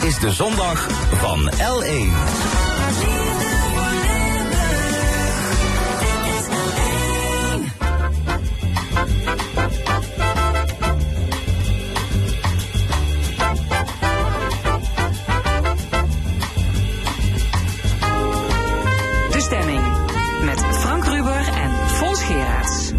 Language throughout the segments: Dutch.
is de zondag van L1. De Stemming met Frank Ruber en Fons Geraerts.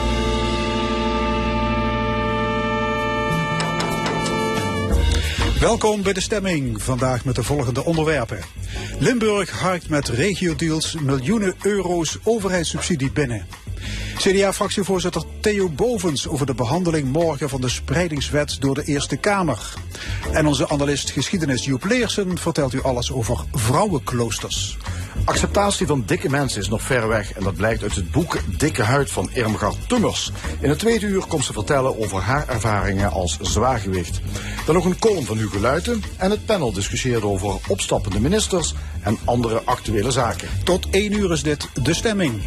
Welkom bij De Stemming, vandaag met de volgende onderwerpen. Limburg harkt met regiodeals miljoenen euro's overheidssubsidie binnen. CDA-fractievoorzitter Theo Bovens over de behandeling morgen van de spreidingswet door de Eerste Kamer. En onze analist geschiedenis Joep Leersen vertelt u alles over vrouwenkloosters. Acceptatie van dikke mensen is nog ver weg en dat blijkt uit het boek Dikke Huid van Irmgard Tummers. In het tweede uur komt ze vertellen over haar ervaringen als zwaargewicht. Dan nog een column van Hugo Luiten en het panel discussieert over opstappende ministers en andere actuele zaken. Tot 1 uur is dit De Stemming.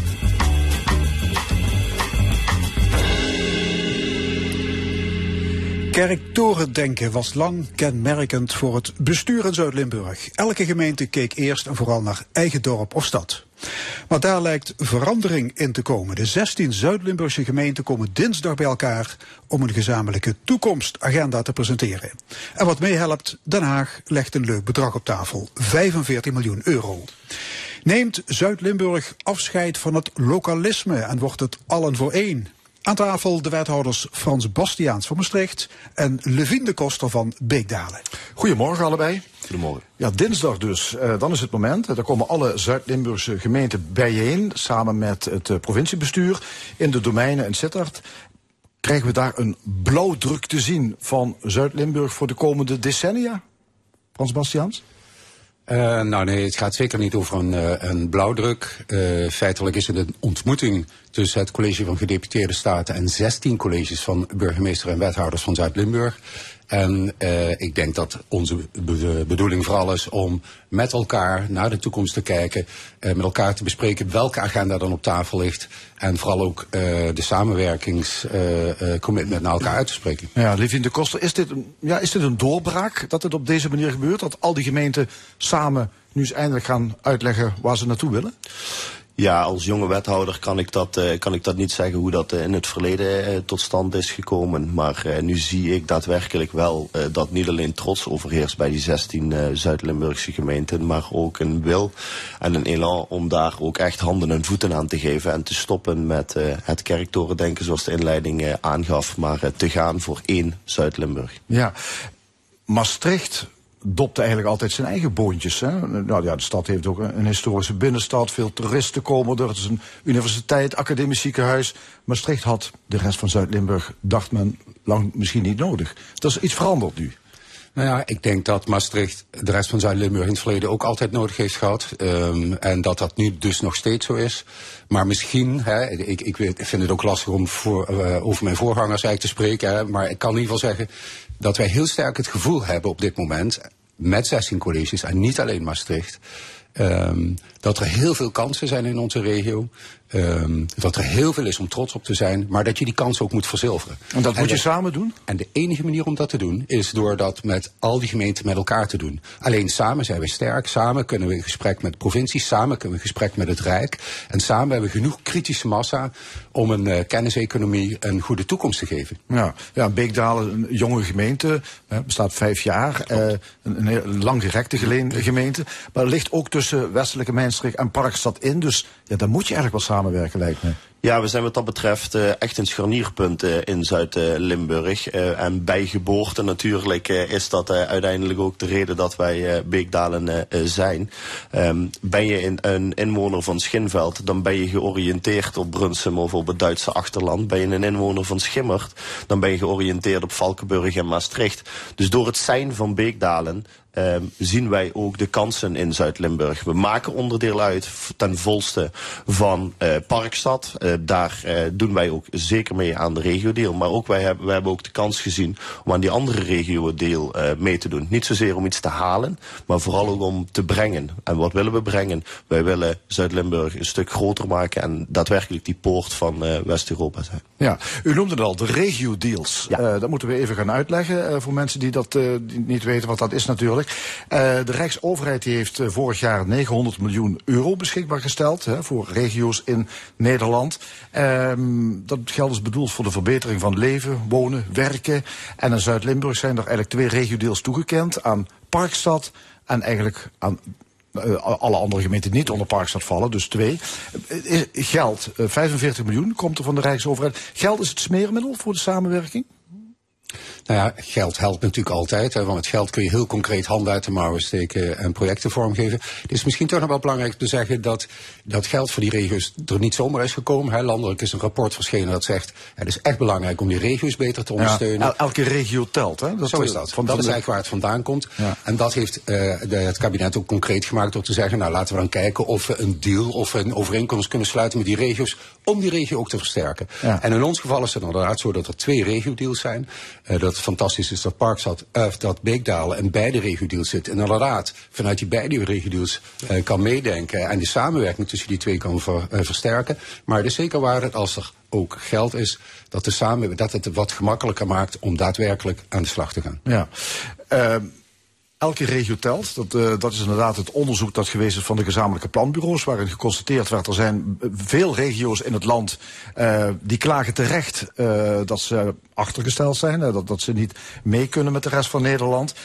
Kerktorendenken was lang kenmerkend voor het bestuur in Zuid-Limburg. Elke gemeente keek eerst en vooral naar eigen dorp of stad. Maar daar lijkt verandering in te komen. De 16 Zuid-Limburgse gemeenten komen dinsdag bij elkaar om een gezamenlijke toekomstagenda te presenteren. En wat meehelpt, Den Haag legt een leuk bedrag op tafel. 45 miljoen euro. Neemt Zuid-Limburg afscheid van het lokalisme en wordt het allen voor één? Aan tafel de wethouders Frans Bastiaans van Maastricht en Levine de Koster van Beekdalen. Goedemorgen allebei. Goedemorgen. Ja, dinsdag dus. Dan is het moment. Daar komen alle Zuid-Limburgse gemeenten bijeen, samen met het provinciebestuur, in de domeinen in Sittard. Krijgen we daar een blauwdruk te zien van Zuid-Limburg voor de komende decennia? Frans Bastiaans? Nou nee, het gaat zeker niet over een blauwdruk. Feitelijk is het een ontmoeting tussen het college van gedeputeerde staten en 16 colleges van burgemeester en wethouders van Zuid-Limburg. En ik denk dat onze bedoeling vooral is om met elkaar naar de toekomst te kijken, met elkaar te bespreken welke agenda dan op tafel ligt en vooral ook de samenwerkingscommitment naar elkaar uit te spreken. Ja, Levine de Koster, is dit een doorbraak dat het op deze manier gebeurt? Dat al die gemeenten samen nu eens eindelijk gaan uitleggen waar ze naartoe willen? Ja, als jonge wethouder kan ik dat niet zeggen hoe dat in het verleden tot stand is gekomen. Maar nu zie ik daadwerkelijk wel dat niet alleen trots overheerst bij die 16 Zuid-Limburgse gemeenten, maar ook een wil en een elan om daar ook echt handen en voeten aan te geven en te stoppen met het kerktorendenken zoals de inleiding aangaf, maar te gaan voor één Zuid-Limburg. Ja, Maastricht dopte eigenlijk altijd zijn eigen boontjes. Hè? Nou ja, de stad heeft ook een historische binnenstad, veel toeristen komen er. Het is een universiteit, academisch ziekenhuis. Maastricht had de rest van Zuid-Limburg, dacht men, lang misschien niet nodig. Dat is iets veranderd nu. Nou ja, ik denk dat Maastricht de rest van Zuid-Limburg in het verleden ook altijd nodig heeft gehad. En dat dat nu dus nog steeds zo is. Maar misschien, ik vind het ook lastig om over mijn voorgangers eigenlijk te spreken. Maar ik kan in ieder geval zeggen dat wij heel sterk het gevoel hebben op dit moment, met 16 colleges en niet alleen Maastricht, dat er heel veel kansen zijn in onze regio. Dat er heel veel is om trots op te zijn, maar dat je die kansen ook moet verzilveren. En dat moet je samen doen? En de enige manier om dat te doen is door dat met al die gemeenten met elkaar te doen. Alleen samen zijn we sterk, samen kunnen we in gesprek met de provincie, samen kunnen we in gesprek met het Rijk. En samen hebben we genoeg kritische massa om een kenniseconomie een goede toekomst te geven. Ja, Beekdalen, een jonge gemeente, bestaat 5 jaar. Een heel langgerekte gemeente. Maar er ligt ook tussen Westelijke Mijnstreek en Parkstad in. Dus ja, daar moet je eigenlijk wel samenwerken, lijkt me. Ja, we zijn wat dat betreft echt een scharnierpunt in Zuid-Limburg. En bij geboorte natuurlijk is dat uiteindelijk ook de reden dat wij Beekdalen zijn. Ben je een inwoner van Schinveld, dan ben je georiënteerd op Brunsum of op het Duitse achterland. Ben je een inwoner van Schimmert, dan ben je georiënteerd op Valkenburg en Maastricht. Dus door het zijn van Beekdalen zien wij ook de kansen in Zuid-Limburg. We maken onderdeel uit ten volste van Parkstad. daar doen wij ook zeker mee aan de regio-deal. Maar ook wij hebben ook de kans gezien om aan die andere regio-deal mee te doen. Niet zozeer om iets te halen, maar vooral ook om te brengen. En wat willen we brengen? Wij willen Zuid-Limburg een stuk groter maken en daadwerkelijk die poort van West-Europa zijn. Ja, u noemde het al, de regio-deals. Ja. Dat moeten we even gaan uitleggen voor mensen die dat die niet weten wat dat is natuurlijk. De Rijksoverheid die heeft vorig jaar 900 miljoen euro beschikbaar gesteld voor regio's in Nederland. Dat geld is bedoeld voor de verbetering van leven, wonen, werken. En in Zuid-Limburg zijn er eigenlijk 2 regio-deals toegekend aan Parkstad en eigenlijk aan alle andere gemeenten niet onder Parkstad vallen, dus 2. Geld, 45 miljoen komt er van de Rijksoverheid. Geld is het smeermiddel voor de samenwerking? Nou ja, geld helpt natuurlijk altijd, want met geld kun je heel concreet handen uit de mouwen steken en projecten vormgeven. Het is misschien toch nog wel belangrijk te zeggen dat dat geld voor die regio's er niet zomaar is gekomen. Landelijk is een rapport verschenen dat zegt, het is echt belangrijk om die regio's beter te ondersteunen. Ja, elke regio telt, hè? Zo is dat. Dat is eigenlijk waar het vandaan komt. Ja. En dat heeft het kabinet ook concreet gemaakt door te zeggen, nou laten we dan kijken of we een deal of een overeenkomst kunnen sluiten met die regio's om die regio ook te versterken. Ja. En in ons geval is het inderdaad zo dat er 2 regio-deals zijn. Dat het fantastisch is dat Parkstad, dat Beekdalen in beide regio-deals zit. En inderdaad, vanuit die beide regio-deals kan meedenken en de samenwerking tussen die 2 kan versterken. Maar het is zeker waar dat als er ook geld is, dat het wat gemakkelijker maakt om daadwerkelijk aan de slag te gaan. Ja. Elke regio telt. Dat is inderdaad het onderzoek dat geweest is van de gezamenlijke planbureaus, waarin geconstateerd werd, er zijn veel regio's in het land die klagen terecht dat ze achtergesteld zijn, dat ze niet mee kunnen met de rest van Nederland.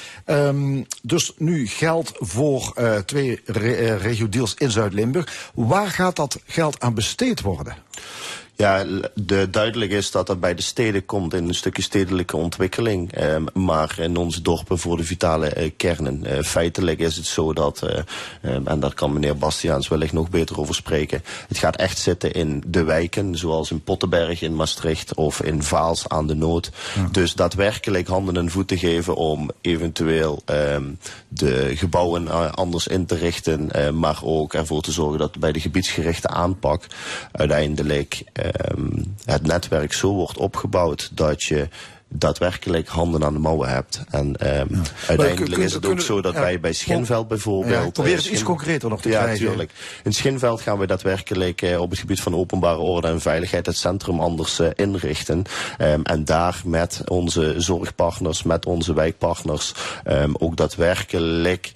Dus nu geld voor 2 regio-deals in Zuid-Limburg. Waar gaat dat geld aan besteed worden? Ja, duidelijk is dat dat bij de steden komt in een stukje stedelijke ontwikkeling. Maar in onze dorpen voor de vitale kernen. Feitelijk is het zo dat, en daar kan meneer Bastiaans wellicht nog beter over spreken. Het gaat echt zitten in de wijken, zoals in Pottenberg in Maastricht of in Vaals aan de Nood. Ja. Dus daadwerkelijk handen en voeten geven om eventueel de gebouwen anders in te richten. Maar ook ervoor te zorgen dat bij de gebiedsgerichte aanpak uiteindelijk het netwerk zo wordt opgebouwd dat je daadwerkelijk handen aan de mouwen hebt. En uiteindelijk is het ook zo dat wij bij Schinveld bijvoorbeeld... Ja, probeer het iets concreter nog te krijgen. Ja, natuurlijk. In Schinveld gaan we daadwerkelijk op het gebied van openbare orde en veiligheid het centrum anders inrichten. En daar met onze zorgpartners, met onze wijkpartners ook daadwerkelijk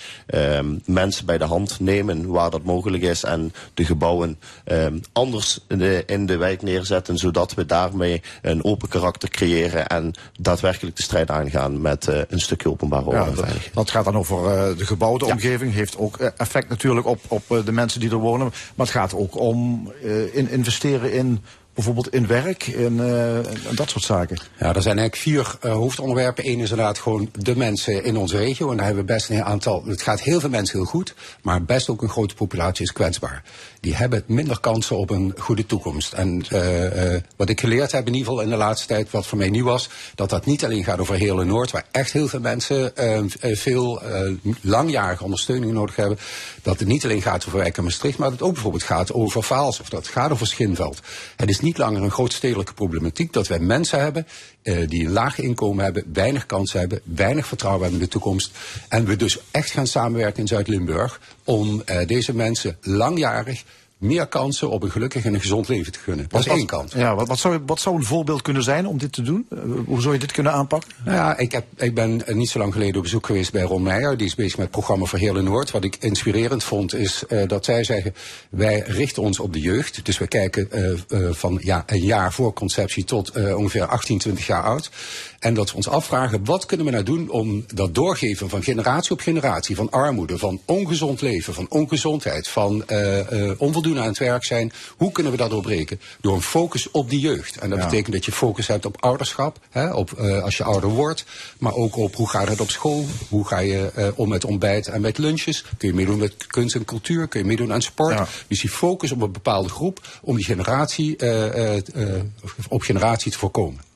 mensen bij de hand nemen waar dat mogelijk is en de gebouwen anders in de wijk neerzetten, zodat we daarmee een open karakter creëren en daadwerkelijk de strijd aangaan met een stukje openbare orde en veiligheid. Dat gaat dan over de gebouwde omgeving. Heeft ook effect natuurlijk op de mensen die er wonen. Maar het gaat ook om investeren in bijvoorbeeld in werk en dat soort zaken. Ja, er zijn eigenlijk 4 hoofdonderwerpen. Eén is inderdaad gewoon de mensen in onze regio. En daar hebben we best een aantal. Het gaat heel veel mensen heel goed, maar best ook een grote populatie is kwetsbaar. Die hebben minder kansen op een goede toekomst. En wat ik geleerd heb in ieder geval in de laatste tijd, wat voor mij nieuw was, dat niet alleen gaat over heel Noord, waar echt heel veel mensen veel langjarige ondersteuning nodig hebben. Dat het niet alleen gaat over Wijk en Maastricht, maar dat het ook bijvoorbeeld gaat over Vaals of dat het gaat over Schinveld. Het is niet langer een grootstedelijke problematiek dat wij mensen hebben die een laag inkomen hebben, weinig kansen hebben, weinig vertrouwen hebben in de toekomst. En we dus echt gaan samenwerken in Zuid-Limburg om deze mensen langjarig meer kansen op een gelukkig en een gezond leven te gunnen. Dat is één kant. Ja, wat zou een voorbeeld kunnen zijn om dit te doen? Hoe zou je dit kunnen aanpakken? Nou ja, ik ben niet zo lang geleden op bezoek geweest bij Ron Meijer. Die is bezig met het programma voor Heel Noord. Wat ik inspirerend vond is dat zij zeggen, wij richten ons op de jeugd. Dus we kijken van een jaar voor conceptie tot ongeveer 18, 20 jaar oud. En dat we ons afvragen, wat kunnen we nou doen om dat doorgeven van generatie op generatie, van armoede, van ongezond leven, van ongezondheid, van onvoldoende aan het werk zijn. Hoe kunnen we dat doorbreken? Door een focus op die jeugd. En dat betekent dat je focus hebt op ouderschap, als je ouder wordt, maar ook op hoe gaat het op school, hoe ga je om met ontbijt en met lunches, kun je meedoen met kunst en cultuur, kun je meedoen aan sport. Ja. Dus die focus op een bepaalde groep om die generatie op generatie te voorkomen.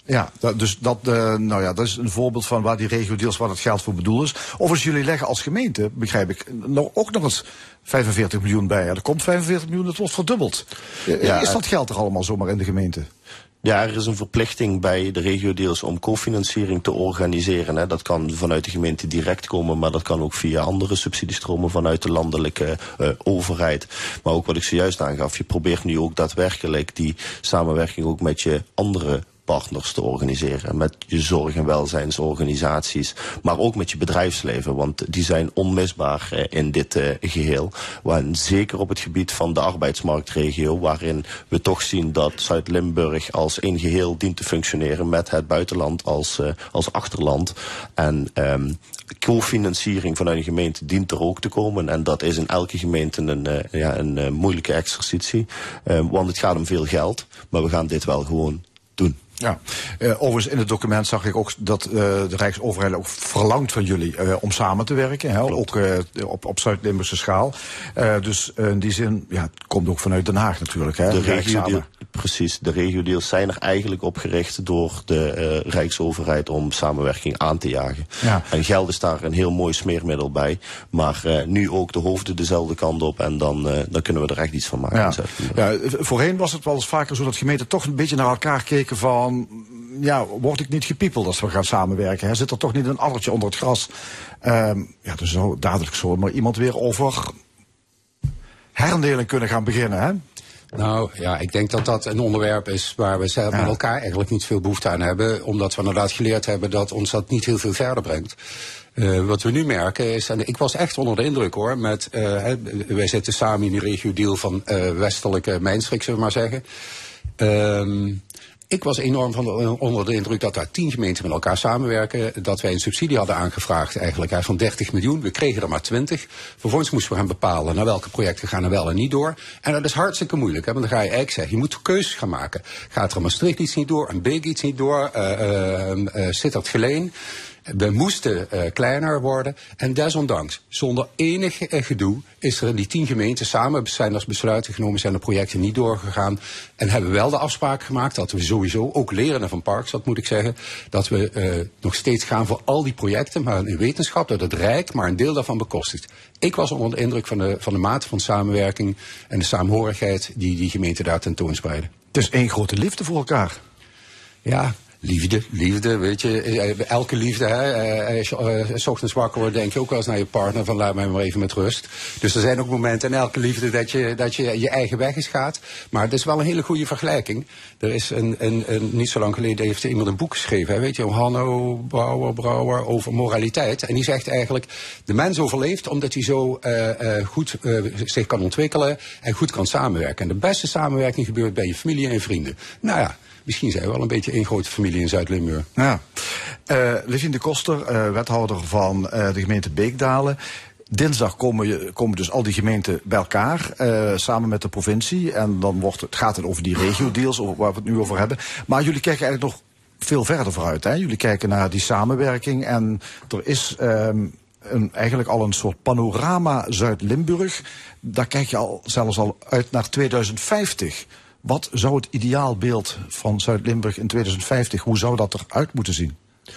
Ja, dus dat is een voorbeeld van waar die regio-deals, waar het geld voor bedoeld is. Overigens, jullie leggen als gemeente, begrijp ik, ook nog eens 45 miljoen bij. Er komt 45 miljoen, dat wordt verdubbeld. Is dat geld er allemaal zomaar in de gemeente? Ja, er is een verplichting bij de regio-deals om cofinanciering te organiseren. Hè. Dat kan vanuit de gemeente direct komen, maar dat kan ook via andere subsidiestromen vanuit de landelijke overheid. Maar ook wat ik zojuist aangaf, je probeert nu ook daadwerkelijk die samenwerking ook met je andere partners te organiseren. Met je zorg- en welzijnsorganisaties, maar ook met je bedrijfsleven, want die zijn onmisbaar in dit geheel. En zeker op het gebied van de arbeidsmarktregio, waarin we toch zien dat Zuid-Limburg als één geheel dient te functioneren met het buitenland als achterland. En cofinanciering vanuit een gemeente dient er ook te komen. En dat is in elke gemeente een moeilijke exercitie. Want het gaat om veel geld, maar we gaan dit wel gewoon doen. Ja, overigens in het document zag ik ook dat de Rijksoverheid ook verlangt van jullie om samen te werken. Hè, ook op Zuid-Limburgse schaal. Dus in die zin, het komt ook vanuit Den Haag natuurlijk. Hè, Precies, de regio-deals zijn er eigenlijk op gericht door de Rijksoverheid om samenwerking aan te jagen. Ja. En geld is daar een heel mooi smeermiddel bij. Maar nu ook de hoofden dezelfde kant op en dan kunnen we er echt iets van maken. Ja. Voorheen was het wel eens vaker zo dat gemeenten toch een beetje naar elkaar keken van, word ik niet gepiepeld als we gaan samenwerken? Hè? Zit er toch niet een addertje onder het gras? Dus zou dadelijk zo maar iemand weer over herindeling kunnen gaan beginnen, hè? Nou ja, ik denk dat dat een onderwerp is waar we zelf met elkaar eigenlijk niet veel behoefte aan hebben. Omdat we inderdaad geleerd hebben dat ons dat niet heel veel verder brengt. Wat we nu merken is, en ik was echt onder de indruk hoor, wij zitten samen in die regio-deal van westelijke mijnstreek, zullen we maar zeggen. Ik was enorm onder de indruk dat daar 10 gemeenten met elkaar samenwerken. Dat wij een subsidie hadden aangevraagd eigenlijk van 30 miljoen. We kregen er maar 20. Vervolgens moesten we gaan bepalen naar welke projecten gaan er wel en niet door. En dat is hartstikke moeilijk. Hè? Want dan ga je eigenlijk zeggen, je moet keuzes gaan maken. Gaat er Maastricht iets niet door, een Beek iets niet door, Sittard-Geleen. We moesten kleiner worden. En desondanks, zonder enig gedoe, is er in die 10 gemeenten samen zijn er besluiten genomen, zijn de projecten niet doorgegaan. En hebben wel de afspraak gemaakt dat we sowieso, ook lerende van Parkstad moet ik zeggen, dat we nog steeds gaan voor al die projecten, maar in wetenschap dat het Rijk maar een deel daarvan bekostigt. Ik was onder de indruk van de mate van samenwerking en de saamhorigheid die gemeenten daar tentoonspreiden. Het is één grote liefde voor elkaar. Ja. Liefde, weet je. Elke liefde, hè. Als je 's ochtends wakker wordt, denk je ook wel eens naar je partner van laat mij maar even met rust. Dus er zijn ook momenten in elke liefde dat je je eigen weg eens gaat. Maar het is wel een hele goede vergelijking. Er is niet zo lang geleden heeft iemand een boek geschreven, hè, weet je, Hanno Brouwer over moraliteit. En die zegt eigenlijk, de mens overleeft omdat hij zo goed zich kan ontwikkelen en goed kan samenwerken. En de beste samenwerking gebeurt bij je familie en je vrienden. Nou ja. Misschien zijn we wel een beetje één grote familie in Zuid-Limburg. Ja. Levine de Koster, wethouder van de gemeente Beekdalen. Dinsdag komen dus al die gemeenten bij elkaar, samen met de provincie. En dan gaat het over die regio-deals, waar we het nu over hebben. Maar jullie kijken eigenlijk nog veel verder vooruit. Hè? Jullie kijken naar die samenwerking. En er is eigenlijk al een soort panorama Zuid-Limburg. Daar kijk je zelfs al uit naar 2050. Wat zou het ideaalbeeld van Zuid-Limburg in 2050, hoe zou dat eruit moeten zien?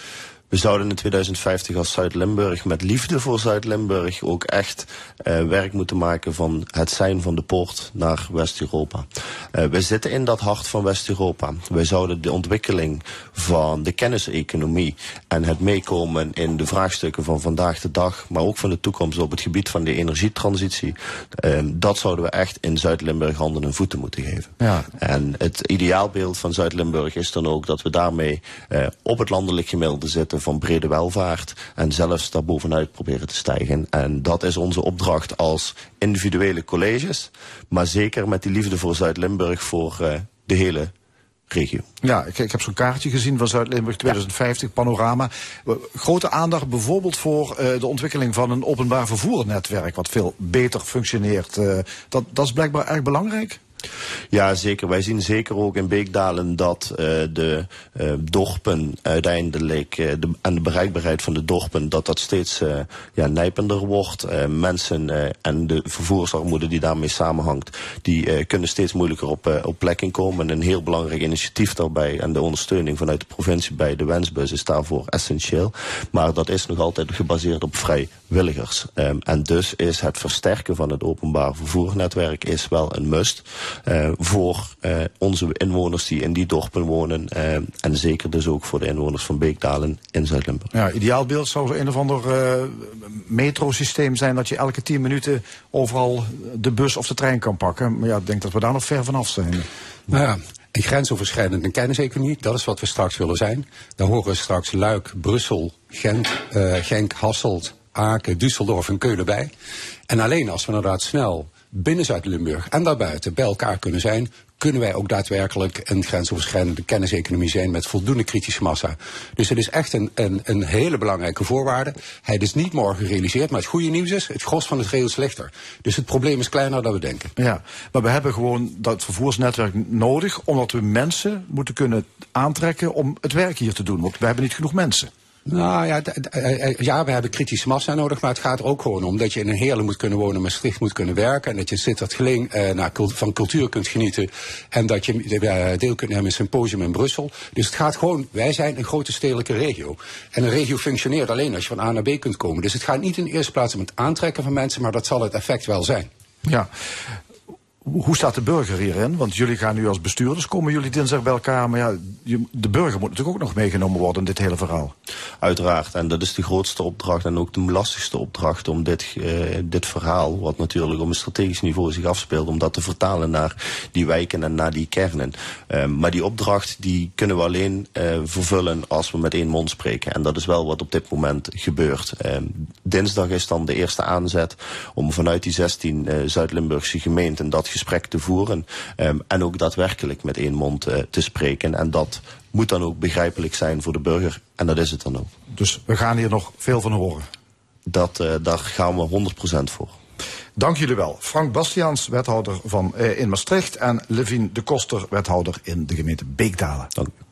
We zouden in 2050 als Zuid-Limburg met liefde voor Zuid-Limburg ook echt werk moeten maken van het zijn van de poort naar West-Europa. We zitten in dat hart van West-Europa. Wij zouden de ontwikkeling van de kenniseconomie en het meekomen in de vraagstukken van vandaag de dag, maar ook van de toekomst op het gebied van de energietransitie, dat zouden we echt in Zuid-Limburg handen en voeten moeten geven. Ja. En het ideaalbeeld van Zuid-Limburg is dan ook dat we daarmee op het landelijk gemiddelde zitten van brede welvaart en zelfs daarbovenuit proberen te stijgen. En dat is onze opdracht als individuele colleges, maar zeker met die liefde voor Zuid-Limburg voor de hele regio. Ja, ik heb zo'n kaartje gezien van Zuid-Limburg 2050, panorama. Grote aandacht bijvoorbeeld voor de ontwikkeling van een openbaar vervoernetwerk wat veel beter functioneert. Dat is blijkbaar erg belangrijk. Ja, zeker. Wij zien zeker ook in Beekdalen dat de dorpen uiteindelijk en de bereikbaarheid van de dorpen dat steeds nijpender wordt. Mensen en de vervoersarmoede die daarmee samenhangt, die kunnen steeds moeilijker op plek inkomen. Een heel belangrijk initiatief daarbij en de ondersteuning vanuit de provincie bij de Wensbus is daarvoor essentieel. Maar dat is nog altijd gebaseerd op vrijwilligers. En dus is het versterken van het openbaar vervoernetwerk is wel een must. Voor onze inwoners die in die dorpen wonen. En zeker dus ook voor de inwoners van Beekdalen in Zuid-Limburg. Ja, ideaalbeeld zou een of ander metrosysteem zijn dat je elke 10 minuten overal de bus of de trein kan pakken. Maar ja, ik denk dat we daar nog ver vanaf zijn. Nou ja, een grensoverschrijdende kenniseconomie, dat is wat we straks willen zijn. Daar horen straks Luik, Brussel, Gent, Genk, Hasselt, Aken, Düsseldorf en Keulen bij. En alleen als we inderdaad snel binnen Zuid-Limburg en daarbuiten bij elkaar kunnen zijn, kunnen wij ook daadwerkelijk een grensoverschrijdende kenniseconomie zijn met voldoende kritische massa. Dus het is echt een hele belangrijke voorwaarde. Hij is niet morgen gerealiseerd, maar het goede nieuws is, het gros van het geheel is lichter. Dus het probleem is kleiner dan we denken. Ja, maar we hebben gewoon dat vervoersnetwerk nodig, omdat we mensen moeten kunnen aantrekken om het werk hier te doen. Want we hebben niet genoeg mensen. Nou ja, we hebben kritische massa nodig, maar het gaat er ook gewoon om dat je in een Heerlen moet kunnen wonen, Maastricht moet kunnen werken en dat je in Sittard-Geleen van cultuur kunt genieten en dat je deel kunt nemen in een symposium in Brussel. Dus het gaat gewoon, wij zijn een grote stedelijke regio. En een regio functioneert alleen als je van A naar B kunt komen. Dus het gaat niet in de eerste plaats om het aantrekken van mensen, maar dat zal het effect wel zijn. Ja. Hoe staat de burger hierin? Want jullie gaan nu als bestuurders, komen jullie dinsdag bij elkaar. Maar ja, de burger moet natuurlijk ook nog meegenomen worden in dit hele verhaal. Uiteraard. En dat is de grootste opdracht en ook de lastigste opdracht om dit verhaal, wat natuurlijk op een strategisch niveau zich afspeelt, om dat te vertalen naar die wijken en naar die kernen. Maar die opdracht die kunnen we alleen vervullen als we met één mond spreken. En dat is wel wat op dit moment gebeurt. Dinsdag is dan de eerste aanzet om vanuit die 16 Zuid-Limburgse gemeenten dat gesprek te voeren en ook daadwerkelijk met één mond te spreken. En dat moet dan ook begrijpelijk zijn voor de burger en dat is het dan ook. Dus we gaan hier nog veel van horen? Daar gaan we 100% voor. Dank jullie wel. Frank Bastiaans, wethouder in Maastricht en Levine de Koster, wethouder in de gemeente Beekdalen. Dank u.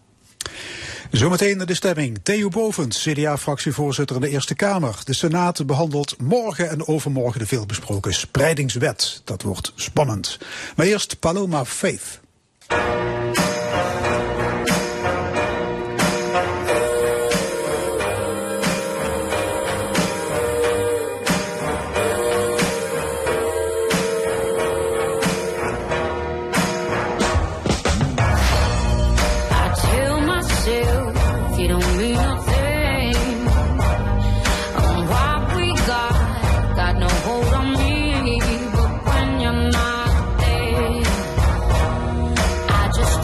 Zometeen de stemming. Theo Bovens, CDA-fractievoorzitter in de Eerste Kamer. De Senaat behandelt morgen en overmorgen de veelbesproken spreidingswet. Dat wordt spannend. Maar eerst Paloma Faith. Just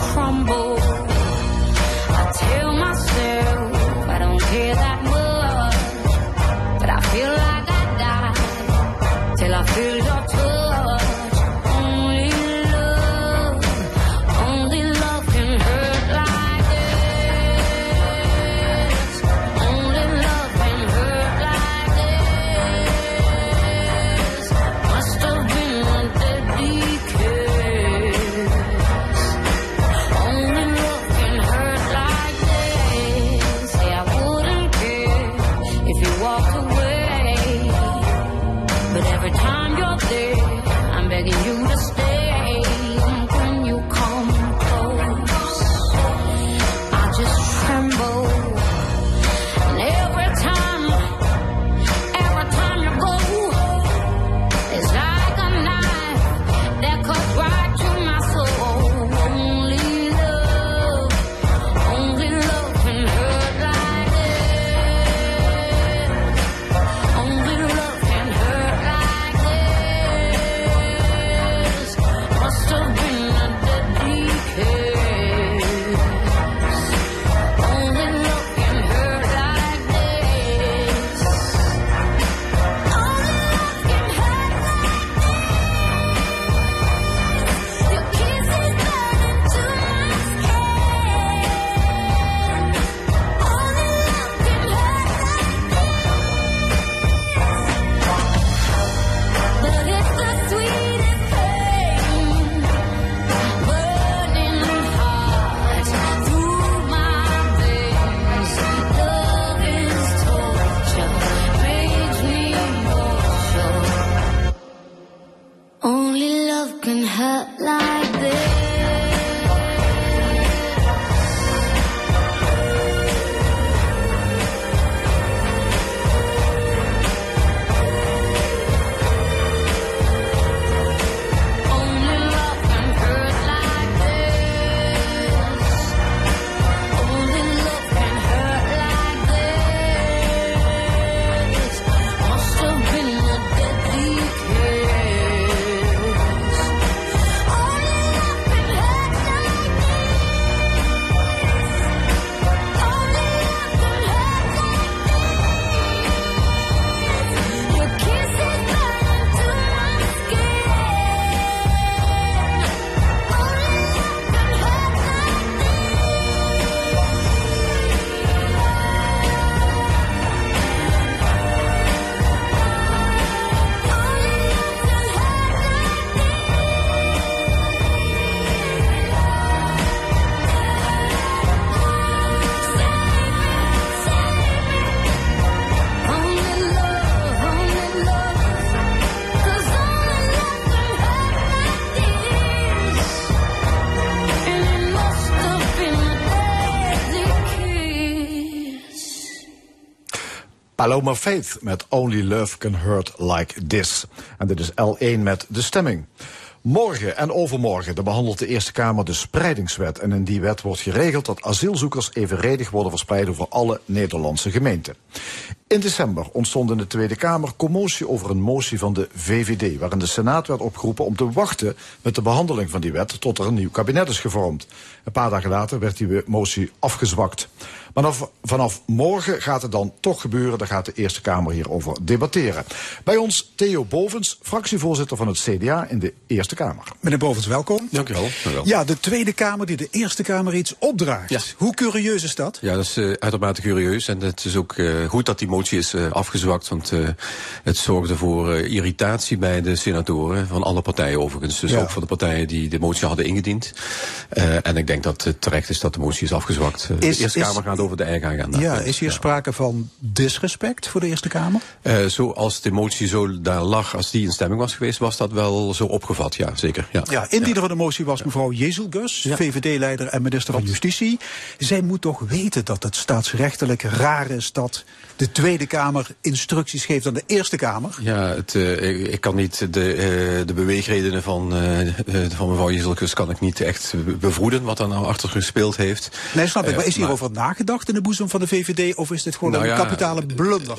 Paloma Faith met Only Love Can Hurt Like This. En dit is L1 met De Stemming. Morgen en overmorgen behandelt de Eerste Kamer de spreidingswet. En in die wet wordt geregeld dat asielzoekers evenredig worden verspreid over alle Nederlandse gemeenten. In december ontstond in de Tweede Kamer commotie over een motie van de VVD... waarin de Senaat werd opgeroepen om te wachten met de behandeling van die wet tot er een nieuw kabinet is gevormd. Een paar dagen later werd die motie afgezwakt. Maar vanaf morgen gaat het dan toch gebeuren. Daar gaat de Eerste Kamer hierover debatteren. Bij ons Theo Bovens, fractievoorzitter van het CDA in de Eerste Kamer. Meneer Bovens, welkom. Dank u wel. Ja, de Tweede Kamer die de Eerste Kamer iets opdraagt. Ja. Hoe curieus is dat? Ja, dat is uitermate curieus. En het is ook goed dat die motie is afgezwakt. Want het zorgde voor irritatie bij de senatoren. Van alle partijen overigens. Dus ook van de partijen die de motie hadden ingediend. En ik denk dat het terecht is dat de motie is afgezwakt. De Eerste Kamer gaat over de eigen agenda. Ja, is hier sprake van disrespect voor de Eerste Kamer? Zoals de motie zo daar lag, als die in stemming was geweest, was dat wel zo opgevat. Ja, zeker. Ja, indiener van de motie was mevrouw Jezelgus, VVD-leider en minister van Justitie. Zij moet toch weten dat het staatsrechtelijk raar is dat de Tweede Kamer instructies geeft aan de Eerste Kamer? Ja, ik kan niet de beweegredenen van mevrouw Jezelgus kan ik niet echt bevroeden wat er nou achter gespeeld heeft. Nee, snap ik. Maar is hierover nagedacht in de boezem van de VVD of is dit gewoon een kapitale blunder?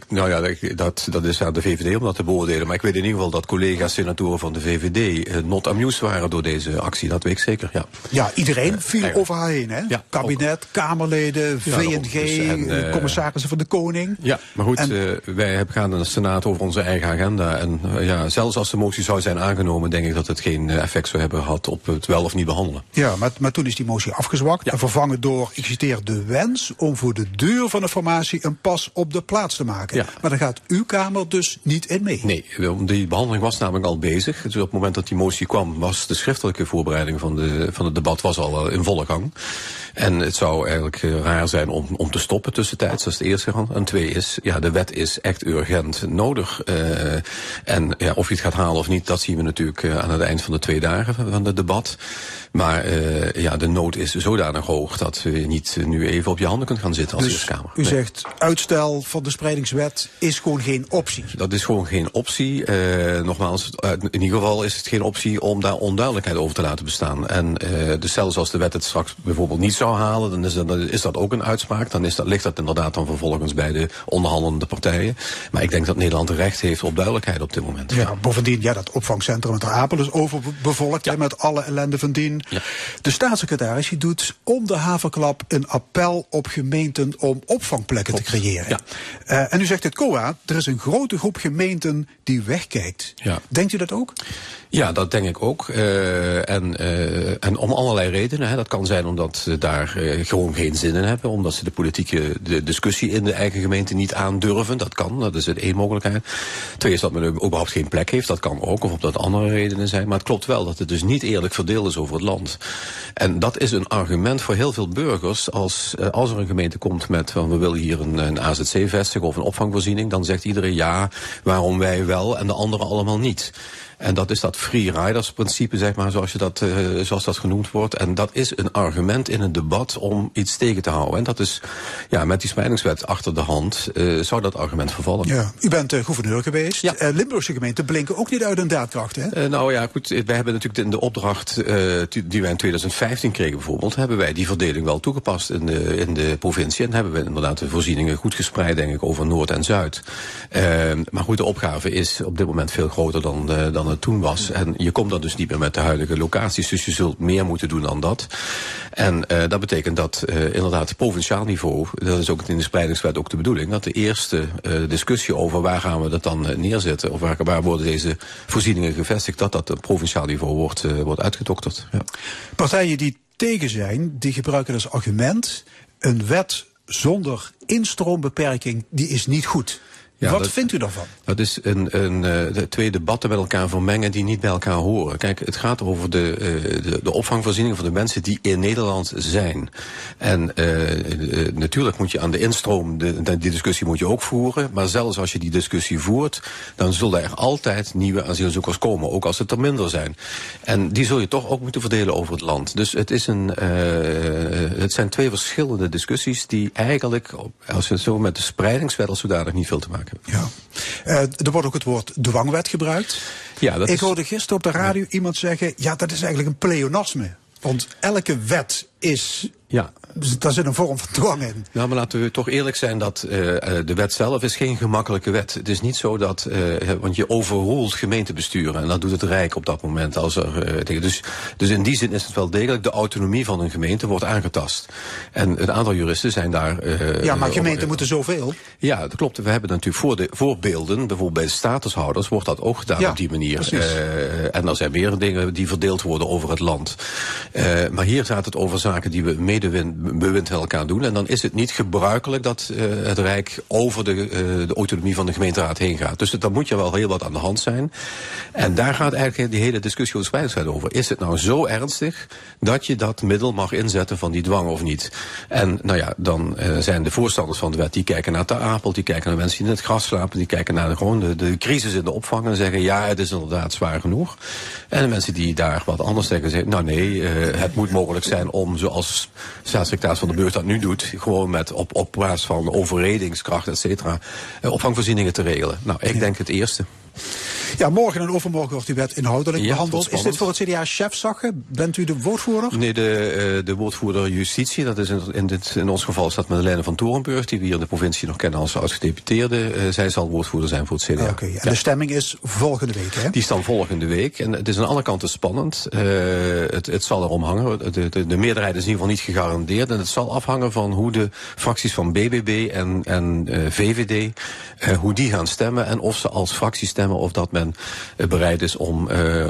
Dat is aan de VVD om dat te beoordelen. Maar ik weet in ieder geval dat collega's senatoren van de VVD not amused waren door deze actie. Dat weet ik zeker, ja. Ja, iedereen viel over haar heen, hè? Ja, kabinet, ook. Kamerleden, VNG, commissarissen van de Koning. Ja, maar goed, wij gaan in de Senaat over onze eigen agenda. En zelfs als de motie zou zijn aangenomen, denk ik dat het geen effect zou hebben gehad op het wel of niet behandelen. Ja, maar toen is die motie afgezwakt en vervangen door, ik citeer, de wens om voor de deur van de formatie een pas op de plaats te maken. Ja. Maar daar gaat uw Kamer dus niet in mee. Nee, die behandeling was namelijk al bezig. Dus op het moment dat die motie kwam, was de schriftelijke voorbereiding van het debat was al in volle gang. En het zou eigenlijk raar zijn om te stoppen tussentijds, dat is de eerste kant. En twee is, de wet is echt urgent nodig. En of je het gaat halen of niet, dat zien we natuurlijk aan het eind van de 2 dagen van het debat. Maar de nood is zodanig hoog dat je niet nu even op je handen kunt gaan zitten als Eerste Kamer. U zegt, uitstel van de spreidingswet is gewoon geen optie. Dat is gewoon geen optie. Nogmaals, in ieder geval is het geen optie om daar onduidelijkheid over te laten bestaan. En dus zelfs als de wet het straks bijvoorbeeld niet zou halen, dan is dat ook een uitspraak. Dan ligt dat inderdaad dan vervolgens bij de onderhandelende partijen. Maar ik denk dat Nederland recht heeft op duidelijkheid op dit moment. Ja, bovendien, dat opvangcentrum Ter Apel is overbevolkt met alle ellende van dien. Ja. De staatssecretaris die doet om de haverklap een appel op gemeenten om opvangplekken te creëren. Ja. En u zegt het COA, er is een grote groep gemeenten die wegkijkt. Ja. Denkt u dat ook? Ja, dat denk ik ook. En om allerlei redenen. Dat kan zijn omdat ze daar gewoon geen zin in hebben. Omdat ze de politieke discussie in de eigen gemeente niet aandurven. Dat kan, dat is één mogelijkheid. Twee is dat men überhaupt geen plek heeft. Dat kan ook, of of dat andere redenen zijn. Maar het klopt wel dat het dus niet eerlijk verdeeld is over het land. En dat is een argument voor heel veel burgers. Als er een gemeente komt met van we willen hier een AZC vestigen of een opvangvoorziening. Dan zegt iedereen waarom wij wel en de anderen allemaal niet. En dat is dat free riders principe, zeg maar, zoals dat genoemd wordt. En dat is een argument in een debat om iets tegen te houden. En dat is, met die spreidingswet achter de hand, zou dat argument vervallen. Ja, u bent gouverneur geweest. Ja. Limburgse gemeenten blinken ook niet uit hun daadkracht, hè? Goed, wij hebben natuurlijk in de opdracht die wij in 2015 kregen bijvoorbeeld, hebben wij die verdeling wel toegepast in de provincie. En hebben we inderdaad de voorzieningen goed gespreid, denk ik, over Noord en Zuid. Maar goed, de opgave is op dit moment veel groter dan het toen was. En je komt dan dus niet meer met de huidige locaties. Dus je zult meer moeten doen dan dat. En dat betekent dat inderdaad provinciaal niveau, dat is ook in de spreidingswet ook de bedoeling, dat de eerste discussie over waar gaan we dat dan neerzetten, of waar worden deze voorzieningen gevestigd, dat op provinciaal niveau wordt uitgedokterd. Ja. Partijen die tegen zijn, die gebruiken als argument een wet zonder instroombeperking, die is niet goed. Ja, wat vindt u daarvan? Dat is de twee debatten met elkaar vermengen die niet bij elkaar horen. Kijk, het gaat over de opvangvoorzieningen van de mensen die in Nederland zijn. En natuurlijk moet je aan de instroom, die discussie moet je ook voeren. Maar zelfs als je die discussie voert, dan zullen er altijd nieuwe asielzoekers komen. Ook als het er minder zijn. En die zul je toch ook moeten verdelen over het land. Dus het zijn twee verschillende discussies die eigenlijk, als je het zo met de spreidingswet als zodanig niet veel te maken hebben. Ja. Er wordt ook het woord dwangwet gebruikt. Ja, Ik hoorde gisteren op de radio iemand zeggen, ja, dat is eigenlijk een pleonasme. Want elke wet is... Ja. Daar zit een vorm van dwang in. Nou, maar laten we toch eerlijk zijn dat de wet zelf is geen gemakkelijke wet. Het is niet zo dat, want je overroelt gemeentebesturen en dat doet het Rijk op dat moment. Als er, dus in die zin is het wel degelijk, de autonomie van een gemeente wordt aangetast. En een aantal juristen zijn daar... ja, maar gemeenten moeten zoveel. Ja, dat klopt. We hebben natuurlijk voorbeelden, bijvoorbeeld bij de statushouders wordt dat ook gedaan op die manier. En er zijn meer dingen die verdeeld worden over het land. Maar hier gaat het over zaken die we bewind met elkaar doen. En dan is het niet gebruikelijk dat het Rijk over de autonomie van de gemeenteraad heen gaat. Dus dan moet je wel heel wat aan de hand zijn. En daar gaat eigenlijk die hele discussie over spreidingswet over. Is het nou zo ernstig dat je dat middel mag inzetten van die dwang of niet? En nou ja, dan zijn de voorstanders van de wet, die kijken naar Ter Apel, die kijken naar mensen die in het gras slapen, die kijken naar de crisis in de opvang en zeggen ja, het is inderdaad zwaar genoeg. En de mensen die daar wat anders zeggen nou nee, het moet mogelijk zijn om, zoals staatssecretaris Van den Burg dat nu doet, gewoon met op basis van overredingskracht, et cetera, opvangvoorzieningen te regelen. Nou, ik denk het eerste. Ja, morgen en overmorgen wordt die wet inhoudelijk behandeld. Is dit voor het CDA chefsache? Bent u de woordvoerder? Nee, de woordvoerder justitie. Dat is in ons geval staat Madeleine van Torenburg, die we hier in de provincie nog kennen als gedeputeerde. Zij zal woordvoerder zijn voor het CDA. Oké, en de stemming is volgende week, hè? Die is dan volgende week. En het is aan alle kanten spannend. Het zal erom hangen. De meerderheid is in ieder geval niet gegarandeerd. En het zal afhangen van hoe de fracties van BBB en VVD, hoe die gaan stemmen. En of ze als fractie stemmen of dat men bereid is om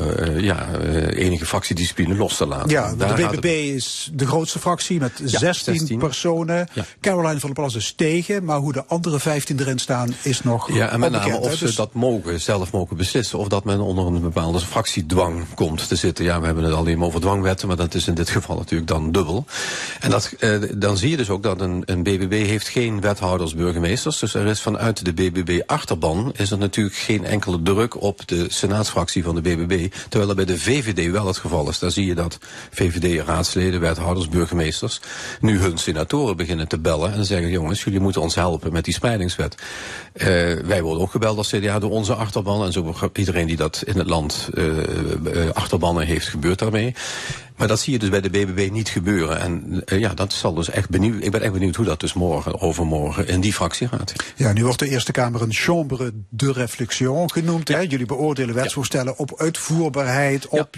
enige fractiediscipline los te laten. Ja, de BBB is de grootste fractie met 16 personen. Ja. Caroline van der Plas is tegen, maar hoe de andere 15 erin staan is nog onbekend. En met name of ze dat zelf mogen beslissen, of dat men onder een bepaalde fractiedwang komt te zitten. Ja, we hebben het alleen maar over dwangwetten, maar dat is in dit geval natuurlijk dan dubbel. En dan zie je dus ook dat een BBB heeft geen wethouders, burgemeesters. Dus er is vanuit de BBB-achterban is er natuurlijk geen enkele druk op de senaatsfractie van de BBB, terwijl dat bij de VVD wel het geval is. Daar zie je dat VVD-raadsleden, wethouders, burgemeesters nu hun senatoren beginnen te bellen en zeggen, jongens, jullie moeten ons helpen met die spreidingswet. Wij worden ook gebeld als CDA door onze achterban en zo iedereen die dat in het land achterbannen heeft, gebeurt daarmee. Maar dat zie je dus bij de BBB niet gebeuren. En dat zal dus echt benieuwd. Ik ben echt benieuwd hoe dat dus overmorgen in die fractie gaat. Ja, nu wordt de Eerste Kamer een chambre de réflexion genoemd. Hè? Jullie beoordelen wetsvoorstellen op uitvoerbaarheid, op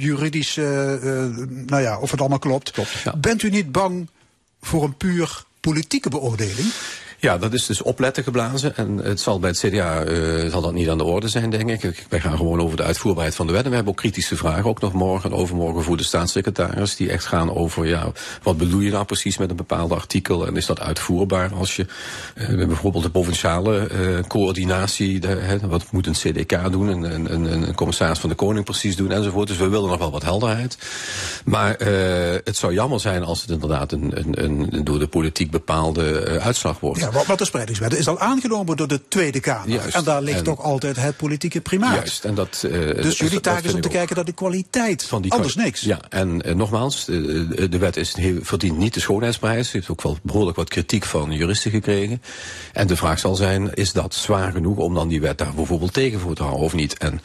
juridische, of het allemaal klopt. Bent u niet bang voor een puur politieke beoordeling? Ja, dat is dus opletten geblazen. En het zal bij het CDA zal dat niet aan de orde zijn, denk ik. Wij gaan gewoon over de uitvoerbaarheid van de wet. En we hebben ook kritische vragen, ook nog morgen en overmorgen voor de staatssecretaris. Die echt gaan over, wat bedoel je nou precies met een bepaald artikel? En is dat uitvoerbaar als je bijvoorbeeld de provinciale coördinatie, wat moet een CDK doen? Een commissaris van de Koning precies doen enzovoort. Dus we willen nog wel wat helderheid. Maar het zou jammer zijn als het inderdaad een door de politiek bepaalde uitslag wordt. Ja, wat de spreidingswet is al aangenomen door de Tweede Kamer. Juist, en daar ligt toch altijd het politieke primaat. Juist. En dus jullie taak is om te kijken dat de kwaliteit, van die anders niks. Ja, en nogmaals, de wet verdient niet de schoonheidsprijs. Ze heeft ook wel behoorlijk wat kritiek van juristen gekregen. En de vraag zal zijn, is dat zwaar genoeg om dan die wet daar bijvoorbeeld tegen voor te houden of niet? En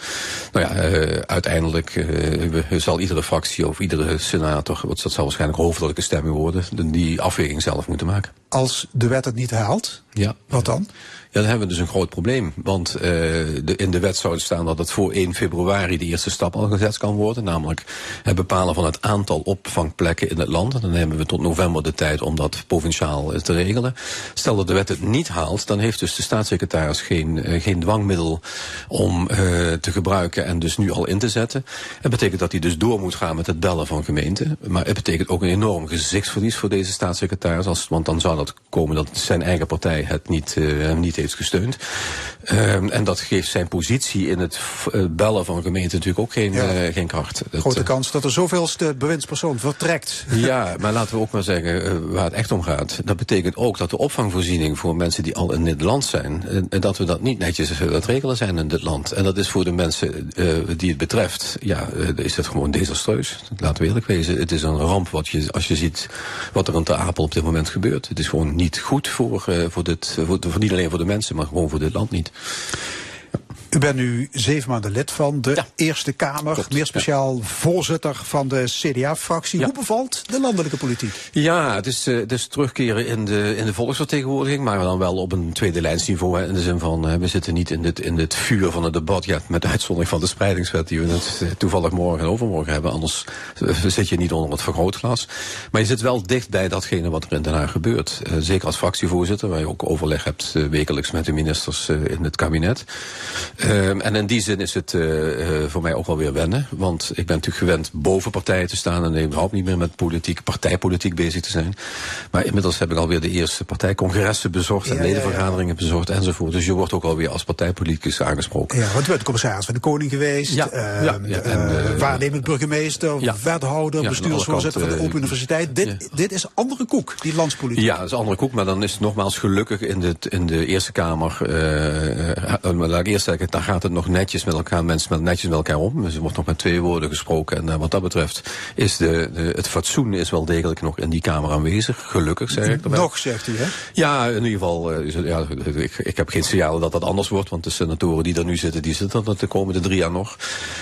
uiteindelijk zal iedere fractie of iedere senator, dat zal waarschijnlijk hoofdelijke stemming worden, die afweging zelf moeten maken. Als de wet het niet haalt, wat dan? Ja, dan hebben we dus een groot probleem. Want in de wet zou staan dat het voor 1 februari de eerste stap al gezet kan worden. Namelijk het bepalen van het aantal opvangplekken in het land. En dan hebben we tot november de tijd om dat provinciaal te regelen. Stel dat de wet het niet haalt, dan heeft dus de staatssecretaris geen dwangmiddel om te gebruiken en dus nu al in te zetten. Dat betekent dat hij dus door moet gaan met het bellen van gemeenten. Maar het betekent ook een enorm gezichtsverlies voor deze staatssecretaris. Want dan zou dat komen dat zijn eigen partij het niet heeft heeft gesteund. En dat geeft zijn positie in het bellen van gemeenten natuurlijk ook geen kracht. Grote kans dat er zoveelste bewindspersoon vertrekt. Ja, maar laten we ook maar zeggen waar het echt om gaat. Dat betekent ook dat de opvangvoorziening voor mensen die al in dit land zijn, dat we dat niet netjes aan het regelen zijn in dit land. En dat is voor de mensen die het betreft, is het gewoon desastreus. Laten we eerlijk wezen. Het is een ramp als je ziet wat er in Ter Apel op dit moment gebeurt. Het is gewoon niet goed voor niet alleen voor de mensen, maar gewoon voor dit land niet. U bent nu 7 maanden lid van de Eerste Kamer. Klopt, meer speciaal voorzitter van de CDA-fractie. Ja. Hoe bevalt de landelijke politiek? Ja, het is terugkeren in de volksvertegenwoordiging, maar dan wel op een tweede lijnsniveau. In de zin van, we zitten niet in het vuur van het debat. Ja, met uitzondering van de spreidingswet die we net toevallig morgen en overmorgen hebben. Anders zit je niet onder het vergrootglas. Maar je zit wel dicht bij datgene wat er in Den Haag gebeurt. Zeker als fractievoorzitter, waar je ook overleg hebt wekelijks met de ministers in het kabinet. En in die zin is het voor mij ook wel weer wennen. Want ik ben natuurlijk gewend boven partijen te staan en überhaupt niet meer met partijpolitiek bezig te zijn. Maar inmiddels heb ik alweer de eerste partijcongressen bezocht en ledenvergaderingen bezocht enzovoort. Dus je wordt ook alweer als partijpoliticus aangesproken. Ja, want u bent commissaris van de Koning geweest. Waarnemend burgemeester, wethouder, bestuursvoorzitter van de Open Universiteit. Dit is andere koek, die landspolitiek. Ja, dat is een andere koek, maar dan is het nogmaals gelukkig in de Eerste Kamer. Laat ik eerst zeggen, daar gaat het nog netjes met elkaar, mensen netjes met elkaar om. Dus er wordt nog met 2 woorden gesproken. En wat dat betreft is het fatsoen is wel degelijk nog in die Kamer aanwezig. Gelukkig, zeg ik erbij. Nog, zegt u, hè? Ja, in ieder geval, ik heb geen signalen dat dat anders wordt. Want de senatoren die er nu zitten, die zitten er de komende 3 jaar nog.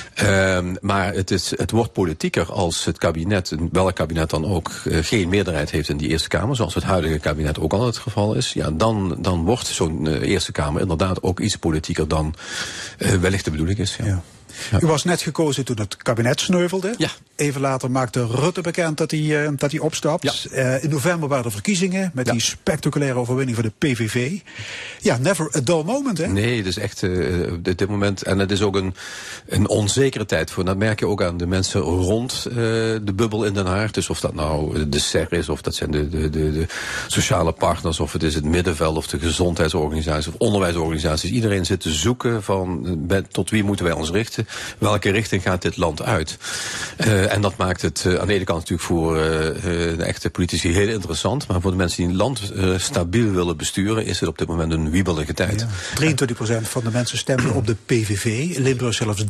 Maar het wordt politieker als het kabinet, welk kabinet dan ook, geen meerderheid heeft in die Eerste Kamer. Zoals het huidige kabinet ook al het geval is. Ja, dan wordt zo'n Eerste Kamer inderdaad ook iets politieker dan wellicht de bedoeling is. Ja. U was net gekozen toen het kabinet sneuvelde. Ja. Even later maakte Rutte bekend dat hij opstapt. Ja. In november waren er verkiezingen met die spectaculaire overwinning van de PVV. Ja, never a dull moment, hè? Nee, het is echt op dit moment. En het is ook een onzekere tijd voor. Dat merk je ook aan de mensen rond de bubbel in Den Haag. Dus of dat nou de SER is, of dat zijn de sociale partners, of het is het middenveld, of de gezondheidsorganisaties, of onderwijsorganisaties. Iedereen zit te zoeken van tot wie moeten wij ons richten. Welke richting gaat dit land uit? En dat maakt het aan de ene kant natuurlijk voor de echte politici heel interessant. Maar voor de mensen die een land stabiel willen besturen, is het op dit moment een wiebelige tijd. Ja. 23% van de mensen stemden op de PVV. In Limburg zelfs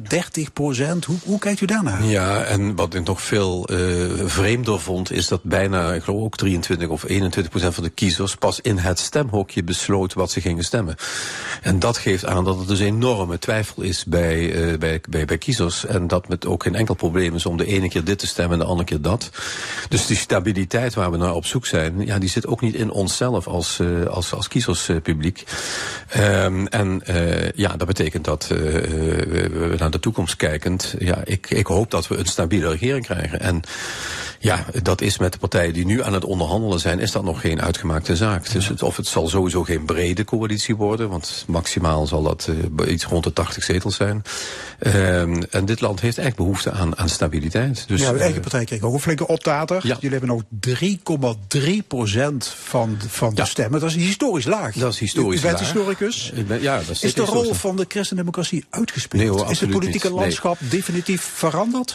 33%. Hoe kijkt u daarnaar? Ja, en wat ik nog veel vreemder vond, is dat bijna, ik geloof ook 23 of 21% van de kiezers pas in het stemhokje besloot wat ze gingen stemmen. En dat geeft aan dat er dus enorme twijfel is bij kiezers. En dat het ook geen enkel probleem is om de ene keer dit te stemmen en de andere keer dat. Dus die stabiliteit waar we naar op zoek zijn, ja, die zit ook niet in onszelf als kiezerspubliek. Dat betekent dat we naar de toekomst kijkend, ik hoop dat we een stabiele regering krijgen. En ja, dat is met de partijen die nu aan het onderhandelen zijn, is dat nog geen uitgemaakte zaak. Dus het zal sowieso geen brede coalitie worden, want maximaal zal dat iets rond de 80 zetels zijn. En dit land heeft echt behoefte aan stabiliteit. Dus, uw eigen partij kreeg ook een flinke optater. Ja. Jullie hebben nog 3,3% van de stemmen. Dat is historisch laag. Dat is historisch laag. U bent historicus. Dat is de rol van de christendemocratie uitgespeeld? Nee, hoor, is het politieke landschap definitief veranderd?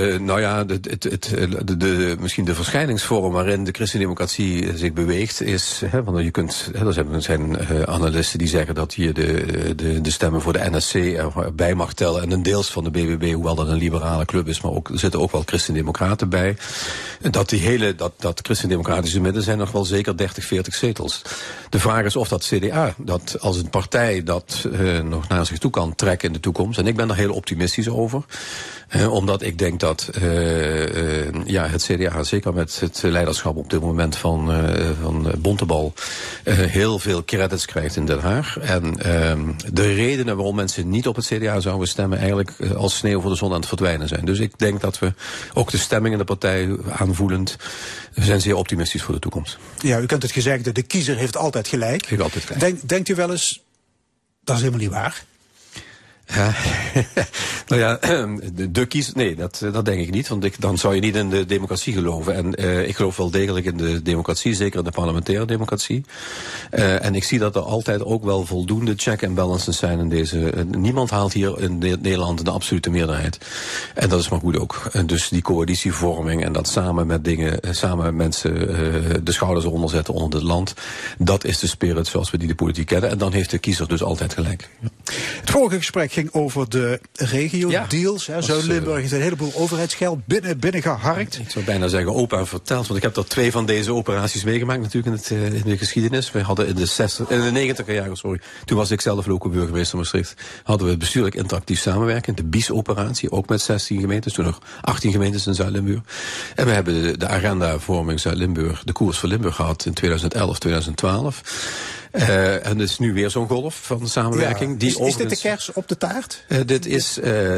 Misschien de verschijningsvorm waarin de christendemocratie zich beweegt is, want je kunt, er zijn analisten die zeggen dat hier de stemmen voor de NSC erbij mag tellen en een deels van de BBB, hoewel dat een liberale club is, maar er zitten ook wel christendemocraten bij. Dat christendemocratische midden zijn nog wel zeker 30, 40 zetels. De vraag is of dat CDA, dat als een partij dat nog naar zich toe kan trekken in de toekomst, en ik ben daar heel optimistisch over, omdat ik denk dat het CDA, zeker met het leiderschap op dit moment van Bontebal, heel veel credits krijgt in Den Haag. En de redenen waarom mensen niet op het CDA zouden stemmen eigenlijk als sneeuw voor de zon aan het verdwijnen zijn. Dus ik denk dat we ook de stemming in de partij aanvoelend, we zijn zeer optimistisch voor de toekomst. Ja, u kent het gezegde, de kiezer heeft altijd gelijk. Heeft altijd gelijk. Denkt u wel eens, dat is helemaal niet waar? Nou ja, de kies... Nee, dat denk ik niet. Want dan zou je niet in de democratie geloven. En ik geloof wel degelijk in de democratie. Zeker in de parlementaire democratie. En ik zie dat er altijd ook wel voldoende check and balances zijn in deze... niemand haalt hier in Nederland de absolute meerderheid. En dat is maar goed ook. En dus die coalitievorming en dat samen met mensen de schouders eronder zetten onder het land. Dat is de spirit zoals we die de politiek kennen. En dan heeft de kiezer dus altijd gelijk. Ja. Het vorige gesprek ging over de regio-deals. Ja, Zuid-Limburg heeft een heleboel overheidsgeld binnen geharkt. Ik zou bijna zeggen opa verteld. Want ik heb er 2 van deze operaties meegemaakt natuurlijk in de geschiedenis. We hadden in de 90er jaren, toen was ik zelf lokale burgemeester Maastricht, hadden we bestuurlijk interactief samenwerken. De BIES-operatie, ook met 16 gemeentes. Toen nog 18 gemeentes in Zuid-Limburg. En we hebben de agenda-vorming Zuid-Limburg, de koers voor Limburg gehad in 2011, 2012. En het is nu weer zo'n golf van samenwerking. Ja. Is dit de kers op de taart? Dit is,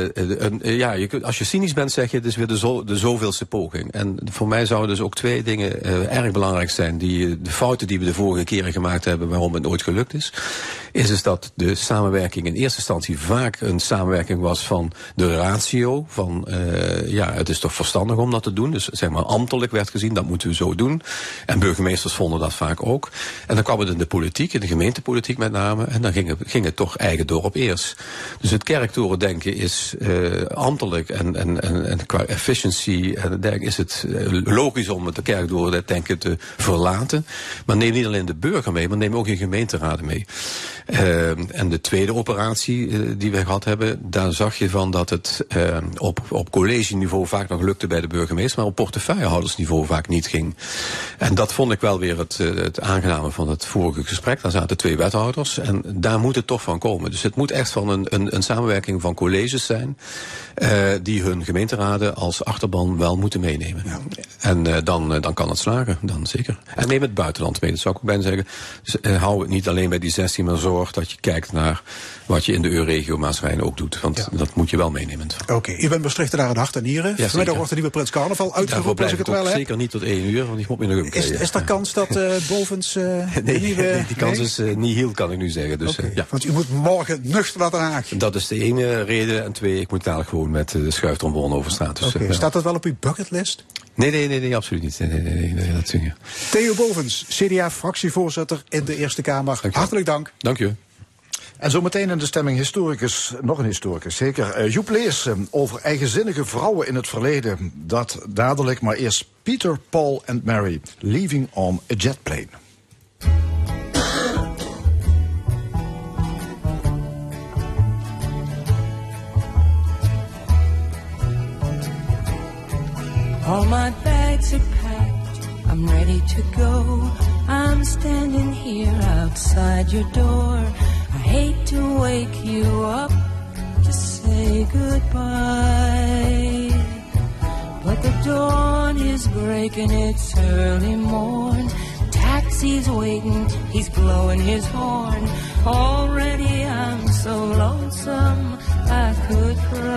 als je cynisch bent zeg je, het is weer de zoveelste poging. En voor mij zouden dus ook 2 dingen erg belangrijk zijn. De fouten die we de vorige keren gemaakt hebben, waarom het nooit gelukt is dat de samenwerking in eerste instantie vaak een samenwerking was van de ratio. Van, het is toch verstandig om dat te doen. Dus zeg maar ambtelijk werd gezien, dat moeten we zo doen. En burgemeesters vonden dat vaak ook. En dan kwam het in de politiek, in de gemeentepolitiek met name. En dan ging het toch eigen dorp eerst. Dus het kerktorendenken is ambtelijk en qua efficiency en dergelijke is het logisch om het kerktorendenken te verlaten. Maar neem niet alleen de burger mee, maar neem ook je gemeenteraden mee. En de tweede operatie die we gehad hebben, daar zag je van dat het op collegeniveau vaak nog lukte bij de burgemeester, maar op portefeuillehoudersniveau vaak niet ging. En dat vond ik wel weer het aangename van het vorige gesprek. Daar zaten 2 wethouders en daar moet het toch van komen. Dus het moet echt van een samenwerking van colleges zijn die hun gemeenteraden als achterban wel moeten meenemen. Ja. En dan kan het slagen, dan zeker. En neem het buitenland mee, dat zou ik ook bijna zeggen. Dus, hou het niet alleen bij die 16, maar zorg dat je kijkt naar wat je in de EU-regio Maas-Rijn ook doet. Want dat moet je wel meenemen. Oké, u bent Maastrichter naar het hart en nieren. Ja, vanmiddag wordt de nieuwe Prins Carnaval uitgeroepen, als ik het wel heb. Zeker niet tot 1 uur, want ik moet me nog omkleden. Is er kans dat Bovens die kans is niet heel, kan ik nu zeggen. Dus, Want u moet morgen nuchter naar Den Haag. Dat is de ene reden. En 2, ik moet dadelijk gewoon met de schuiftrombone over straat. Dus, staat dat wel op uw bucketlist? Nee, absoluut niet. Nee, dat zie je. Theo Bovens, CDA-fractievoorzitter in de Eerste Kamer. Hartelijk dank. Dank je. En zometeen in de stemming historicus, nog een historicus zeker, Joep Leersen over eigenzinnige vrouwen in het verleden. Dat dadelijk, maar eerst Peter, Paul and Mary, Leaving on a Jet Plane. All my bags are packed, I'm ready to go. I'm standing here outside your door. I hate to wake you up to say goodbye, but the dawn is breaking, it's early morn. Taxi's waiting, he's blowing his horn. Already I'm so lonesome I could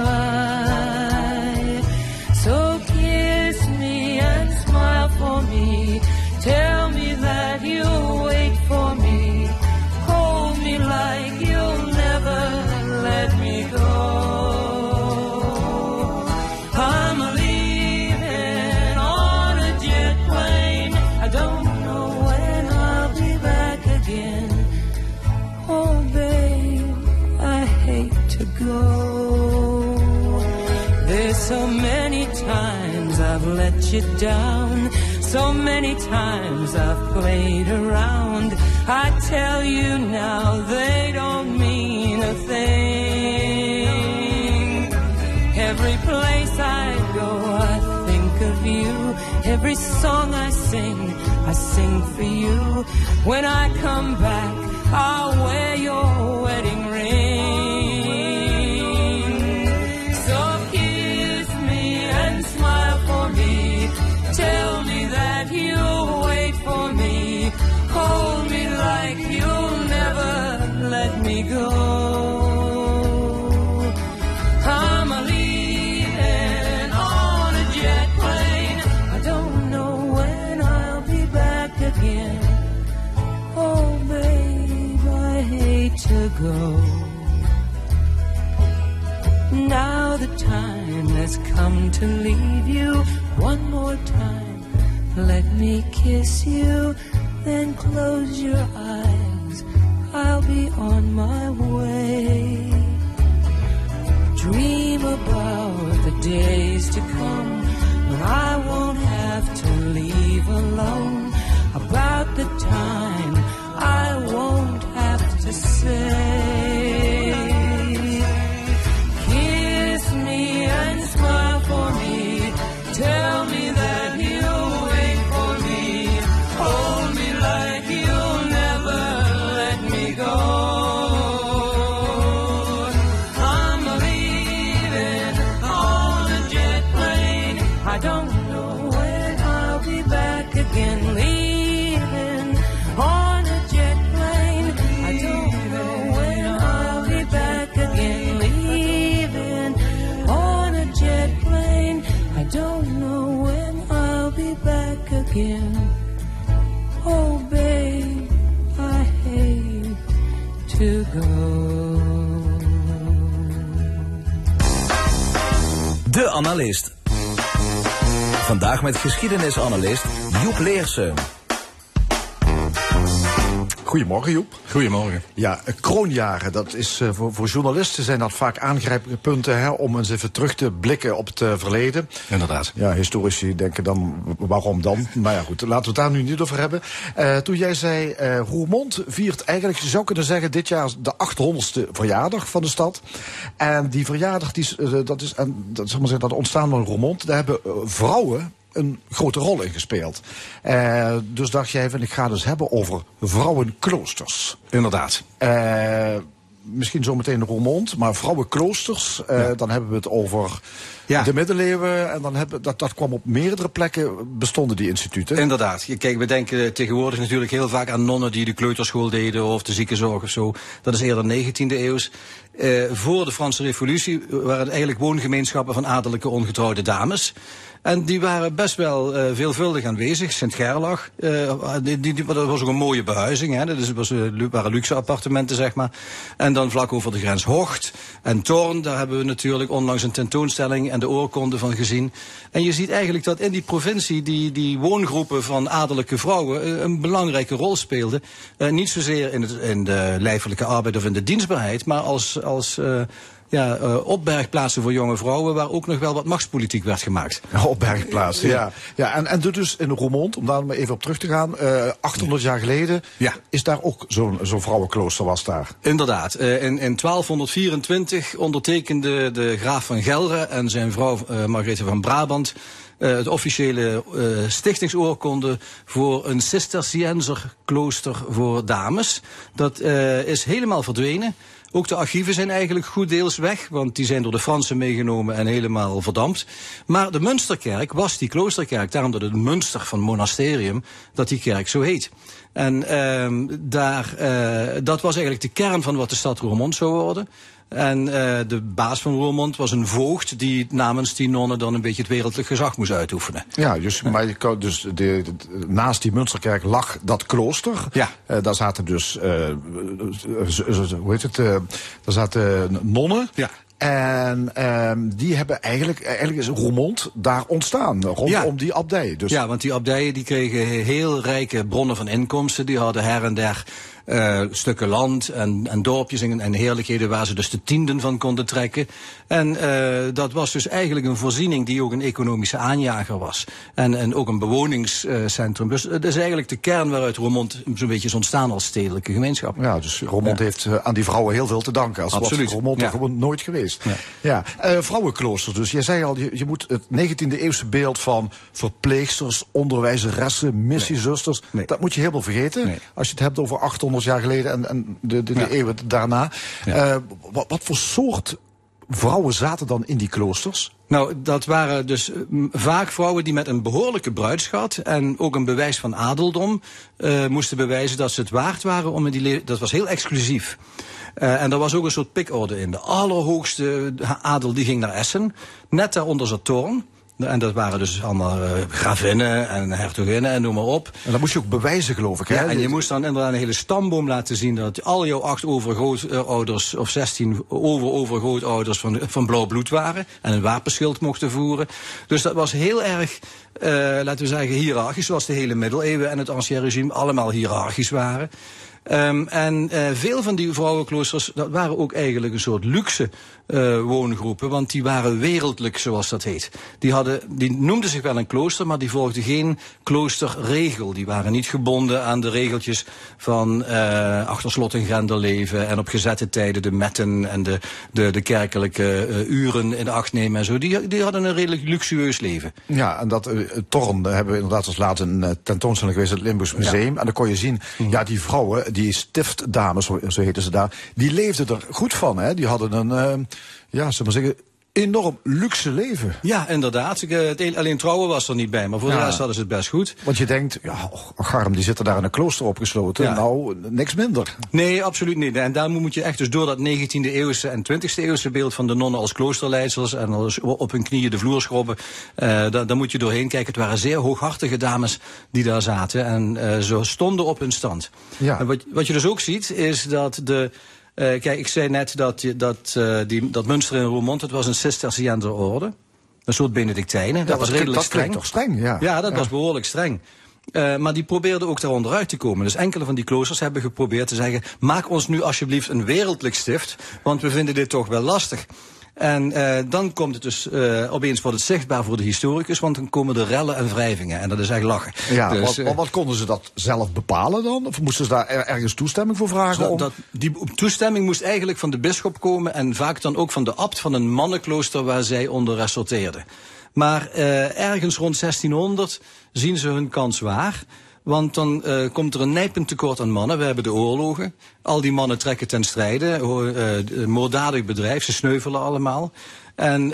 cry. So kiss me and smile for me. Tell me that you'll wait for me. Hold me like you'll never let me go. I'm leaving on a jet plane. I don't know when I'll be back again. Oh babe, I hate to go. There's so many times I've let you down. So many times I've played around. I tell you now they don't mean a thing. Every place I go I think of you. Every song I sing for you. When I come back I'll wear your wedding ring. So kiss me and smile for me. Tell me that you'll wait for me. Hold me like you'll never let me go. I'm leaving on a jet plane. I don't know when I'll be back again. Oh babe, I hate to go. Now has come to leave you. One more time, let me kiss you, then close your eyes, I'll be on my way. Dream about the days to come when I won't have to leave alone, about the time I won't have to say. Kiss me and smile for me, tell me that you'll wait for me, hold me like you'll never let me go. I'm leaving on a jet plane, I don't know when I'll be back again. Leaving on a jet plane, I don't know when I'll be back again. Leaving on a jet plane, I don't know when I'll be back again. Oh babe, I hate to go. De Analist. Vandaag met geschiedenisanalist Joep Leersen. Goedemorgen, Joep. Goedemorgen. Ja, kroonjaren, dat is voor journalisten zijn dat vaak aangrijppunten, hè, om eens even terug te blikken op het verleden. Inderdaad. Ja, historici denken dan, waarom dan? Nou ja, goed, laten we het daar nu niet over hebben. Toen jij zei, Roermond viert eigenlijk, je zou kunnen zeggen, dit jaar de 800ste verjaardag van de stad. En die verjaardag, dat ontstaan van Roermond, daar hebben vrouwen een grote rol in gespeeld. Dus dacht jij van, ik ga dus hebben over vrouwenkloosters. Inderdaad. Misschien zometeen Roermond, maar vrouwenkloosters, dan hebben we het over de middeleeuwen. En dan dat kwam op meerdere plekken, bestonden die instituten. Inderdaad. Kijk, we denken tegenwoordig natuurlijk heel vaak aan nonnen die de kleuterschool deden of de ziekenzorg of zo. Dat is eerder 19e eeuws. Voor de Franse Revolutie waren het eigenlijk woongemeenschappen van adellijke ongetrouwde dames. En die waren best wel veelvuldig aanwezig. Sint-Gerlach, dat was ook een mooie behuizing. Hè. Dat waren luxe appartementen, zeg maar. En dan vlak over de grens Hocht en Thorn. Daar hebben we natuurlijk onlangs een tentoonstelling en de oorkonde van gezien. En je ziet eigenlijk dat in die provincie die woongroepen van adellijke vrouwen een belangrijke rol speelden. Niet zozeer in de lijfelijke arbeid of in de dienstbaarheid, maar als opbergplaatsen voor jonge vrouwen, waar ook nog wel wat machtspolitiek werd gemaakt. Opbergplaatsen, ja. En dus in Roermond, om daar maar even op terug te gaan, 800 jaar geleden is daar ook zo'n vrouwenklooster was daar. Inderdaad. In 1224 ondertekende de graaf van Gelre en zijn vrouw Margarethe van Brabant het officiële stichtingsoorkonde voor een Cisterciënzer klooster voor dames. Dat is helemaal verdwenen. Ook de archieven zijn eigenlijk goed deels weg, want die zijn door de Fransen meegenomen en helemaal verdampt. Maar de Münsterkerk was die kloosterkerk, daarom dat het Münster van monasterium, dat die kerk zo heet. En dat was eigenlijk de kern van wat de stad Roermond zou worden. En de baas van Roermond was een voogd die namens die nonnen dan een beetje het wereldlijk gezag moest uituoefenen. Ja, maar naast die Münsterkerk lag dat klooster. Ja. Daar zaten dus, daar zaten nonnen. Ja. En die hebben eigenlijk is Roermond daar ontstaan, rondom die abdij. Dus. Ja, want die abdijen die kregen heel rijke bronnen van inkomsten. Die hadden her en der stukken land en dorpjes en heerlijkheden waar ze dus de tienden van konden trekken. En dat was dus eigenlijk een voorziening die ook een economische aanjager was. En ook een bewoningscentrum. Dus dat is eigenlijk de kern waaruit Roermond zo'n beetje is ontstaan als stedelijke gemeenschap. Ja, dus Roermond heeft aan die vrouwen heel veel te danken. Als absoluut. Roermond er gewoon nooit geweest. Vrouwenkloosters. Dus jij zei al, je moet het 19e eeuwse beeld van verpleegsters, onderwijzeressen, missiezusters, dat moet je helemaal vergeten. Nee. Als je het hebt over 800 jaar geleden en de eeuwen daarna. Ja. Wat voor soort vrouwen zaten dan in die kloosters? Nou, dat waren dus vaak vrouwen die met een behoorlijke bruidsschat en ook een bewijs van adeldom moesten bewijzen dat ze het waard waren om in die dat was heel exclusief. En er was ook een soort pikorde in. De allerhoogste adel die ging naar Essen. Net daaronder zat Thorn. En dat waren dus allemaal gravinnen en hertoginnen en noem maar op. En dat moest je ook bewijzen, geloof ik. Hè? Ja, en je moest dan inderdaad een hele stamboom laten zien dat al jouw 8 overgrootouders of 16 overgrootouders van blauw bloed waren. En een wapenschild mochten voeren. Dus dat was heel erg, laten we zeggen, hiërarchisch. Zoals de hele middeleeuwen en het Ancien regime allemaal hiërarchisch waren. En veel van die vrouwenkloosters, dat waren ook eigenlijk een soort luxe woongroepen, want die waren wereldlijk, zoals dat heet. Die noemden zich wel een klooster, maar die volgden geen kloosterregel. Die waren niet gebonden aan de regeltjes van achter slot en grendel leven en op gezette tijden de metten en de kerkelijke uren in acht nemen en zo. Die hadden een redelijk luxueus leven. Ja, en dat Thorn hebben we inderdaad als laatst een tentoonstelling geweest in het Limburgs Museum. Ja. En dan kon je zien, ja, die vrouwen, die stiftdames, zo heten ze daar, die leefden er goed van, hè. Die hadden een, zullen we zeggen, enorm luxe leven. Ja, inderdaad. Alleen trouwen was er niet bij, maar voor de rest hadden ze het best goed. Want je denkt, Garm, die zitten daar in een klooster opgesloten. Ja. Nou, niks minder. Nee, absoluut niet. En daar moet je echt dus door dat 19e eeuwse en 20e eeuwse beeld van de nonnen als kloosterleidsels en als op hun knieën de vloer schrobben. Daar moet je doorheen kijken. Het waren zeer hooghartige dames die daar zaten en zo stonden op hun stand. Ja. En wat je dus ook ziet, is dat kijk, ik zei net dat Münster in Roermond, het was een Cisterciënzer orde. Een soort Benedictijnen. Dat was redelijk streng. Dat toch streng, ja. Ja, dat was behoorlijk streng. Maar die probeerden ook daaronder uit te komen. Dus enkele van die kloosters hebben geprobeerd te zeggen, maak ons nu alsjeblieft een wereldlijk stift, want we vinden dit toch wel lastig. En dan komt het dus, opeens wordt het zichtbaar voor de historicus, want dan komen de rellen en wrijvingen. En dat is echt lachen. Ja, dus, wat konden ze dat zelf bepalen dan? Of moesten ze daar ergens toestemming voor vragen? Die toestemming moest eigenlijk van de bisschop komen en vaak dan ook van de abt van een mannenklooster waar zij onder ressorteerden. Maar ergens rond 1600 zien ze hun kans waar. Want dan komt er een nijpend tekort aan mannen. We hebben de oorlogen. Al die mannen trekken ten strijde. Moorddadig bedrijf, ze sneuvelen allemaal. En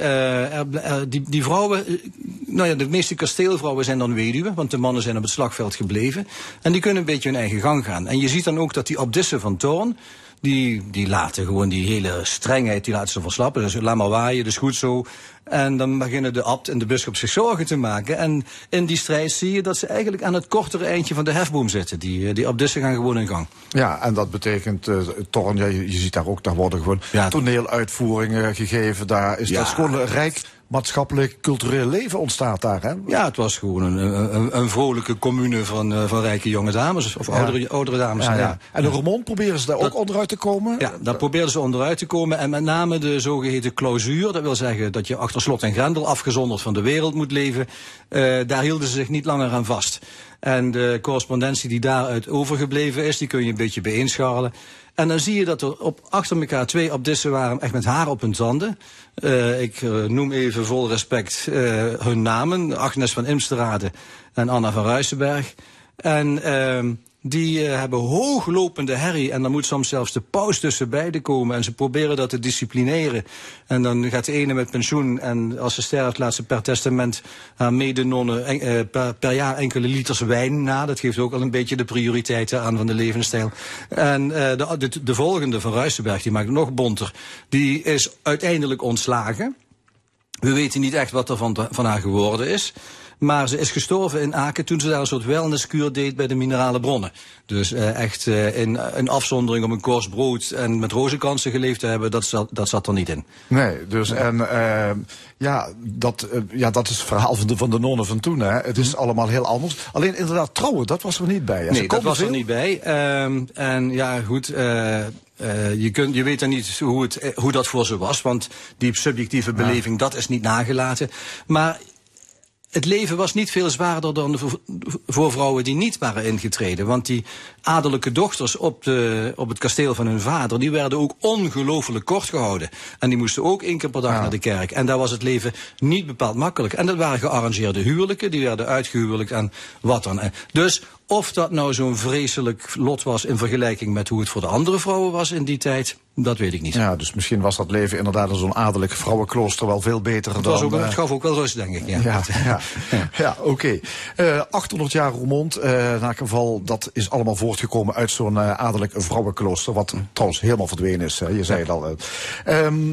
die vrouwen, de meeste kasteelvrouwen zijn dan weduwen, want de mannen zijn op het slagveld gebleven. En die kunnen een beetje hun eigen gang gaan. En je ziet dan ook dat die abdissen van Thorn, die laten gewoon die hele strengheid, die laten ze verslappen. Dus laat maar waaien, dus goed zo. En dan beginnen de abt en de bisschop zich zorgen te maken. En in die strijd zie je dat ze eigenlijk aan het kortere eindje van de hefboom zitten. Die abdissen gaan gewoon in gang. Ja, en dat betekent, Thorn, je ziet daar ook, daar worden gewoon toneeluitvoeringen gegeven. Daar is dat gewoon een rijk maatschappelijk, cultureel leven ontstaat daar, hè? Ja, het was gewoon een vrolijke commune van rijke jonge dames, of oudere dames. Ja. En in Roermond proberen ze daar ook onderuit te komen? Ja, daar probeerden ze onderuit te komen. En met name de zogeheten clausure, dat wil zeggen dat je achter slot en grendel afgezonderd van de wereld moet leven. Daar hielden ze zich niet langer aan vast. En de correspondentie die daaruit overgebleven is, die kun je een beetje bijeenscharrelen. En dan zie je dat er achter elkaar 2 abdissen waren, echt met haar op hun tanden. Ik noem even vol respect hun namen. Agnes van Imsterade en Anna van Ruisenberg. En die hebben hooglopende herrie en dan moet soms zelfs de paus tussen beiden komen. En ze proberen dat te disciplineren. En dan gaat de ene met pensioen en als ze sterft laat ze per testament haar medenonnen per jaar enkele liters wijn na. Dat geeft ook al een beetje de prioriteiten aan van de levensstijl. En de volgende van Ruisenberg, die maakt het nog bonter. Die is uiteindelijk ontslagen. We weten niet echt wat er van haar geworden is. Maar ze is gestorven in Aken toen ze daar een soort wellnesskuur deed bij de minerale bronnen. Dus echt in afzondering om een korst brood en met rozenkransen geleefd te hebben, dat zat er niet in. Nee, dus dat is het verhaal van de nonnen van toen. Hè. Het is allemaal heel anders. Alleen inderdaad, trouwen, dat was er niet bij. Nee, dat was er niet bij. En ja, goed, je weet dan niet hoe dat voor ze was, want die subjectieve beleving, dat is niet nagelaten. Maar het leven was niet veel zwaarder dan voor vrouwen die niet waren ingetreden. Want die adellijke dochters op het kasteel van hun vader, die werden ook ongelooflijk kort gehouden. En die moesten ook 1 keer per dag naar de kerk. En daar was het leven niet bepaald makkelijk. En dat waren gearrangeerde huwelijken, die werden uitgehuwelijkt en wat dan. Dus of dat nou zo'n vreselijk lot was in vergelijking met hoe het voor de andere vrouwen was in die tijd, dat weet ik niet. Ja, dus misschien was dat leven inderdaad in zo'n adellijk vrouwenklooster wel veel beter het gaf ook wel rust, denk ik. Ja, oké. 800 jaar Roermond, in elk geval, dat is allemaal voortgekomen uit zo'n adellijk vrouwenklooster, wat trouwens helemaal verdwenen is. Je zei het al.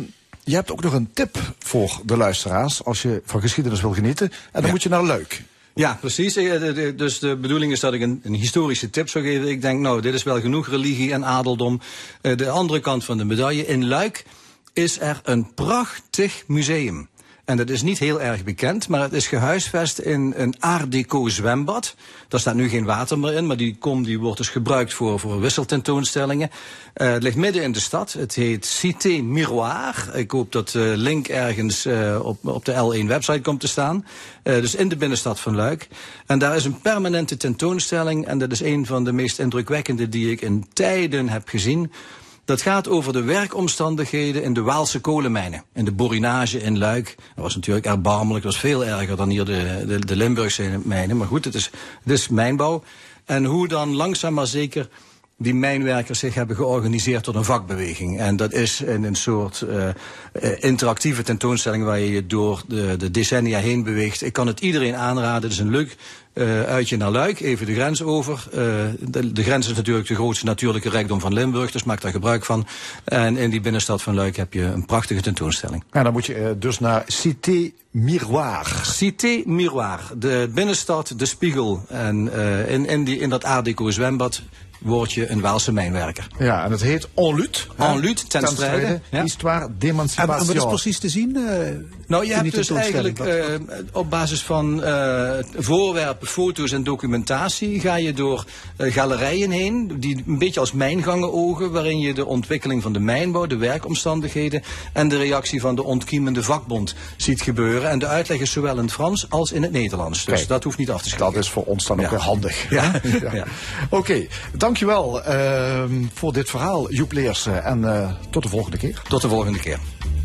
je hebt ook nog een tip voor de luisteraars als je van geschiedenis wil genieten. En dan moet je naar Luik. Ja, precies. Dus de bedoeling is dat ik een historische tip zou geven. Ik denk, dit is wel genoeg religie en adeldom. De andere kant van de medaille. In Luik is er een prachtig museum. En dat is niet heel erg bekend, maar het is gehuisvest in een Art Deco zwembad. Daar staat nu geen water meer in, maar die wordt dus gebruikt voor wisseltentoonstellingen. Het ligt midden in de stad. Het heet Cité Miroir. Ik hoop dat de link ergens op de L1-website komt te staan. Dus in de binnenstad van Luik. En daar is een permanente tentoonstelling. En dat is een van de meest indrukwekkende die ik in tijden heb gezien. Dat gaat over de werkomstandigheden in de Waalse kolenmijnen. In de Borinage in Luik. Dat was natuurlijk erbarmelijk. Dat was veel erger dan hier de Limburgse mijnen. Maar goed, het is mijnbouw. En hoe dan langzaam maar zeker die mijnwerkers zich hebben georganiseerd tot een vakbeweging. En dat is in een soort interactieve tentoonstelling waar je door de decennia heen beweegt. Ik kan het iedereen aanraden. Het is een leuk uitje naar Luik, even de grens over. De grens is natuurlijk de grootste natuurlijke rijkdom van Limburg, dus maak daar gebruik van. En in die binnenstad van Luik heb je een prachtige tentoonstelling. En dan moet je dus naar Cité Miroir. Cité Miroir, de binnenstad, de spiegel. En in dat Art Deco zwembad word je een Waalse mijnwerker. Ja, en het heet En lutte. En lutte, ten strijde. Ja. Histoire d'émancipation. En wat is precies te zien? Je hebt dus eigenlijk op basis van voorwerpen, foto's en documentatie ga je door galerijen heen, die een beetje als mijngangen ogen, waarin je de ontwikkeling van de mijnbouw, de werkomstandigheden en de reactie van de ontkiemende vakbond ziet gebeuren. En de uitleg is zowel in het Frans als in het Nederlands. Dus dat hoeft niet af te schrikken. Dat is voor ons dan ook weer handig. Ja. Oké, dankjewel voor dit verhaal, Joep Leersen. En tot de volgende keer. Tot de volgende keer.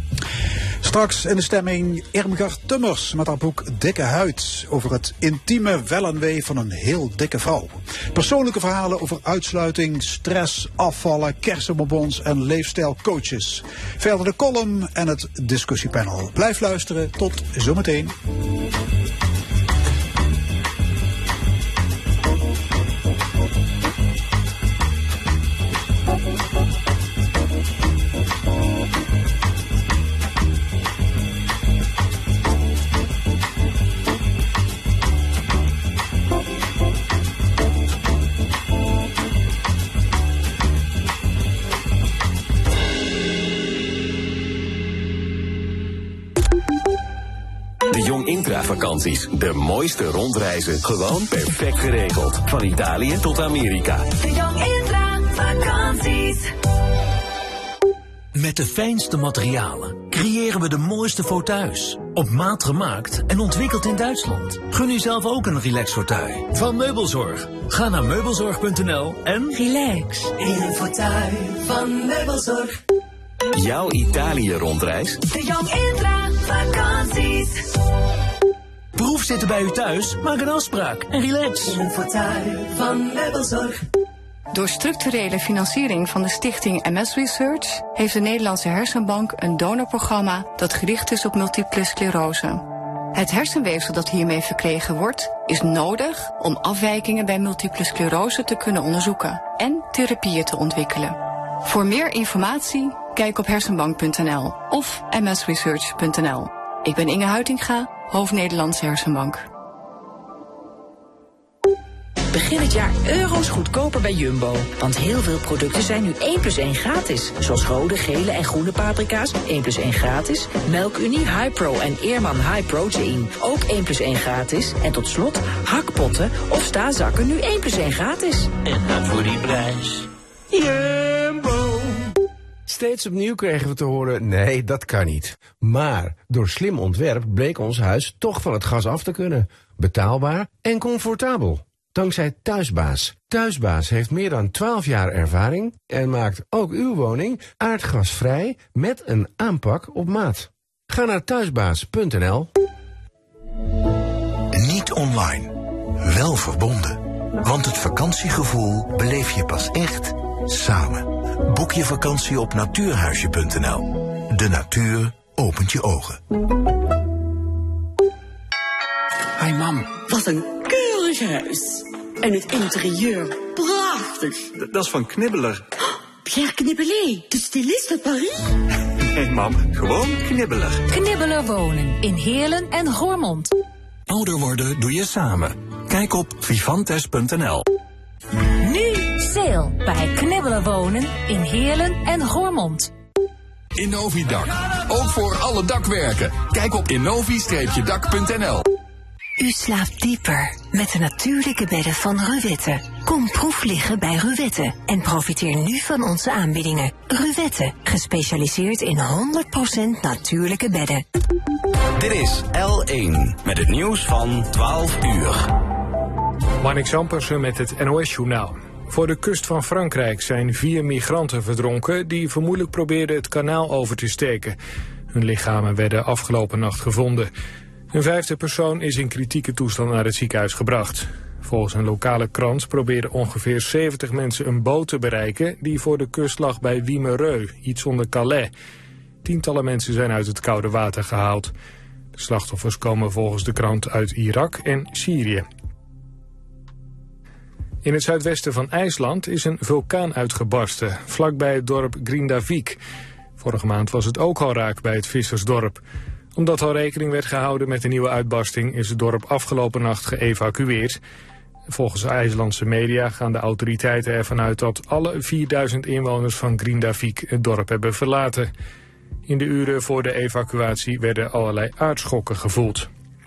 Straks in de stemming Irmgard Tummers met haar boek Dikke Huid over het intieme wel en wee van een heel dikke vrouw. Persoonlijke verhalen over uitsluiting, stress, afvallen, kersenbonbons en leefstijlcoaches. Verder de column en het discussiepanel. Blijf luisteren, tot zometeen. Vakanties. De mooiste rondreizen. Gewoon perfect geregeld. Van Italië tot Amerika. De Jong Intra vakanties. Met de fijnste materialen creëren we de mooiste fauteuils. Op maat gemaakt en ontwikkeld in Duitsland. Gun u zelf ook een relax fauteuil van Meubelzorg. Ga naar meubelzorg.nl en relax in een fauteuil van Meubelzorg. Jouw Italië-rondreis. De Jong Intra vakanties. Proef zitten bij u thuis? Maak een afspraak en relax. In een fauteuil van Meubelzorg. Door structurele financiering van de stichting MS Research heeft de Nederlandse Hersenbank een donorprogramma dat gericht is op multiple sclerose. Het hersenweefsel dat hiermee verkregen wordt, is nodig om afwijkingen bij multiple sclerose te kunnen onderzoeken en therapieën te ontwikkelen. Voor meer informatie, kijk op hersenbank.nl of msresearch.nl. Ik ben Inge Huitinga, hoofd Nederlandse Hersenbank. Begin het jaar euro's goedkoper bij Jumbo. Want heel veel producten zijn nu 1+1 gratis. Zoals rode, gele en groene paprika's, 1+1 gratis. Melkunie, High Pro en Ehrman High Protein, ook 1+1 gratis. En tot slot, hakpotten of staalzakken, nu 1+1 gratis. En dat voor die prijs. Jumbo! Steeds opnieuw kregen we te horen, nee, dat kan niet. Maar door slim ontwerp bleek ons huis toch van het gas af te kunnen. Betaalbaar en comfortabel. Dankzij Thuisbaas. Thuisbaas heeft meer dan 12 jaar ervaring en maakt ook uw woning aardgasvrij met een aanpak op maat. Ga naar thuisbaas.nl. Niet online, wel verbonden. Want het vakantiegevoel beleef je pas echt samen. Boek je vakantie op natuurhuisje.nl. De natuur opent je ogen. Hi mam. Wat een keurig huis. En het interieur prachtig. Dat is van Knibbeler. Pierre Knibbeler, de styliste uit Paris. Hé mam, gewoon knibbeler. Knibbeler wonen in Heerlen en Goormond. Ouder worden doe je samen. Kijk op vivantes.nl. Nu sale bij Knibbeler wonen in Heerlen en Goormond. Innovidak. Ook voor alle dakwerken. Kijk op innovi-dak.nl. U slaapt dieper met de natuurlijke bedden van Ruwette. Kom proef liggen bij Ruwette en profiteer nu van onze aanbiedingen. Ruwette, gespecialiseerd in 100% natuurlijke bedden. Dit is L1 met het nieuws van 12 uur. Marnix Ampersen met het NOS-journaal. Voor de kust van Frankrijk zijn 4 migranten verdronken die vermoedelijk probeerden het kanaal over te steken. Hun lichamen werden afgelopen nacht gevonden. Een 5e persoon is in kritieke toestand naar het ziekenhuis gebracht. Volgens een lokale krant probeerden ongeveer 70 mensen een boot te bereiken die voor de kust lag bij Wimereux, iets onder Calais. Tientallen mensen zijn uit het koude water gehaald. De slachtoffers komen volgens de krant uit Irak en Syrië. In het zuidwesten van IJsland is een vulkaan uitgebarsten, vlakbij het dorp Grindavik. Vorige maand was het ook al raak bij het vissersdorp. Omdat al rekening werd gehouden met een nieuwe uitbarsting is het dorp afgelopen nacht geëvacueerd. Volgens IJslandse media gaan de autoriteiten ervan uit dat alle 4000 inwoners van Grindavik het dorp hebben verlaten. In de uren voor de evacuatie werden allerlei aardschokken gevoeld.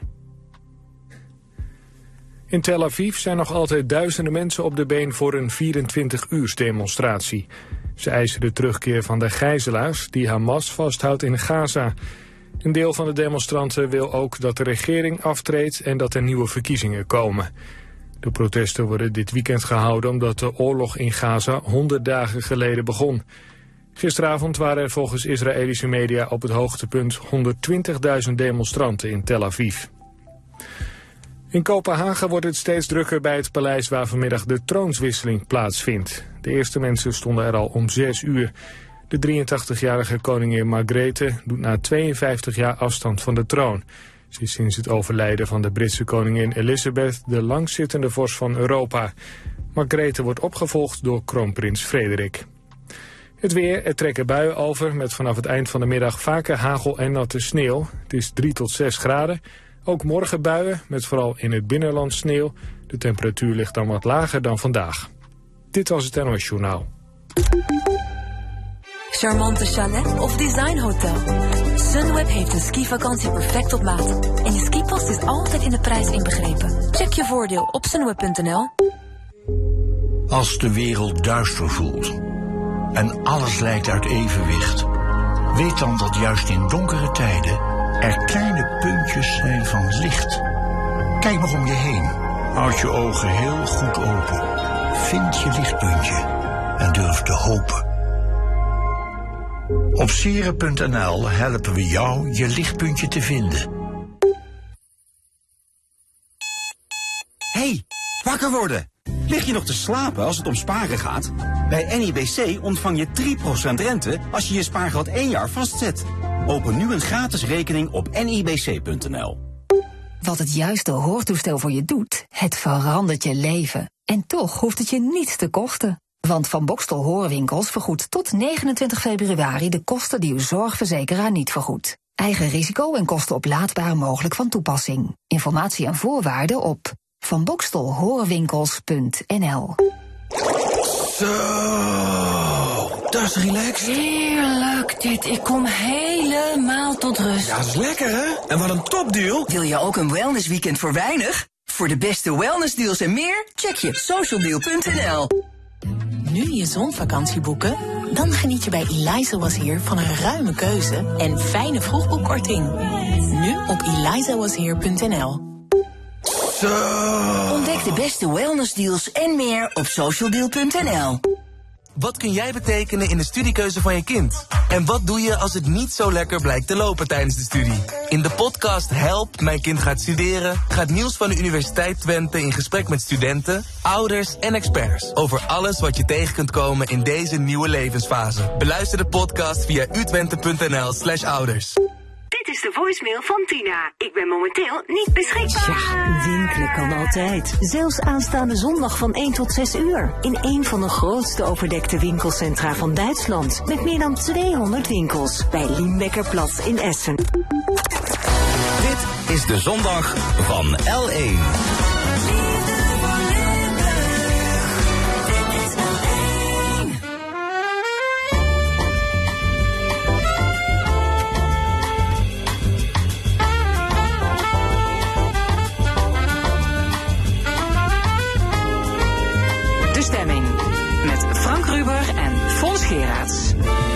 In Tel Aviv zijn nog altijd duizenden mensen op de been voor een 24-uursdemonstratie. Ze eisen de terugkeer van de gijzelaars die Hamas vasthoudt in Gaza. Een deel van de demonstranten wil ook dat de regering aftreedt en dat er nieuwe verkiezingen komen. De protesten worden dit weekend gehouden omdat de oorlog in Gaza 100 dagen geleden begon. Gisteravond waren er volgens Israëlische media op het hoogtepunt 120.000 demonstranten in Tel Aviv. In Kopenhagen wordt het steeds drukker bij het paleis waar vanmiddag de troonswisseling plaatsvindt. De eerste mensen stonden er al om 6 uur. De 83-jarige koningin Margrethe doet na 52 jaar afstand van de troon. Ze is sinds het overlijden van de Britse koningin Elizabeth de langzittende vorst van Europa. Margrethe wordt opgevolgd door kroonprins Frederik. Het weer, er trekken buien over met vanaf het eind van de middag vaker hagel en natte sneeuw. Het is 3 tot 6 graden. Ook morgen buien, met vooral in het binnenland sneeuw. De temperatuur ligt dan wat lager dan vandaag. Dit was het NOS Journaal. Charmante chalet of designhotel. Sunweb heeft een skivakantie perfect op maat. En je skipas is altijd in de prijs inbegrepen. Check je voordeel op sunweb.nl. Als de wereld duister voelt en alles lijkt uit evenwicht, weet dan dat juist in donkere tijden er kleine puntjes zijn van licht. Kijk nog om je heen. Houd je ogen heel goed open. Vind je lichtpuntje en durf te hopen. Op Sieren.nl helpen we jou je lichtpuntje te vinden. Hey, wakker worden! Lig je nog te slapen als het om sparen gaat? Bij NIBC ontvang je 3% rente als je je spaargeld 1 jaar vastzet. Open nu een gratis rekening op nibc.nl. Wat het juiste hoortoestel voor je doet, het verandert je leven. En toch hoeft het je niets te kosten. Want Van Bokstel Hoorwinkels vergoedt tot 29 februari de kosten die uw zorgverzekeraar niet vergoedt. Eigen risico en kosten oplaadbaar mogelijk van toepassing. Informatie en voorwaarden op vanbokstelhoorwinkels.nl. Zo, dat is relaxed. Heerlijk dit, ik kom helemaal tot rust. Ja, dat is lekker hè? En wat een topdeal. Wil je ook een wellnessweekend voor weinig? Voor de beste wellnessdeals en meer, check je socialdeal.nl. Nu je zonvakantie boeken? Dan geniet je bij Eliza Was Here van een ruime keuze en fijne vroegboekkorting. Nu op elizawashere.nl. Ontdek de beste wellnessdeals en meer op socialdeal.nl. Wat kun jij betekenen in de studiekeuze van je kind? En wat doe je als het niet zo lekker blijkt te lopen tijdens de studie? In de podcast Help, mijn kind gaat studeren, gaat Niels van de Universiteit Twente in gesprek met studenten, ouders en experts over alles wat je tegen kunt komen in deze nieuwe levensfase. Beluister de podcast via utwente.nl/ouders. Dit is de voicemail van Tina. Ik ben momenteel niet beschikbaar. Ja, winkelen kan altijd. Zelfs aanstaande zondag van 1 tot 6 uur. In een van de grootste overdekte winkelcentra van Duitsland. Met meer dan 200 winkels. Bij Liembeckerplatz in Essen. Dit is de zondag van L1. De Stemming. Met Frank Ruber en Fons Geraerts.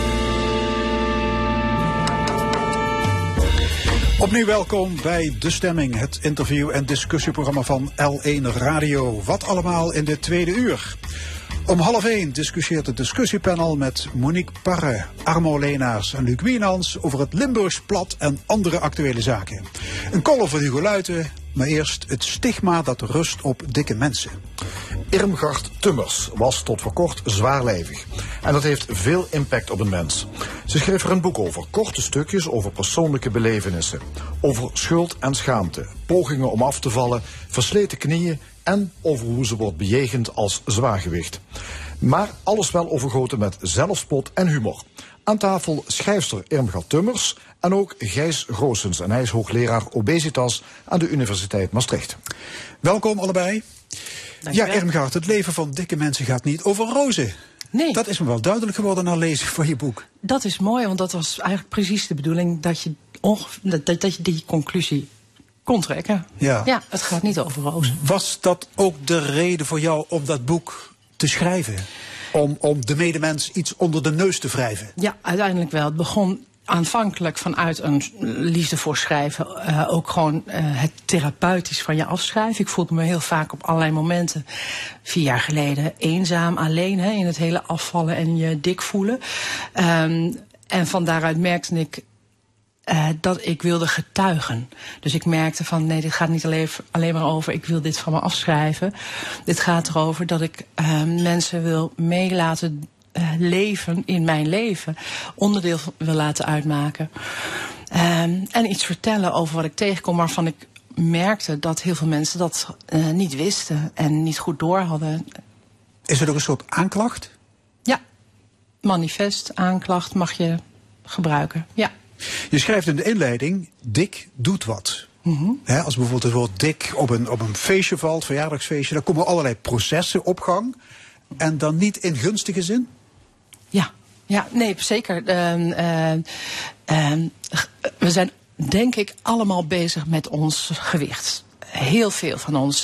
Opnieuw welkom bij De Stemming, het interview- en discussieprogramma van L1 Radio. Wat allemaal in dit tweede uur. Om 12:30 discussieert het discussiepanel met Monique Parre, Armo Leenaars en Luc Wienans over het Limburgs Plat en andere actuele zaken. Een column van Hugo Luiten, maar eerst het stigma dat rust op dikke mensen. Irmgard Tummers was tot voor kort zwaarlijvig. En dat heeft veel impact op een mens. Ze schreef er een boek over, korte stukjes over persoonlijke belevenissen. Over schuld en schaamte, pogingen om af te vallen, versleten knieën en over hoe ze wordt bejegend als zwaargewicht. Maar alles wel overgoten met zelfspot en humor. Aan tafel schrijfster Irmgard Tummers en ook Gijs Goossens. En hij is hoogleraar obesitas aan de Universiteit Maastricht. Welkom allebei. Dankjewel. Ja, Irmgard, het leven van dikke mensen gaat niet over rozen. Nee. Dat is me wel duidelijk geworden na lezen van je boek. Dat is mooi, want dat was eigenlijk precies de bedoeling dat je die conclusie kon trekken. Ja, het gaat niet over rozen. Was dat ook de reden voor jou om dat boek te schrijven? Om de medemens iets onder de neus te wrijven? Ja, uiteindelijk wel. Het begon aanvankelijk vanuit een liefde voor schrijven. Ook gewoon het therapeutisch van je afschrijven. Ik voelde me heel vaak op allerlei momenten, 4 jaar geleden, eenzaam, alleen, in het hele afvallen en je dik voelen. En van daaruit merkte ik dat ik wilde getuigen. Dus ik merkte van nee, dit gaat niet alleen maar over ik wil dit van me afschrijven. Dit gaat erover dat ik mensen wil mee laten leven in mijn leven. Onderdeel wil laten uitmaken. En iets vertellen over wat ik tegenkom waarvan ik merkte dat heel veel mensen dat niet wisten en niet goed door hadden. Is er ook een soort aanklacht? Ja, manifest, aanklacht mag je gebruiken, ja. Je schrijft in de inleiding, dik doet wat. Als bijvoorbeeld het woord dik op een feestje valt, verjaardagsfeestje, dan komen allerlei processen op gang. En dan niet in gunstige zin? Ja, nee, zeker. We zijn denk ik allemaal bezig met ons gewicht. Heel veel van ons.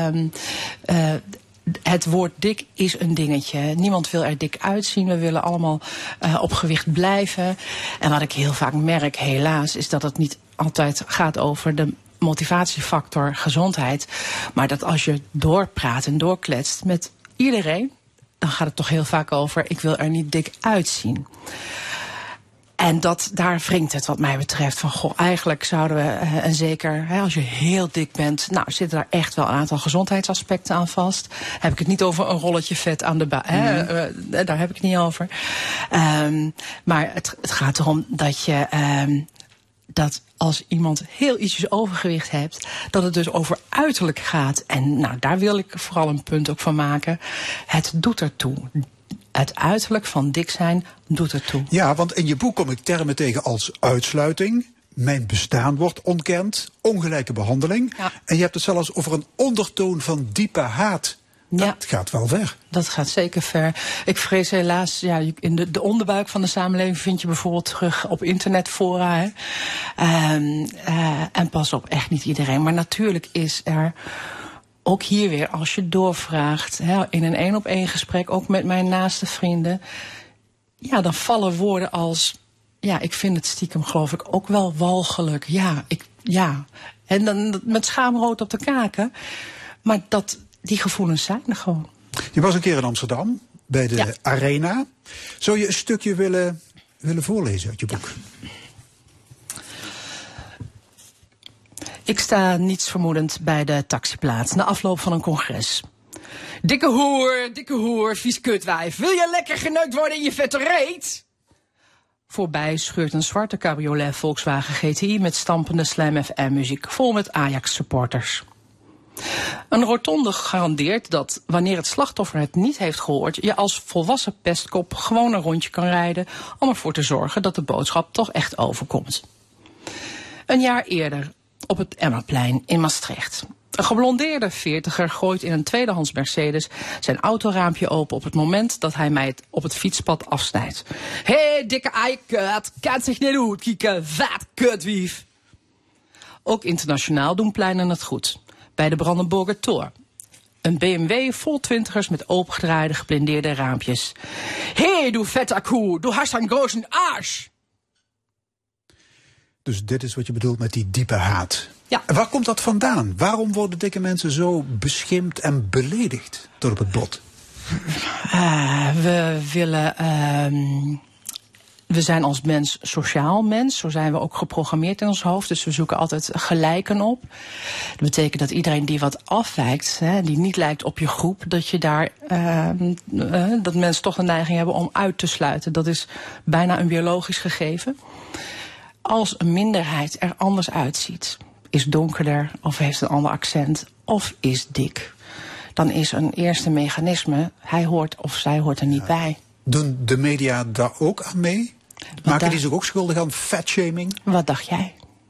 Het woord dik is een dingetje. Niemand wil er dik uitzien. We willen allemaal op gewicht blijven. En wat ik heel vaak merk, helaas, is dat het niet altijd gaat over de motivatiefactor gezondheid. Maar dat als je doorpraat en doorkletst met iedereen, dan gaat het toch heel vaak over ik wil er niet dik uitzien. En daar wringt het wat mij betreft. Van goh, eigenlijk zouden we, en zeker als je heel dik bent, nou zitten daar echt wel een aantal gezondheidsaspecten aan vast. Heb ik het niet over een rolletje vet aan de daar heb ik het niet over. Maar het gaat erom dat je dat als iemand heel ietsjes overgewicht hebt, dat het dus over uiterlijk gaat. En nou, daar wil ik vooral een punt ook van maken. Het doet ertoe. Het uiterlijk van dik zijn doet ertoe. Ja, want in je boek kom ik termen tegen als uitsluiting, mijn bestaan wordt ontkend, ongelijke behandeling. Ja. En je hebt het zelfs over een ondertoon van diepe haat. Dat gaat wel ver. Dat gaat zeker ver. Ik vrees helaas, in de onderbuik van de samenleving vind je bijvoorbeeld terug op internetfora. En pas op, echt niet iedereen. Maar natuurlijk is er ook hier weer, als je doorvraagt, in een 1-op-1 gesprek, ook met mijn naaste vrienden, dan vallen woorden als, ik vind het stiekem geloof ik ook wel walgelijk. En dan met schaamrood op de kaken. Maar die gevoelens zijn er gewoon. Je was een keer in Amsterdam, bij de Arena. Zou je een stukje willen voorlezen uit je boek? Ik sta nietsvermoedend bij de taxiplaats na afloop van een congres. Dikke hoer, vies kutwijf. Wil je lekker geneukt worden in je vette reet? Voorbij scheurt een zwarte cabriolet Volkswagen GTI met stampende Slam FM-muziek, vol met Ajax-supporters. Een rotonde garandeert dat, wanneer het slachtoffer het niet heeft gehoord, je als volwassen pestkop gewoon een rondje kan rijden om ervoor te zorgen dat de boodschap toch echt overkomt. Een jaar eerder, op het Emmerplein in Maastricht. Een geblondeerde 40er gooit in een tweedehands Mercedes zijn autoraampje open op het moment dat hij mij op het fietspad afsnijdt. Hé, dikke eikut, kent zich niet goed, kieke, vet kutwief. Ook internationaal doen pleinen het goed. Bij de Brandenburger Tor. Een BMW vol twintigers met opengedraaide geblindeerde raampjes. Hé, du vette koe, du hast een großen Arsch. Dus dit is wat je bedoelt met die diepe haat. Ja. En waar komt dat vandaan? Waarom worden dikke mensen zo beschimpt en beledigd tot op het bot? We zijn als mens sociaal mens. Zo zijn we ook geprogrammeerd in ons hoofd. Dus we zoeken altijd gelijken op. Dat betekent dat iedereen die wat afwijkt, die niet lijkt op je groep, dat je daar dat mensen toch de neiging hebben om uit te sluiten. Dat is bijna een biologisch gegeven. Als een minderheid er anders uitziet, is donkerder of heeft een ander accent of is dik, dan is een eerste mechanisme, hij hoort of zij hoort er niet bij. Doen de media daar ook aan mee? Maken die zich ook schuldig aan fatshaming? Wat dacht jij?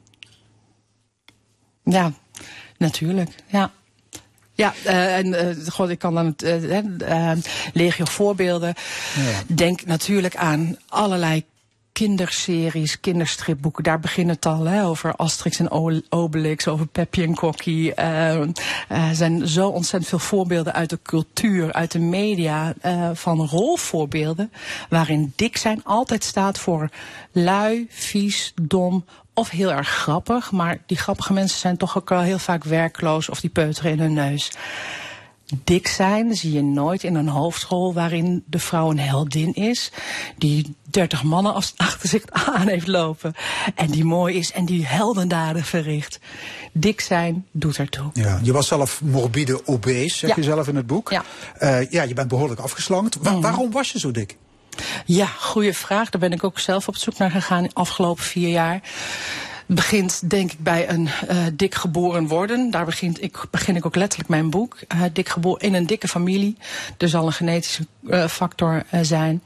Ja, natuurlijk, ja. Ja, ik kan dan legio voorbeelden. Ja. Denk natuurlijk aan allerlei kinderseries, kinderstripboeken. Daar begint het al, over Asterix en Obelix, over Peppy en Kokkie. Er zijn zo ontzettend veel voorbeelden uit de cultuur, uit de media, van rolvoorbeelden, waarin dik zijn altijd staat voor lui, vies, dom of heel erg grappig. Maar die grappige mensen zijn toch ook al heel vaak werkloos of die peuteren in hun neus. Dik zijn zie je nooit in een hoofdrol waarin de vrouw een heldin is, die 30 mannen achter zich aan heeft lopen en die mooi is en die heldendaden verricht. Dik zijn doet ertoe. Ja, je was zelf morbide obese, zeg je zelf in het boek. Ja, je bent behoorlijk afgeslankt. Waarom was je zo dik? Ja, goede vraag. Daar ben ik ook zelf op zoek naar gegaan de afgelopen 4 jaar. Het begint denk ik bij een dik geboren worden. Daar begin ik ook letterlijk mijn boek. Dik geboren in een dikke familie. Er zal een genetische factor zijn.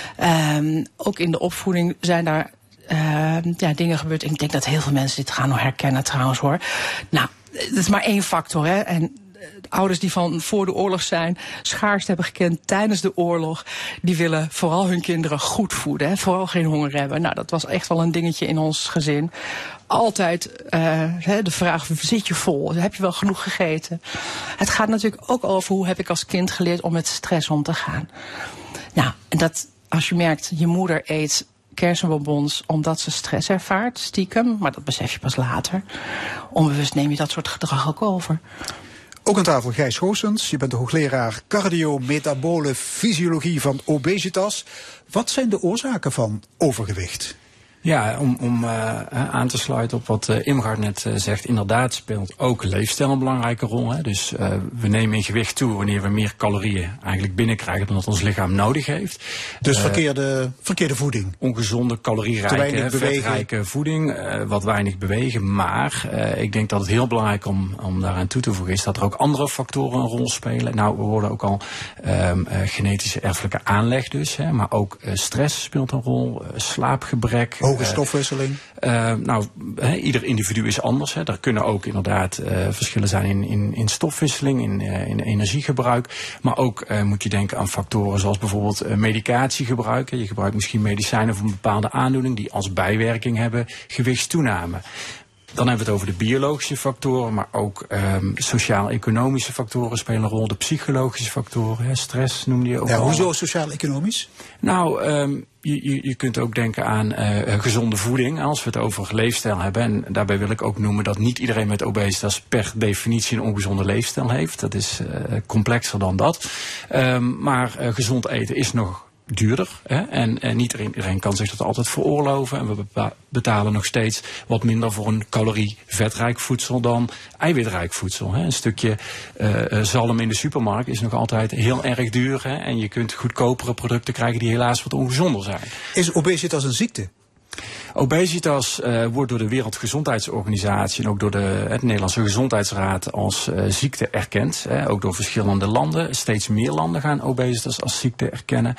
Ook in de opvoeding zijn daar dingen gebeurd. Ik denk dat heel veel mensen dit gaan nog herkennen trouwens hoor. Nou, dat is maar 1 factor hè. En ouders die van voor de oorlog zijn, schaarste hebben gekend tijdens de oorlog, die willen vooral hun kinderen goed voeden, hè, vooral geen honger hebben. Nou, dat was echt wel een dingetje in ons gezin. Altijd de vraag, zit je vol? Heb je wel genoeg gegeten? Het gaat natuurlijk ook over hoe heb ik als kind geleerd om met stress om te gaan. Nou, en dat als je merkt, je moeder eet kersenbonbons omdat ze stress ervaart, stiekem, maar dat besef je pas later. Onbewust neem je dat soort gedrag ook over. Ook aan tafel Gijs Goossens, je bent de hoogleraar cardio-metabole fysiologie van obesitas. Wat zijn de oorzaken van overgewicht? Ja, om aan te sluiten op wat Imgard net zegt, inderdaad speelt ook leefstijl een belangrijke rol. Hè. Dus we nemen in gewicht toe wanneer we meer calorieën eigenlijk binnenkrijgen dan dat ons lichaam nodig heeft. Dus verkeerde voeding? Ongezonde, calorierijke, vetrijke voeding, wat weinig bewegen. Maar ik denk dat het heel belangrijk om daaraan toe te voegen is dat er ook andere factoren een rol spelen. Nou, we worden ook al genetische erfelijke aanleg dus, hè, maar ook stress speelt een rol, slaapgebrek. Hoge stofwisseling? Ieder individu is anders. Hè. Er kunnen ook inderdaad verschillen zijn in stofwisseling, in energiegebruik. Maar ook moet je denken aan factoren zoals bijvoorbeeld medicatiegebruik. Je gebruikt misschien medicijnen voor een bepaalde aandoening die als bijwerking hebben gewichtstoename. Dan hebben we het over de biologische factoren, maar ook sociaal-economische factoren spelen een rol. De psychologische factoren, hè, stress noemde je ook al. Hoezo sociaal-economisch? Nou, je kunt ook denken aan gezonde voeding, als we het over leefstijl hebben. En daarbij wil ik ook noemen dat niet iedereen met obesitas per definitie een ongezonde leefstijl heeft. Dat is complexer dan dat. Maar gezond eten is nog duurder. Hè? En niet iedereen kan zich dat altijd veroorloven. En we betalen nog steeds wat minder voor een calorie-vetrijk voedsel dan eiwitrijk voedsel. Hè? Een stukje zalm in de supermarkt is nog altijd heel erg duur. Hè? En je kunt goedkopere producten krijgen die helaas wat ongezonder zijn. Is obesitas een ziekte? Obesitas wordt door de Wereldgezondheidsorganisatie en ook door de Nederlandse Gezondheidsraad als ziekte erkend. Ook door verschillende landen. Steeds meer landen gaan obesitas als ziekte erkennen.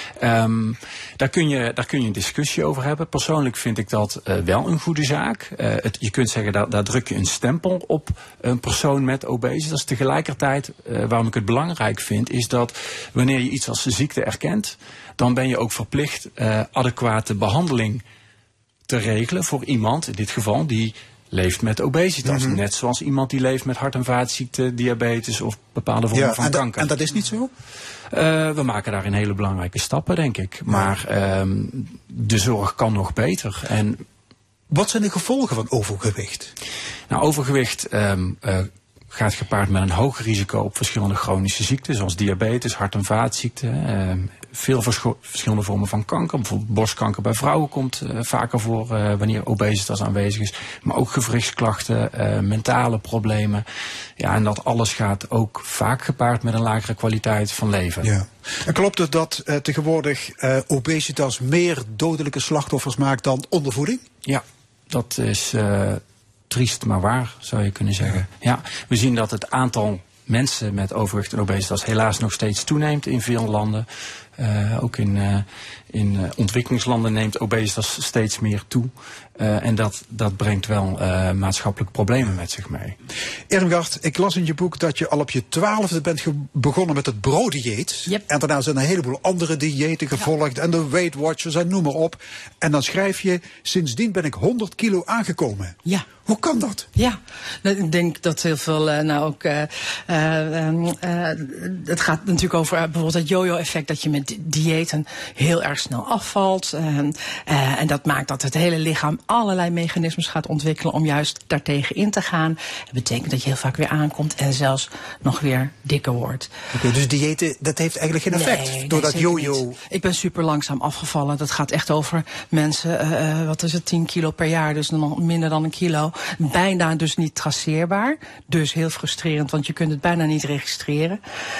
Daar kun je een discussie over hebben. Persoonlijk vind ik dat wel een goede zaak. Je kunt zeggen, daar druk je een stempel op een persoon met obesitas. Tegelijkertijd, waarom ik het belangrijk vind, is dat wanneer je iets als ziekte erkent, dan ben je ook verplicht adequate behandeling te regelen voor iemand, in dit geval, die leeft met obesitas. Mm-hmm. Net zoals iemand die leeft met hart- en vaatziekten, diabetes of bepaalde vormen van kanker. En dat is niet zo? We maken daarin hele belangrijke stappen, denk ik. Maar de zorg kan nog beter. En wat zijn de gevolgen van overgewicht? Nou, overgewicht gaat gepaard met een hoger risico op verschillende chronische ziekten, zoals diabetes, hart- en vaatziekten. Veel verschillende vormen van kanker. Bijvoorbeeld borstkanker bij vrouwen komt vaker voor wanneer obesitas aanwezig is. Maar ook gewrichtsklachten, mentale problemen. Ja, en dat alles gaat ook vaak gepaard met een lagere kwaliteit van leven. Ja. En klopt het dat tegenwoordig obesitas meer dodelijke slachtoffers maakt dan ondervoeding? Ja, dat is triest maar waar, zou je kunnen zeggen. Ja, we zien dat het aantal mensen met overgewicht en obesitas helaas nog steeds toeneemt in veel landen. Ook in ontwikkelingslanden neemt obesitas steeds meer toe. En dat brengt wel maatschappelijke problemen met zich mee. Irmgard, ik las in je boek dat je al op je 12e bent begonnen met het brooddieet. Yep. En daarna zijn er een heleboel andere diëten gevolgd. Ja. En de Weight Watchers en noem maar op. En dan schrijf je, sindsdien ben ik 100 kilo aangekomen. Ja. Hoe kan dat? Ja, ik denk dat heel veel het gaat natuurlijk over bijvoorbeeld het yo-yo-effect, dat je met diëten heel erg snel afvalt. En dat maakt dat het hele lichaam allerlei mechanismes gaat ontwikkelen om juist daartegen in te gaan. Dat betekent dat je heel vaak weer aankomt en zelfs nog weer dikker wordt. Oké, dus diëten, dat heeft eigenlijk geen effect? Nee, door dat yo-yo? Niet. Ik ben super langzaam afgevallen. Dat gaat echt over mensen, 10 kilo per jaar, dus nog minder dan een kilo. Bijna dus niet traceerbaar. Dus heel frustrerend, want je kunt het bijna niet registreren.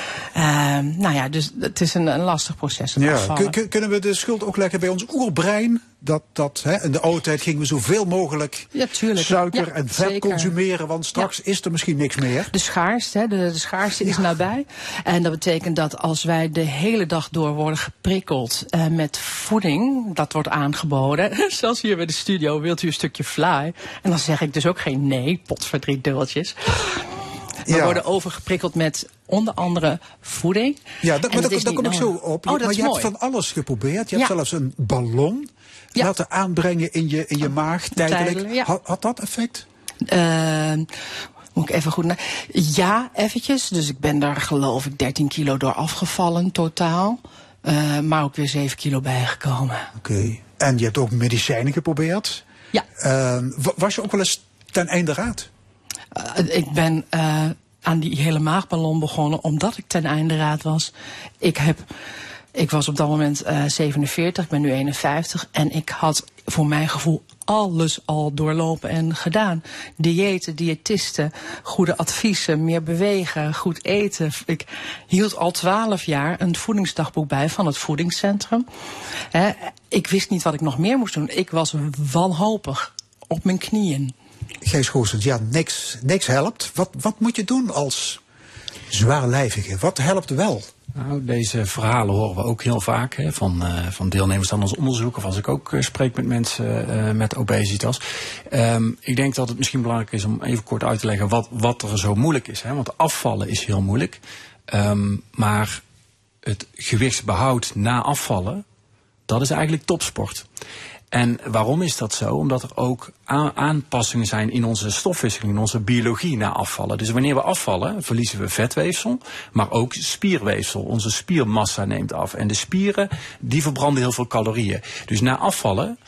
Dus het is een lastig proces. Kunnen we de schuld ook leggen bij ons oerbrein? Dat in de oude tijd gingen we zoveel mogelijk suiker en vet consumeren, want straks is er misschien niks meer. De schaarste, de schaarste is nabij. En dat betekent dat als wij de hele dag door worden geprikkeld met voeding, dat wordt aangeboden. Zoals hier bij de studio, wilt u een stukje fly? En dan zeg ik dus ook geen nee, potverdriet dubbeltjes. We worden overgeprikkeld met onder andere voeding. Ja, daar kom ik zo op. Maar je hebt van alles geprobeerd. Je hebt zelfs een ballon laten aanbrengen in je maag tijdelijk. Had dat effect? Moet ik even goed naar. Ja, eventjes. Dus ik ben daar geloof ik 13 kilo door afgevallen totaal. Maar ook weer 7 kilo bijgekomen. Oké. En je hebt ook medicijnen geprobeerd. Ja. Was je ook wel eens ten einde raad? Ik ben aan die hele maagballon begonnen omdat ik ten einde raad was. Ik was op dat moment 47, ik ben nu 51. En ik had voor mijn gevoel alles al doorlopen en gedaan. Diëten, diëtisten, goede adviezen, meer bewegen, goed eten. Ik hield al 12 jaar een voedingsdagboek bij van het voedingscentrum. Ik wist niet wat ik nog meer moest doen. Ik was wanhopig op mijn knieën. Gijs Goossens, niks helpt. Wat moet je doen als zwaarlijvige? Wat helpt wel? Nou, deze verhalen horen we ook heel vaak van deelnemers aan ons onderzoek, of als ik ook spreek met mensen met obesitas. Ik denk dat het misschien belangrijk is om even kort uit te leggen wat er zo moeilijk is. Want afvallen is heel moeilijk. Maar het gewichtsbehoud na afvallen, dat is eigenlijk topsport. En waarom is dat zo? Omdat er ook aanpassingen zijn in onze stofwisseling, in onze biologie na afvallen. Dus wanneer we afvallen, verliezen we vetweefsel, maar ook spierweefsel. Onze spiermassa neemt af. En de spieren, die verbranden heel veel calorieën. Dus na afvallen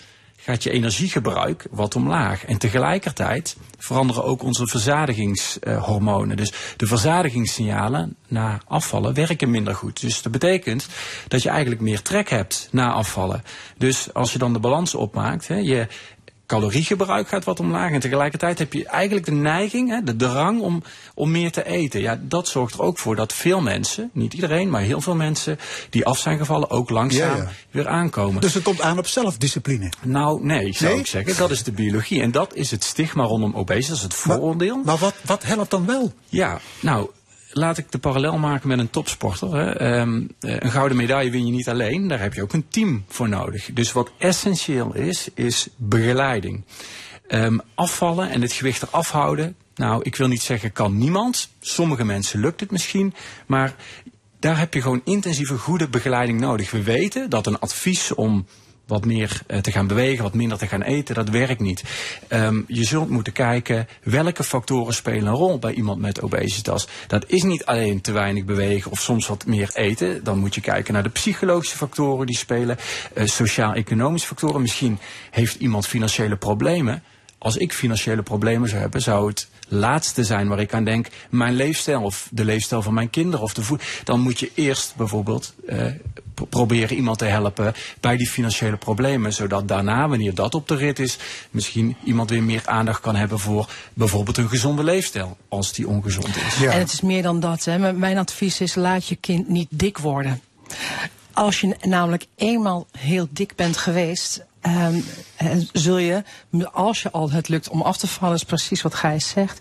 gaat je energiegebruik wat omlaag. En tegelijkertijd veranderen ook onze verzadigingshormonen. Dus de verzadigingssignalen na afvallen werken minder goed. Dus dat betekent dat je eigenlijk meer trek hebt na afvallen. Dus als je dan de balans opmaakt, je caloriegebruik gaat wat omlaag en tegelijkertijd heb je eigenlijk de neiging, de drang om meer te eten. Ja, dat zorgt er ook voor dat veel mensen, niet iedereen, maar heel veel mensen die af zijn gevallen ook langzaam weer aankomen. Dus het komt aan op zelfdiscipline? Nou, nee, zou ik zeggen. Dat is de biologie en dat is het stigma rondom obesitas, dat is het vooroordeel. Maar wat helpt dan wel? Ja, nou, laat ik de parallel maken met een topsporter. Hè. Een gouden medaille win je niet alleen. Daar heb je ook een team voor nodig. Dus wat essentieel is begeleiding. Afvallen en het gewicht eraf houden. Nou, ik wil niet zeggen kan niemand. Sommige mensen lukt het misschien. Maar daar heb je gewoon intensieve goede begeleiding nodig. We weten dat een advies om wat meer te gaan bewegen, wat minder te gaan eten, dat werkt niet. Je zult moeten kijken welke factoren spelen een rol bij iemand met obesitas. Dat is niet alleen te weinig bewegen of soms wat meer eten. Dan moet je kijken naar de psychologische factoren die spelen, sociaal-economische factoren. Misschien heeft iemand financiële problemen. Als ik financiële problemen zou hebben, zou het laatste zijn waar ik aan denk, mijn leefstijl of de leefstijl van mijn kinderen of dan moet je eerst bijvoorbeeld proberen iemand te helpen bij die financiële problemen, zodat daarna, wanneer dat op de rit is, misschien iemand weer meer aandacht kan hebben voor bijvoorbeeld een gezonde leefstijl, als die ongezond is. Ja. En het is meer dan dat. Hè. Mijn advies is, laat je kind niet dik worden. Als je namelijk eenmaal heel dik bent geweest, zul je, als je al het lukt om af te vallen, is precies wat Gijs zegt,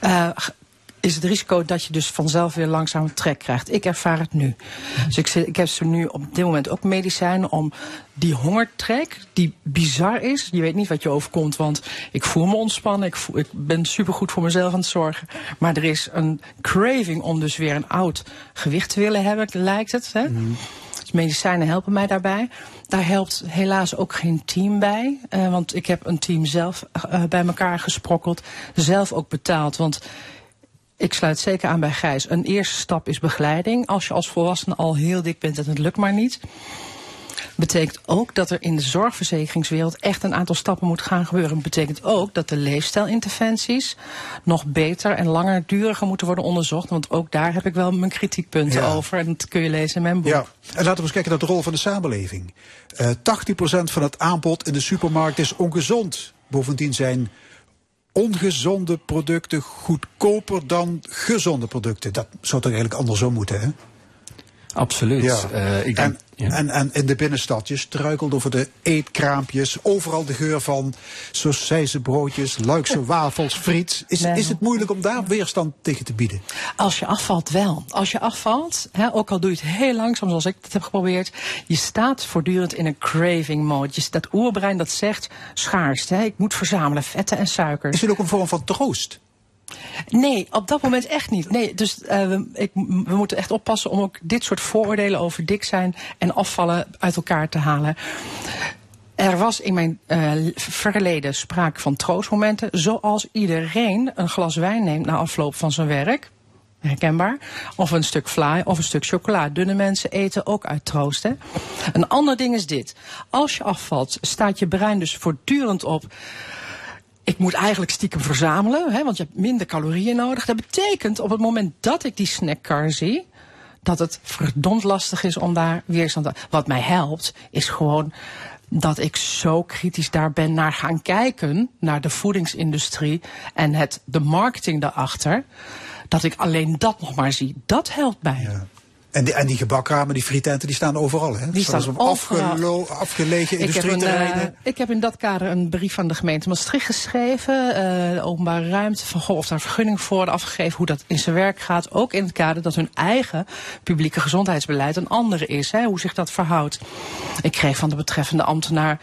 is het risico dat je dus vanzelf weer langzaam trek krijgt. Ik ervaar het nu. Dus ik heb zo nu op dit moment ook medicijnen om die hongertrek, die bizar is. Je weet niet wat je overkomt, want ik voel me ontspannen. Ik ben supergoed voor mezelf aan het zorgen. Maar er is een craving om dus weer een oud gewicht te willen hebben, lijkt het. Hè? Dus medicijnen helpen mij daarbij. Daar helpt helaas ook geen team bij. Want ik heb een team zelf bij elkaar gesprokkeld. Zelf ook betaald, want ik sluit zeker aan bij Gijs. Een eerste stap is begeleiding. Als je als volwassene al heel dik bent en het lukt maar niet. Betekent ook dat er in de zorgverzekeringswereld echt een aantal stappen moet gaan gebeuren. Betekent ook dat de leefstijlinterventies nog beter en langduriger moeten worden onderzocht. Want ook daar heb ik wel mijn kritiekpunten over. En dat kun je lezen in mijn boek. Ja. En laten we eens kijken naar de rol van de samenleving. 80% van het aanbod in de supermarkt is ongezond. Bovendien zijn ongezonde producten goedkoper dan gezonde producten. Dat zou toch eigenlijk andersom moeten, hè? Absoluut. Ja. Ik denk, en in de binnenstad, je struikelt over de eetkraampjes, overal de geur van sausijzenbroodjes, Luikse wafels, friet. Is het moeilijk om daar weerstand tegen te bieden? Als je afvalt wel. Als je afvalt, ook al doe je het heel langzaam zoals ik het heb geprobeerd, je staat voortdurend in een craving mode. Dat oerbrein dat zegt schaarste, ik moet verzamelen vetten en suikers. Is het ook een vorm van troost? Nee, op dat moment echt niet. Nee, dus we moeten echt oppassen om ook dit soort vooroordelen over dik zijn en afvallen uit elkaar te halen. Er was in mijn verleden sprake van troostmomenten, zoals iedereen een glas wijn neemt na afloop van zijn werk. Herkenbaar. Of een stuk vla of een stuk chocola. Dunne mensen eten ook uit troost. Hè? Een ander ding is dit. Als je afvalt, staat je brein dus voortdurend op, ik moet eigenlijk stiekem verzamelen, hè, want je hebt minder calorieën nodig. Dat betekent op het moment dat ik die snackcar zie, dat het verdomd lastig is om daar weerstand te. Wat mij helpt, is gewoon dat ik zo kritisch daar ben naar gaan kijken, naar de voedingsindustrie en de marketing daarachter, dat ik alleen dat nog maar zie. Dat helpt mij. Ja. En die gebakkramen, die frietenten, die staan overal, hè? Die staan op afgelegen industrieterreinen. Ik heb in dat kader een brief aan de gemeente Maastricht geschreven. De openbare ruimte, van of daar vergunning voor worden afgegeven, hoe dat in zijn werk gaat. Ook in het kader dat hun eigen publieke gezondheidsbeleid een andere is. Hè, hoe zich dat verhoudt. Ik kreeg van de betreffende ambtenaar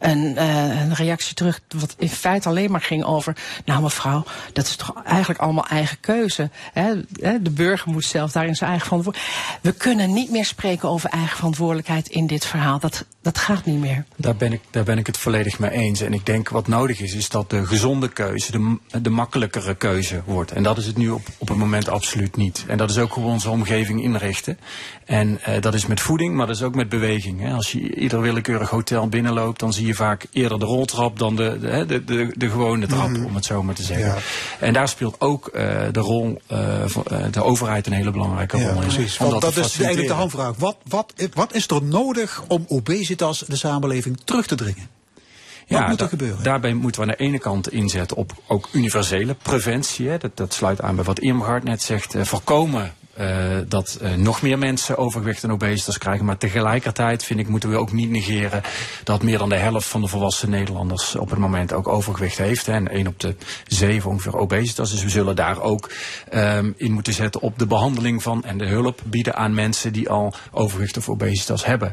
een reactie terug, wat in feite alleen maar ging over, nou mevrouw, dat is toch eigenlijk allemaal eigen keuze. Hè? De burger moet zelf daarin zijn eigen verantwoordelijkheid. we kunnen niet meer spreken over eigen verantwoordelijkheid in dit verhaal. Dat gaat niet meer. Daar ben ik het volledig mee eens. En ik denk wat nodig is dat de gezonde keuze de makkelijkere keuze wordt. En dat is het nu op het moment absoluut niet. En dat is ook hoe we onze omgeving inrichten. En dat is met voeding, maar dat is ook met beweging. Hè. Als je ieder willekeurig hotel binnenloopt, dan zie je vaak eerder de roltrap dan de gewone trap, om het zo maar te zeggen. Ja. En daar speelt ook de rol van de overheid een hele belangrijke rol in. Precies. Want dat is eigenlijk de handvraag. Wat is er nodig om obesitas in de samenleving terug te dringen? Wat moet er gebeuren? Daarbij moeten we aan de ene kant inzetten op ook universele preventie. Hè. Dat sluit aan bij wat Irmgard net zegt. Voorkomen dat nog meer mensen overgewicht en obesitas krijgen. Maar tegelijkertijd moeten we ook niet negeren dat meer dan de helft van de volwassen Nederlanders op het moment ook overgewicht heeft. Hè. En 1 op de 7 ongeveer obesitas. Dus we zullen daar ook in moeten zetten op de behandeling van en de hulp bieden aan mensen die al overgewicht of obesitas hebben.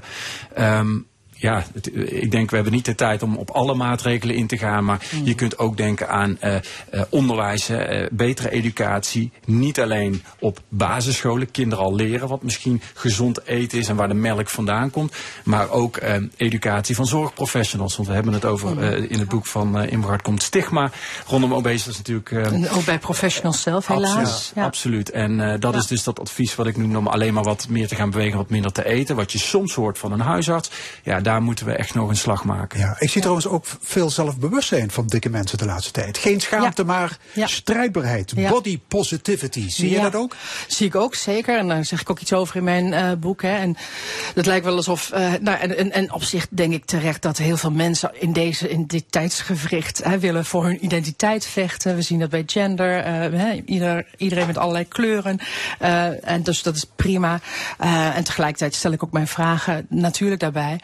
Ik denk, we hebben niet de tijd om op alle maatregelen in te gaan. Maar je kunt ook denken aan onderwijs, betere educatie. Niet alleen op basisscholen, kinderen al leren wat misschien gezond eten is en waar de melk vandaan komt. Maar ook educatie van zorgprofessionals. Want we hebben het over, in het boek van Irmgard komt stigma rondom obesitas natuurlijk. En ook bij professionals zelf helaas. Ja. Absoluut. En dat is dus dat advies wat ik nu noem, alleen maar wat meer te gaan bewegen, wat minder te eten. Wat je soms hoort van een huisarts. Ja, daar moeten we echt nog een slag maken. Ja, ik zie trouwens ook veel zelfbewustzijn van dikke mensen de laatste tijd. Geen schaamte, maar strijdbaarheid. Body positivity. Zie je dat ook? Zie ik ook, zeker. En daar zeg ik ook iets over in mijn boek. Hè. En het lijkt wel alsof... en op zich denk ik terecht dat heel veel mensen in dit tijdsgewricht willen voor hun identiteit vechten. We zien dat bij gender. Iedereen met allerlei kleuren. En dus dat is prima. En tegelijkertijd stel ik ook mijn vragen natuurlijk daarbij.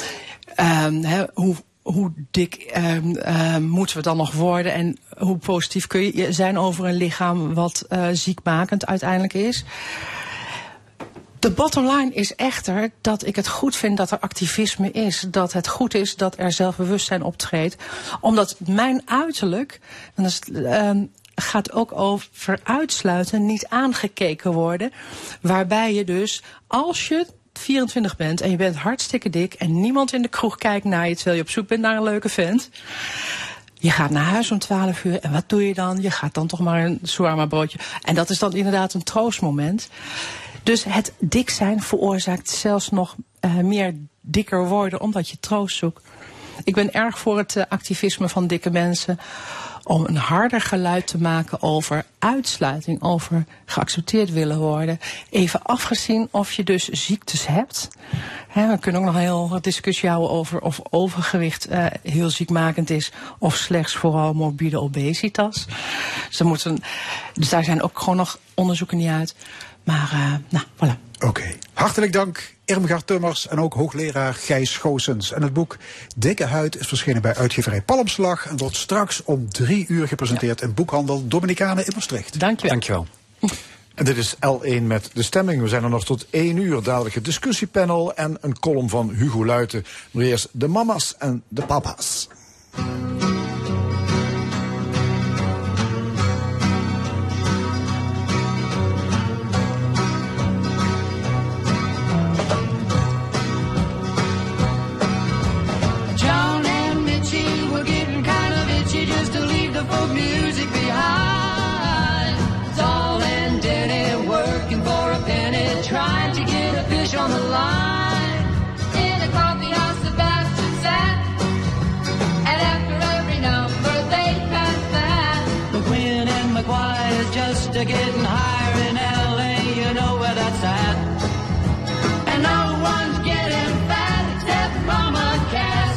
Hoe dik moeten we dan nog worden en hoe positief kun je zijn over een lichaam wat ziekmakend uiteindelijk is. De bottom line is echter dat ik het goed vind dat er activisme is. Dat het goed is dat er zelfbewustzijn optreedt. Omdat mijn uiterlijk, en dat is, gaat ook over uitsluiten, niet aangekeken worden. Waarbij je dus, als je 24 bent en je bent hartstikke dik en niemand in de kroeg kijkt naar je terwijl je op zoek bent naar een leuke vent. Je gaat naar huis om 12 uur en wat doe je dan? Je gaat dan toch maar een shawarma broodje. En dat is dan inderdaad een troostmoment. Dus het dik zijn veroorzaakt zelfs nog meer dikker worden omdat je troost zoekt. Ik ben erg voor het activisme van dikke mensen om een harder geluid te maken over uitsluiting, over geaccepteerd willen worden. Even afgezien of je dus ziektes hebt. We kunnen ook nog een heel discussie houden over of overgewicht heel ziekmakend is of slechts vooral morbide obesitas. Dus daar zijn ook gewoon nog onderzoeken niet uit. Maar, voilà. Oké. Hartelijk dank, Irmgard Tummers en ook hoogleraar Gijs Goossens. En het boek Dikke Huid is verschenen bij uitgeverij Palmslag en wordt straks om 3 uur gepresenteerd in boekhandel Dominicanen in Maastricht. Dankjewel. En dit is L1 met de stemming. We zijn er nog tot 1 uur. Dadelijk het discussiepanel en een column van Hugo Luiten. Maar eerst de mama's en de papa's. On the line in a coffee house, Sebastian sat, and after every number they passed that. McQueen and McGuire is just getting higher in LA, you know where that's at. And no one's getting fat except Mama Cass.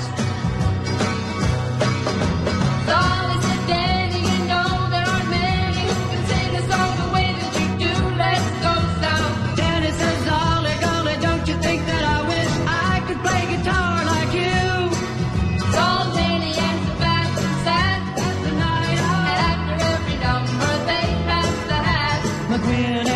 Solly said, Danny, you know there aren't many who can sing a song the way that you do. Let's go south. Danny says, think that I wish I could play guitar like you. So many and Sebastian sat the night out, and after every number they passed the hat. McQueen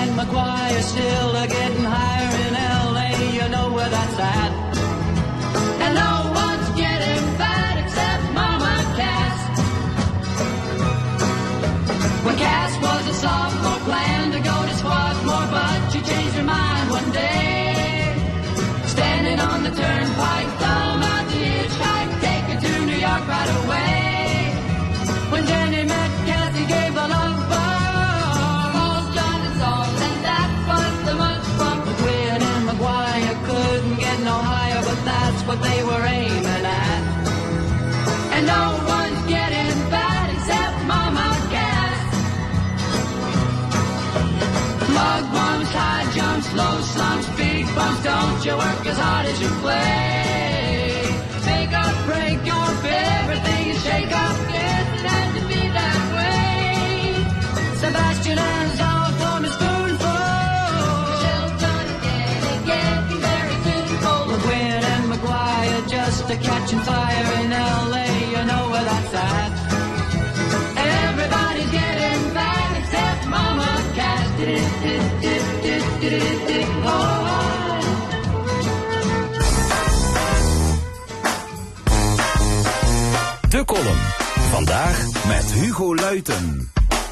he met Kathy gave a love bomb. Paul, John, and Saul, and that was the much fun. McQueen and McGuire couldn't get no higher, but that's what they were aiming at. And no one's getting bad except Mama Cass. Mug bumps, high jumps, low slumps, big bumps. Don't you work as hard as you play. Make up, break your everything is shake up. Yes, it had to be that way. Sebastian and Zal form a spoonful. Shelton getting very tuneful. McGuinn and McGuire just a catching fire in L.A. You know where that's at. Everybody's getting back except Mama Cass. De column. Vandaag met Hugo Luiten.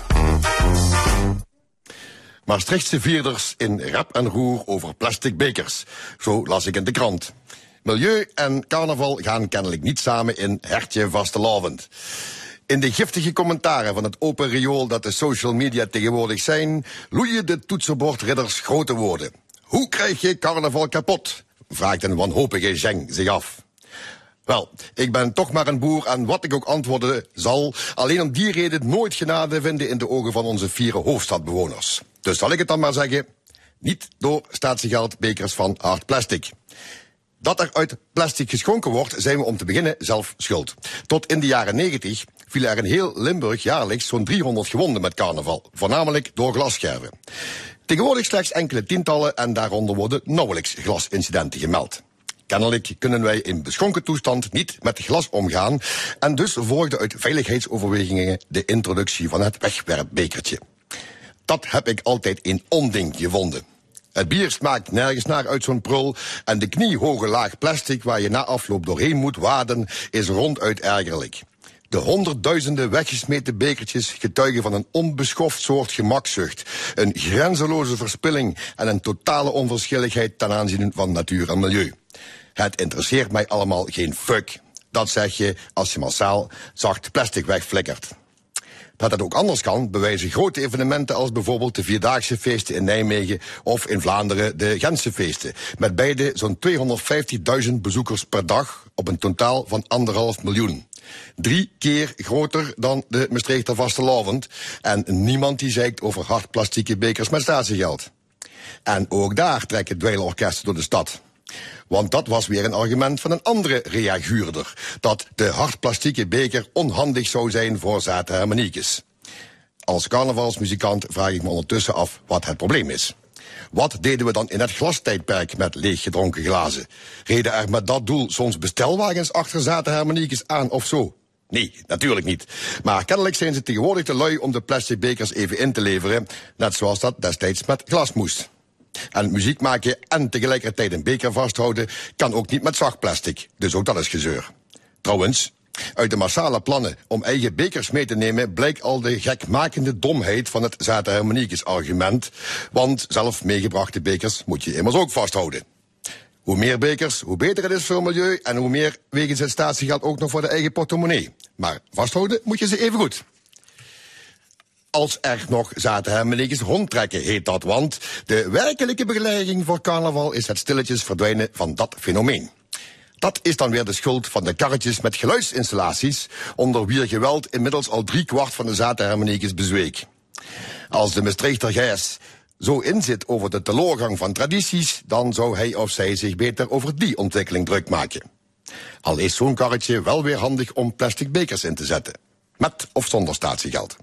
Maastrichtse vierders in rep en roer over plastic bekers. Zo las ik in de krant. Milieu en carnaval gaan kennelijk niet samen in hertje vastelavond. In de giftige commentaren van het open riool dat de social media tegenwoordig zijn, loeien de toetsenbordridders grote woorden. Hoe krijg je carnaval kapot? Vraagt een wanhopige Zeng zich af. Wel, ik ben toch maar een boer en wat ik ook antwoorden zal, alleen om die reden nooit genade vinden in de ogen van onze fiere hoofdstadbewoners. Dus zal ik het dan maar zeggen, niet door statiegeld bekers van hard plastic. Dat er uit plastic geschonken wordt, zijn we om te beginnen zelf schuld. Tot in de jaren 90 vielen er in heel Limburg jaarlijks zo'n 300 gewonden met carnaval, voornamelijk door glasscherven. Tegenwoordig slechts enkele tientallen en daaronder worden nauwelijks glasincidenten gemeld. Kennelijk kunnen wij in beschonken toestand niet met glas omgaan en dus volgde uit veiligheidsoverwegingen de introductie van het wegwerpbekertje. Dat heb ik altijd een onding gevonden. Het bier smaakt nergens naar uit zo'n prul en de kniehoge laag plastic waar je na afloop doorheen moet waden is ronduit ergerlijk. De honderdduizenden weggesmeten bekertjes getuigen van een onbeschoft soort gemakzucht, een grenzeloze verspilling en een totale onverschilligheid ten aanzien van natuur en milieu. Het interesseert mij allemaal geen fuck. Dat zeg je als je massaal zacht plastic wegflikkert. Dat het ook anders kan, bewijzen grote evenementen als bijvoorbeeld de Vierdaagse feesten in Nijmegen of in Vlaanderen de Gentse feesten. Met beide zo'n 250.000 bezoekers per dag op een totaal van 1,5 miljoen. 3 keer groter dan de Maastrichter vastelavond. En niemand die zeikt over hard plastieke bekers met statiegeld. En ook daar trekken dweilorkesten door de stad. Want dat was weer een argument van een andere reaguurder. Dat de hardplastieke beker onhandig zou zijn voor zate harmoniekes. Als carnavalsmuzikant vraag ik me ondertussen af wat het probleem is. Wat deden we dan in het glastijdperk met leeggedronken glazen? Reden er met dat doel soms bestelwagens achter zate harmoniekes aan of zo? Nee, natuurlijk niet. Maar kennelijk zijn ze tegenwoordig te lui om de plastic bekers even in te leveren. Net zoals dat destijds met glas moest. En muziek maken en tegelijkertijd een beker vasthouden kan ook niet met zacht plastic. Dus ook dat is gezeur. Trouwens, uit de massale plannen om eigen bekers mee te nemen blijkt al de gekmakende domheid van het zate harmoniekes argument. Want zelf meegebrachte bekers moet je immers ook vasthouden. Hoe meer bekers, hoe beter het is voor het milieu en hoe meer wegens het statiegeld ook nog voor de eigen portemonnee. Maar vasthouden moet je ze even goed. Als er nog zate harmoniekes rondtrekken, heet dat, want de werkelijke begeleiding voor carnaval is het stilletjes verdwijnen van dat fenomeen. Dat is dan weer de schuld van de karretjes met geluidsinstallaties, onder wier geweld inmiddels al 3/4 van de zate harmoniekes bezweek. Als de Maastrichter Gijs zo inzit over de teloorgang van tradities, dan zou hij of zij zich beter over die ontwikkeling druk maken. Al is zo'n karretje wel weer handig om plastic bekers in te zetten. Met of zonder statiegeld.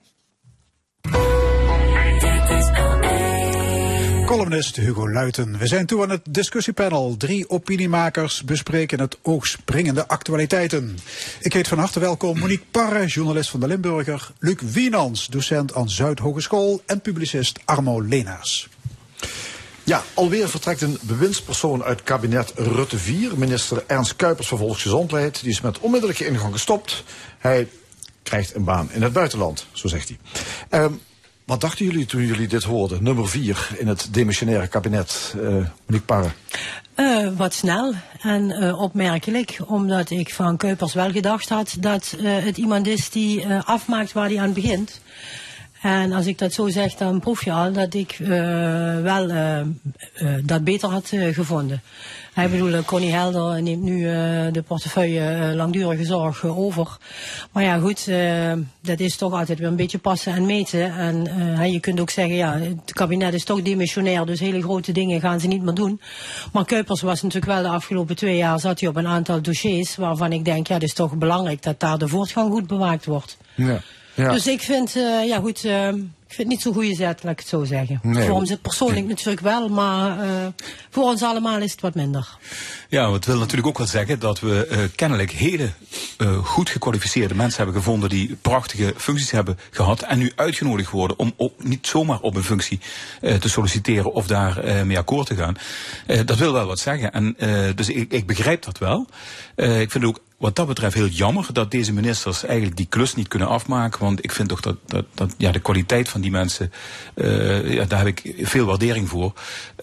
Columnist Hugo Luiten. We zijn toe aan het discussiepanel. 3 opiniemakers bespreken het oogspringende actualiteiten. Ik heet van harte welkom Monique Parre, journalist van de Limburger, Luc Wienans, docent aan Zuidhogeschool en publicist Armo Leenaars. Ja, alweer vertrekt een bewindspersoon uit kabinet Rutte 4. Minister Ernst Kuipers van Volksgezondheid. Die is met onmiddellijke ingang gestopt. Hij krijgt een baan in het buitenland, zo zegt hij. Wat dachten jullie toen jullie dit hoorden? Nummer 4 in het demissionaire kabinet, Monique Parre. Wat snel en opmerkelijk, omdat ik van Kuipers wel gedacht had dat het iemand is die afmaakt waar hij aan begint. En als ik dat zo zeg, dan proef je al dat ik wel dat beter had gevonden. Ik bedoel, Connie Helder neemt nu de portefeuille langdurige zorg over. Maar ja, goed, dat is toch altijd weer een beetje passen en meten. En je kunt ook zeggen, ja, het kabinet is toch demissionair, dus hele grote dingen gaan ze niet meer doen. Maar Kuipers was natuurlijk wel de afgelopen 2 jaar, zat hij op een aantal dossiers waarvan ik denk, ja, het is toch belangrijk dat daar de voortgang goed bewaakt wordt. Ja. Ja. Dus ik vind, ik vind het niet zo'n goede zet, laat ik het zo zeggen. Nee, voor ons het persoonlijk natuurlijk wel, maar voor ons allemaal is het wat minder. Ja, het wil natuurlijk ook wel zeggen dat we kennelijk hele goed gekwalificeerde mensen hebben gevonden die prachtige functies hebben gehad en nu uitgenodigd worden om ook niet zomaar op een functie te solliciteren of daar mee akkoord te gaan. Dat wil wel wat zeggen. En dus ik begrijp dat wel. Ik vind ook wat dat betreft heel jammer dat deze ministers eigenlijk die klus niet kunnen afmaken. Want ik vind toch dat de kwaliteit van die mensen, daar heb ik veel waardering voor.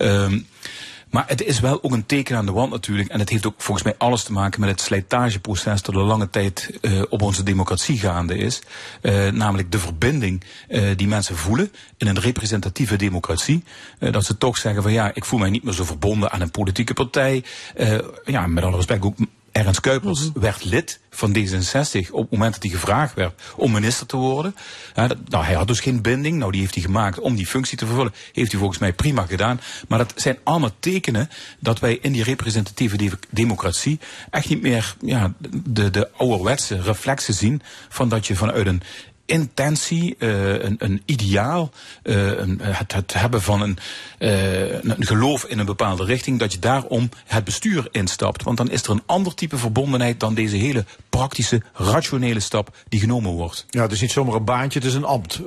Maar het is wel ook een teken aan de wand natuurlijk. En het heeft ook volgens mij alles te maken met het slijtageproces dat al lange tijd op onze democratie gaande is. Namelijk de verbinding die mensen voelen in een representatieve democratie. Dat ze toch zeggen van ja, ik voel mij niet meer zo verbonden aan een politieke partij. Met alle respect ook. Ernst Kuipers werd lid van D66 op het moment dat hij gevraagd werd om minister te worden. Hij had dus geen binding. Die heeft hij gemaakt om die functie te vervullen. Heeft hij volgens mij prima gedaan. Maar dat zijn allemaal tekenen dat wij in die representatieve democratie echt niet meer de ouderwetse reflexen zien van dat je vanuit een intentie, een ideaal, het hebben van een geloof in een bepaalde richting, dat je daarom het bestuur instapt. Want dan is er een ander type verbondenheid dan deze hele praktische, rationele stap die genomen wordt. Ja, het is niet zomaar een baantje, het is een ambt.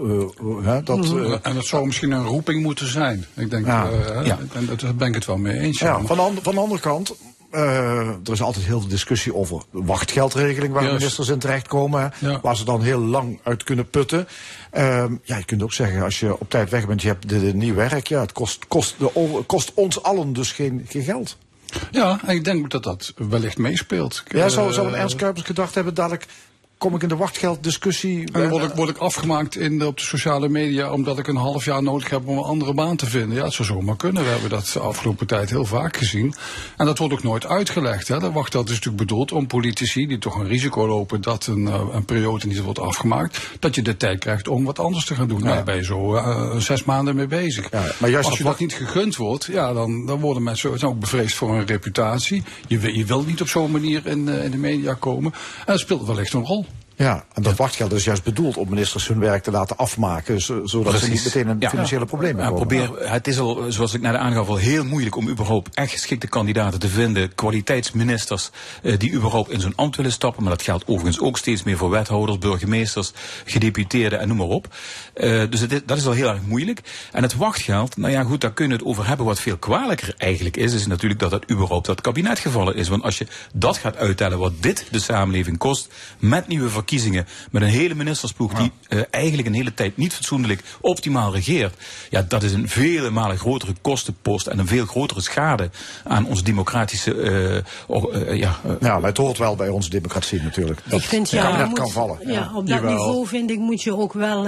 En dat zou misschien een roeping moeten zijn. Ik denk, en daar ben ik het wel mee eens. Ja, van de andere kant, er is altijd heel veel discussie over de wachtgeldregeling waar ministers in terechtkomen. Waar ze dan heel lang uit kunnen putten. Je kunt ook zeggen, als je op tijd weg bent, je hebt nieuw werk. Ja, het kost ons allen dus geen geld. Ja, en ik denk dat dat wellicht meespeelt. Ja, zou een Ernst Kuipers gedacht hebben, dadelijk kom ik in de wachtgelddiscussie. En dan word ik afgemaakt op de sociale media omdat ik een half jaar nodig heb om een andere baan te vinden. Ja, het zou zomaar kunnen. We hebben dat de afgelopen tijd heel vaak gezien. En dat wordt ook nooit uitgelegd. Hè. De wachtgeld is natuurlijk bedoeld om politici die toch een risico lopen dat een periode niet wordt afgemaakt, dat je de tijd krijgt om wat anders te gaan doen. Daar ben je zo 6 maanden mee bezig. Ja, maar juist als je dat niet gegund wordt, dan worden mensen ook bevreesd voor hun reputatie. Je wil niet op zo'n manier in de media komen. En dat speelt wellicht een rol. Ja, en dat wachtgeld is juist bedoeld om ministers hun werk te laten afmaken, zodat ze niet meteen in financiële problemen komen. Het is al, zoals ik net aangaf, al heel moeilijk om überhaupt echt geschikte kandidaten te vinden, kwaliteitsministers die überhaupt in zo'n ambt willen stappen, maar dat geldt overigens ook steeds meer voor wethouders, burgemeesters, gedeputeerden en noem maar op. Dus dat is al heel erg moeilijk. En het wachtgeld, daar kun je het over hebben. Wat veel kwalijker eigenlijk is natuurlijk dat het überhaupt dat kabinet gevallen is. Want als je dat gaat uittellen wat dit de samenleving kost, met nieuwe verkiezingen, met een hele ministersploeg die eigenlijk een hele tijd niet fatsoenlijk optimaal regeert. Ja, dat is een vele malen grotere kostenpost en een veel grotere schade aan onze democratische... maar het hoort wel bij onze democratie natuurlijk. Dat ik vind, kan vallen. Ja, op dat niveau vind ik moet je ook wel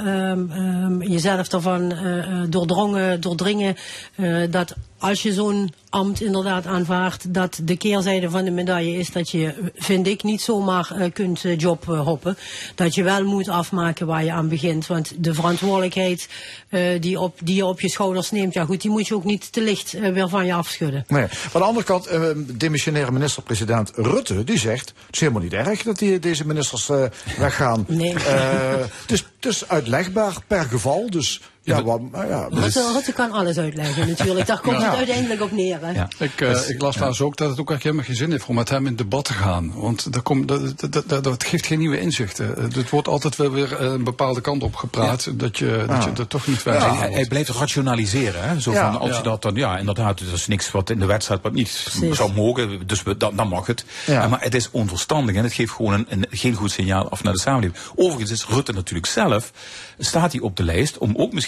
jezelf ervan doordringen dat als je zo'n ambt inderdaad aanvaardt, dat de keerzijde van de medaille is dat je, vind ik, niet zomaar kunt jobhoppen. Dat je wel moet afmaken waar je aan begint. Want de verantwoordelijkheid die je op je schouders neemt, die moet je ook niet te licht weer van je afschudden. Nee. Maar aan de andere kant, demissionaire minister-president Rutte, die zegt, het is helemaal niet erg dat deze ministers weggaan. Nee. Het is uitlegbaar per geval, dus... Rutte kan alles uitleggen natuurlijk. Daar komt het uiteindelijk op neer. Hè? Ja. Ik las laatst ook dat het ook echt helemaal geen zin heeft om met hem in debat te gaan. Want dat geeft geen nieuwe inzichten. Het wordt altijd wel weer een bepaalde kant op gepraat. Dat je er toch niet bij zit. Hij blijft rationaliseren. Hè? Zo van, als je dat dan, inderdaad, er is niks wat in de wet staat wat niet zou mogen. Dus dan mag het. Ja. Maar het is onverstandig en het geeft gewoon geen goed signaal af naar de samenleving. Overigens is Rutte natuurlijk zelf, staat hij op de lijst om ook misschien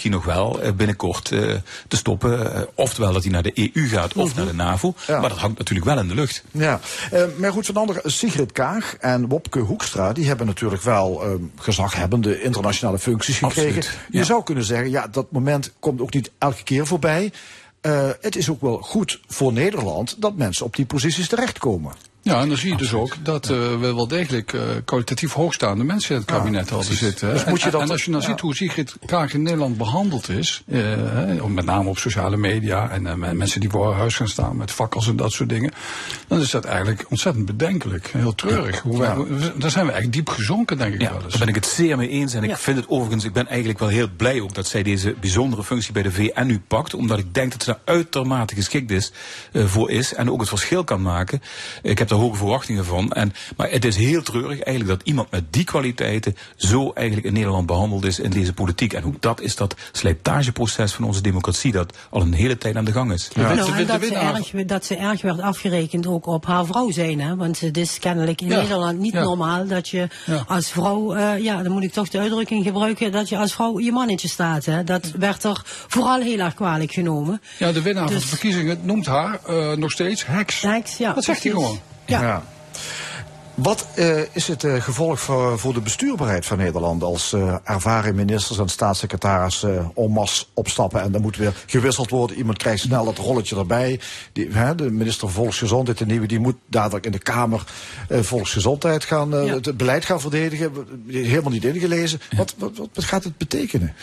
misschien nog wel binnenkort te stoppen. Oftewel dat hij naar de EU gaat of naar de NAVO. Ja. Maar dat hangt natuurlijk wel in de lucht. Ja, maar goed, van andere, Sigrid Kaag en Wopke Hoekstra, die hebben natuurlijk wel gezaghebbende internationale functies gekregen. Absoluut, Je zou kunnen zeggen, ja, dat moment komt ook niet elke keer voorbij. Het is ook wel goed voor Nederland dat mensen op die posities terechtkomen. Ja, en dan zie je dus ook dat we wel degelijk kwalitatief hoogstaande mensen in het kabinet hadden zitten. Dus moet je dat, en als je dan ziet hoe Sigrid Kaag in Nederland behandeld is, met name op sociale media en mensen die voor haar huis gaan staan met fakkels en dat soort dingen, dan is dat eigenlijk ontzettend bedenkelijk. Heel treurig. Daar zijn we echt diep gezonken, denk ik wel eens. Daar ben ik het zeer mee eens. En ik vind het overigens, ik ben eigenlijk wel heel blij ook dat zij deze bijzondere functie bij de VN nu pakt, omdat ik denk dat ze daar uitermate geschikt voor is en ook het verschil kan maken. Ik heb hoge verwachtingen van. Maar het is heel treurig eigenlijk dat iemand met die kwaliteiten zo eigenlijk in Nederland behandeld is in deze politiek. En ook dat is dat slijtageproces van onze democratie dat al een hele tijd aan de gang is. Ja. En dat ze erg werd afgerekend ook op haar vrouw zijn. Hè? Want het is kennelijk in Nederland niet normaal dat je als vrouw, dan moet ik toch de uitdrukking gebruiken, dat je als vrouw je mannetje staat. Hè? Dat werd er vooral heel erg kwalijk genomen. Ja, de winnaar van de verkiezingen noemt haar nog steeds heks. Dat zegt hij gewoon. Ja. Wat is het gevolg voor de bestuurbaarheid van Nederland als ervaren ministers en staatssecretarissen en masse opstappen en dan moet weer gewisseld worden. Iemand krijgt snel dat rolletje erbij. De minister van Volksgezondheid, de nieuwe, die moet dadelijk in de Kamer volksgezondheid gaan, het beleid gaan verdedigen. Helemaal niet ingelezen. Wat gaat het betekenen?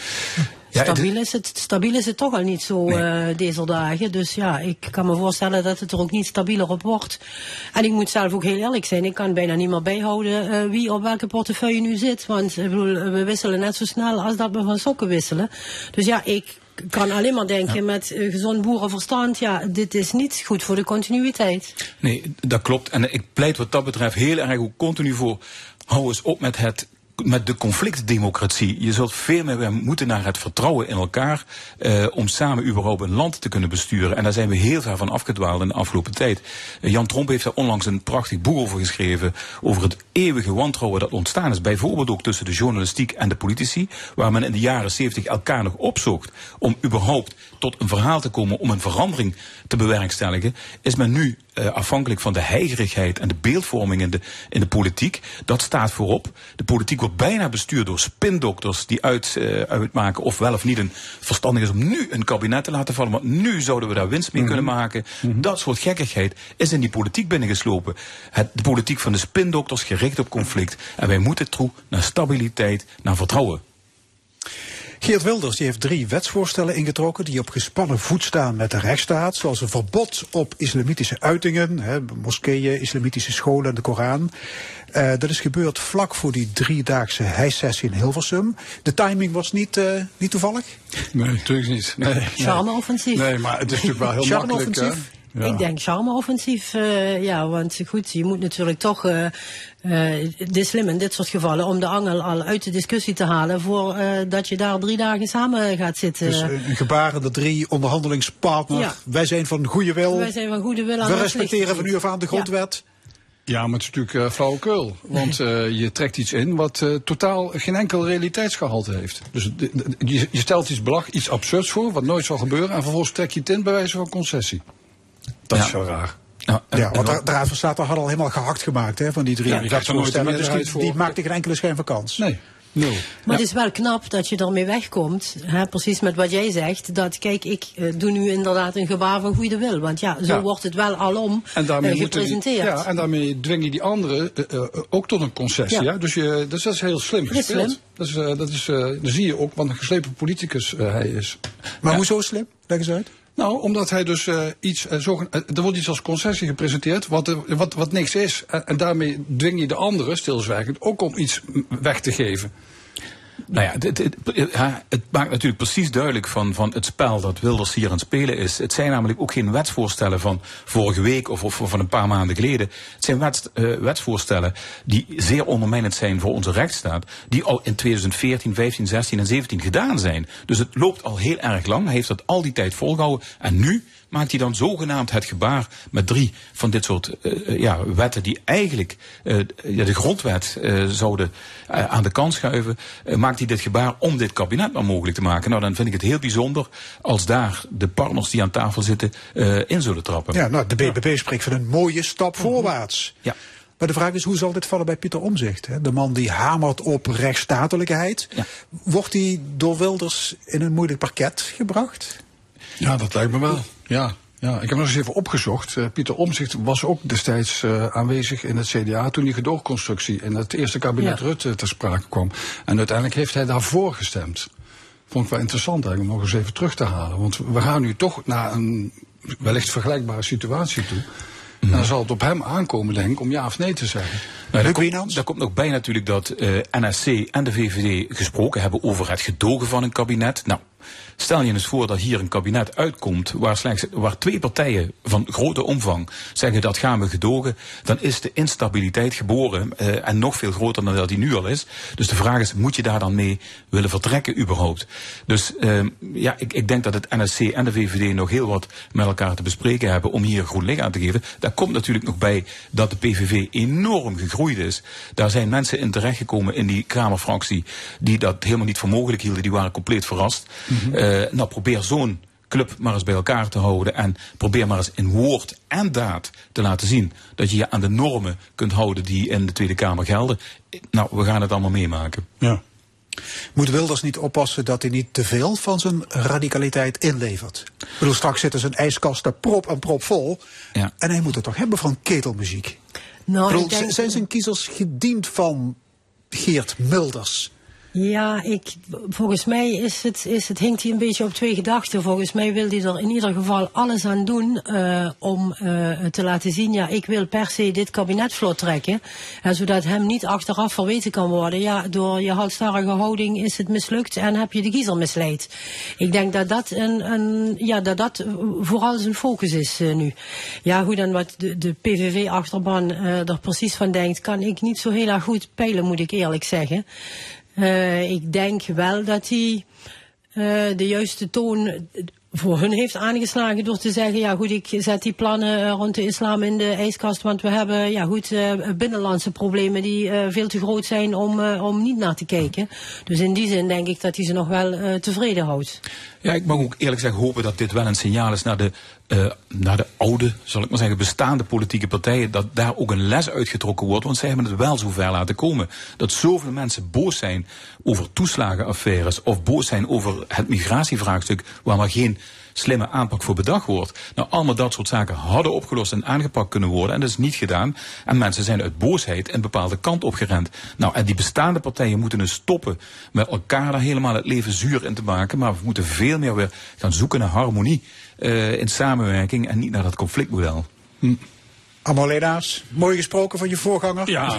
Stabiel is het toch al niet zo deze dagen. Dus ja, ik kan me voorstellen dat het er ook niet stabieler op wordt. En ik moet zelf ook heel eerlijk zijn. Ik kan bijna niet meer bijhouden wie op welke portefeuille nu zit. Want ik bedoel, we wisselen net zo snel als dat we van sokken wisselen. Dus ja, ik kan alleen maar denken met gezond boerenverstand. Ja, dit is niet goed voor de continuïteit. Nee, dat klopt. En ik pleit wat dat betreft heel erg ook continu voor. Hou eens op met de conflictdemocratie. Je zult veel meer moeten naar het vertrouwen in elkaar om samen überhaupt een land te kunnen besturen. En daar zijn we heel ver van afgedwaald in de afgelopen tijd. Jan Tromp heeft daar onlangs een prachtig boek over geschreven, over het eeuwige wantrouwen dat ontstaan is, bijvoorbeeld ook tussen de journalistiek en de politici, waar men in de jaren 70 elkaar nog opzocht om überhaupt tot een verhaal te komen, om een verandering te bewerkstelligen, is men nu afhankelijk van de heigerigheid en de beeldvorming in de politiek. Dat staat voorop. De politiek wordt bijna bestuurd door spindokters die uitmaken of wel of niet een verstandig is om nu een kabinet te laten vallen, want nu zouden we daar winst mee kunnen maken. Dat soort gekkigheid is in die politiek binnengeslopen. De politiek van de spindokters gericht op conflict. En wij moeten toe naar stabiliteit, naar vertrouwen. Geert Wilders die heeft 3 wetsvoorstellen ingetrokken die op gespannen voet staan met de rechtsstaat. Zoals een verbod op islamitische uitingen, moskeeën, islamitische scholen en de Koran. Dat is gebeurd vlak voor die 3-daagse hijssessie in Hilversum. De timing was niet toevallig? Nee, natuurlijk niet. Nee. Charme-offensief. Nee, maar het is natuurlijk wel heel makkelijk. Ja. Ik denk charme-offensief, want goed, je moet natuurlijk toch de slim in dit soort gevallen om de angel al uit de discussie te halen voordat je daar 3 dagen samen gaat zitten. Dus een gebaren de 3 onderhandelingspartners. Ja. Wij zijn van goede wil. Wij zijn van goede wil. We respecteren van nu af aan de grondwet. Ja, maar het is natuurlijk flauwekul. Want je trekt iets in wat totaal geen enkel realiteitsgehalte heeft. Dus je stelt iets absurds voor, wat nooit zal gebeuren, en vervolgens trek je het in bij wijze van concessie. Dat is wel raar. Want de Raad van State had al helemaal gehakt gemaakt van die 3 wetsvoorstellen. Dus die maakte geen enkele schijn van kans. Nee. No. Maar het is wel knap dat je ermee wegkomt, precies met wat jij zegt, dat kijk, ik doe nu inderdaad een gebaar van goede wil, want zo wordt het wel alom gepresenteerd. En daarmee dwing je die anderen ook tot een concessie. Ja. Dus dat is heel slim gespeeld. Dan zie je ook wat een geslepen politicus hij is. Maar hoezo slim? Leg eens uit. Nou, omdat hij dus er wordt iets als concessie gepresenteerd wat niks is. En daarmee dwing je de anderen, stilzwijgend, ook om iets weg te geven. Nou ja, het maakt natuurlijk precies duidelijk van het spel dat Wilders hier aan het spelen is. Het zijn namelijk ook geen wetsvoorstellen van vorige week of van een paar maanden geleden. Het zijn wetsvoorstellen die zeer ondermijnend zijn voor onze rechtsstaat, die al in 2014, 15, 16 en 17 gedaan zijn. Dus het loopt al heel erg lang. Hij heeft dat al die tijd volgehouden. En nu maakt hij dan zogenaamd het gebaar met 3 van dit soort wetten die eigenlijk de grondwet zouden aan de kant schuiven. Maakt hij dit gebaar om dit kabinet maar mogelijk te maken. Nou, dan vind ik het heel bijzonder als daar de partners die aan tafel zitten in zullen trappen. Ja, nou, de BBB spreekt van een mooie stap voorwaarts. Ja. Maar de vraag is, hoe zal dit vallen bij Pieter Omtzigt? Hè? De man die hamert op rechtsstatelijkheid. Ja. Wordt hij door Wilders in een moeilijk parket gebracht? Ja, dat lijkt me wel. Ja. Ja, ik heb nog eens even opgezocht. Pieter Omtzigt was ook destijds aanwezig in het CDA toen die gedoogconstructie in het eerste kabinet Rutte ter sprake kwam. En uiteindelijk heeft hij daarvoor gestemd. Vond ik wel interessant eigenlijk om nog eens even terug te halen. Want we gaan nu toch naar een wellicht vergelijkbare situatie toe. En dan zal het op hem aankomen, denk ik, om ja of nee te zeggen. Nou, daar komt nog bij natuurlijk dat NSC en de VVD gesproken hebben over het gedogen van een kabinet. Nou, stel je eens voor dat hier een kabinet uitkomt waar 2 partijen van grote omvang zeggen dat gaan we gedogen, dan is de instabiliteit geboren en nog veel groter dan dat die nu al is. Dus de vraag is, moet je daar dan mee willen vertrekken überhaupt? Dus ik denk dat het NSC en de VVD nog heel wat met elkaar te bespreken hebben om hier groen licht aan te geven. Daar komt natuurlijk nog bij dat de PVV enorm gegroeid is. Daar zijn mensen in terechtgekomen in die Kamerfractie die dat helemaal niet voor mogelijk hielden. Die waren compleet verrast. Nou, probeer zo'n club maar eens bij elkaar te houden en probeer maar eens in woord en daad te laten zien dat je je aan de normen kunt houden die in de Tweede Kamer gelden. Nou, we gaan het allemaal meemaken. Ja. Moet Wilders niet oppassen dat hij niet te veel van zijn radicaliteit inlevert? Ik bedoel, straks zitten zijn ijskasten prop en prop vol. Ja. En hij moet het toch hebben van ketelmuziek? Nou, zijn zijn kiezers gediend van Geert Mulders? Ja, volgens mij hinkt hij een beetje op 2 gedachten. Volgens mij wil hij er in ieder geval alles aan doen om te laten zien, ja, ik wil per se dit kabinet vlot trekken. Zodat hem niet achteraf verweten kan worden, ja, door je halsstarrige houding is het mislukt en heb je de kiezer misleid. Ik denk dat dat vooral zijn focus is nu. Ja, hoe dan wat de PVV-achterban er precies van denkt, kan ik niet zo heel erg goed peilen, moet ik eerlijk zeggen. Ik denk wel dat hij de juiste toon voor hun heeft aangeslagen door te zeggen, ja goed, ik zet die plannen rond de islam in de ijskast, want we hebben binnenlandse problemen die veel te groot zijn om niet naar te kijken. Dus in die zin denk ik dat hij ze nog wel tevreden houdt. Ja, ik mag ook eerlijk zeggen hopen dat dit wel een signaal is naar de oude, zal ik maar zeggen, bestaande politieke partijen, dat daar ook een les uitgetrokken wordt, want zij hebben het wel zover laten komen. Dat zoveel mensen boos zijn over toeslagenaffaires of boos zijn over het migratievraagstuk, waar maar geen slimme aanpak voor bedacht wordt. Nou, allemaal dat soort zaken hadden opgelost en aangepakt kunnen worden en dat is niet gedaan. En mensen zijn uit boosheid een bepaalde kant opgerend. Nou, en die bestaande partijen moeten dus stoppen met elkaar daar helemaal het leven zuur in te maken, maar we moeten veel meer weer gaan zoeken naar harmonie in samenwerking en niet naar dat conflictmodel. Amolena's, mooi gesproken van je voorganger. Ja?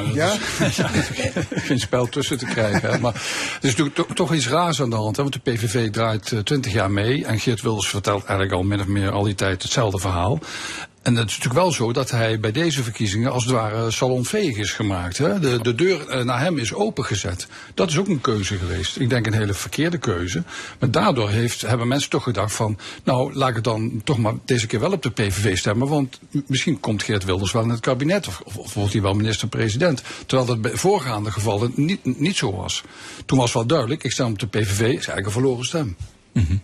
Geen spel tussen te krijgen. Hè. Maar er is natuurlijk toch iets raars aan de hand. Hè, want de PVV draait 20 jaar mee. En Geert Wilders vertelt eigenlijk al min of meer al die tijd hetzelfde verhaal. En het is natuurlijk wel zo dat hij bij deze verkiezingen als het ware salonveeg is gemaakt. Hè. De deur naar hem is opengezet. Dat is ook een keuze geweest. Ik denk een hele verkeerde keuze. Maar daardoor hebben mensen toch gedacht van, nou laat ik dan toch maar deze keer wel op de PVV stemmen. Want misschien komt Geert Wilders wel in het kabinet of wordt hij wel minister-president. Terwijl dat bij voorgaande gevallen niet zo was. Toen was wel duidelijk, ik stem op de PVV, is eigenlijk een verloren stem. Mm-hmm.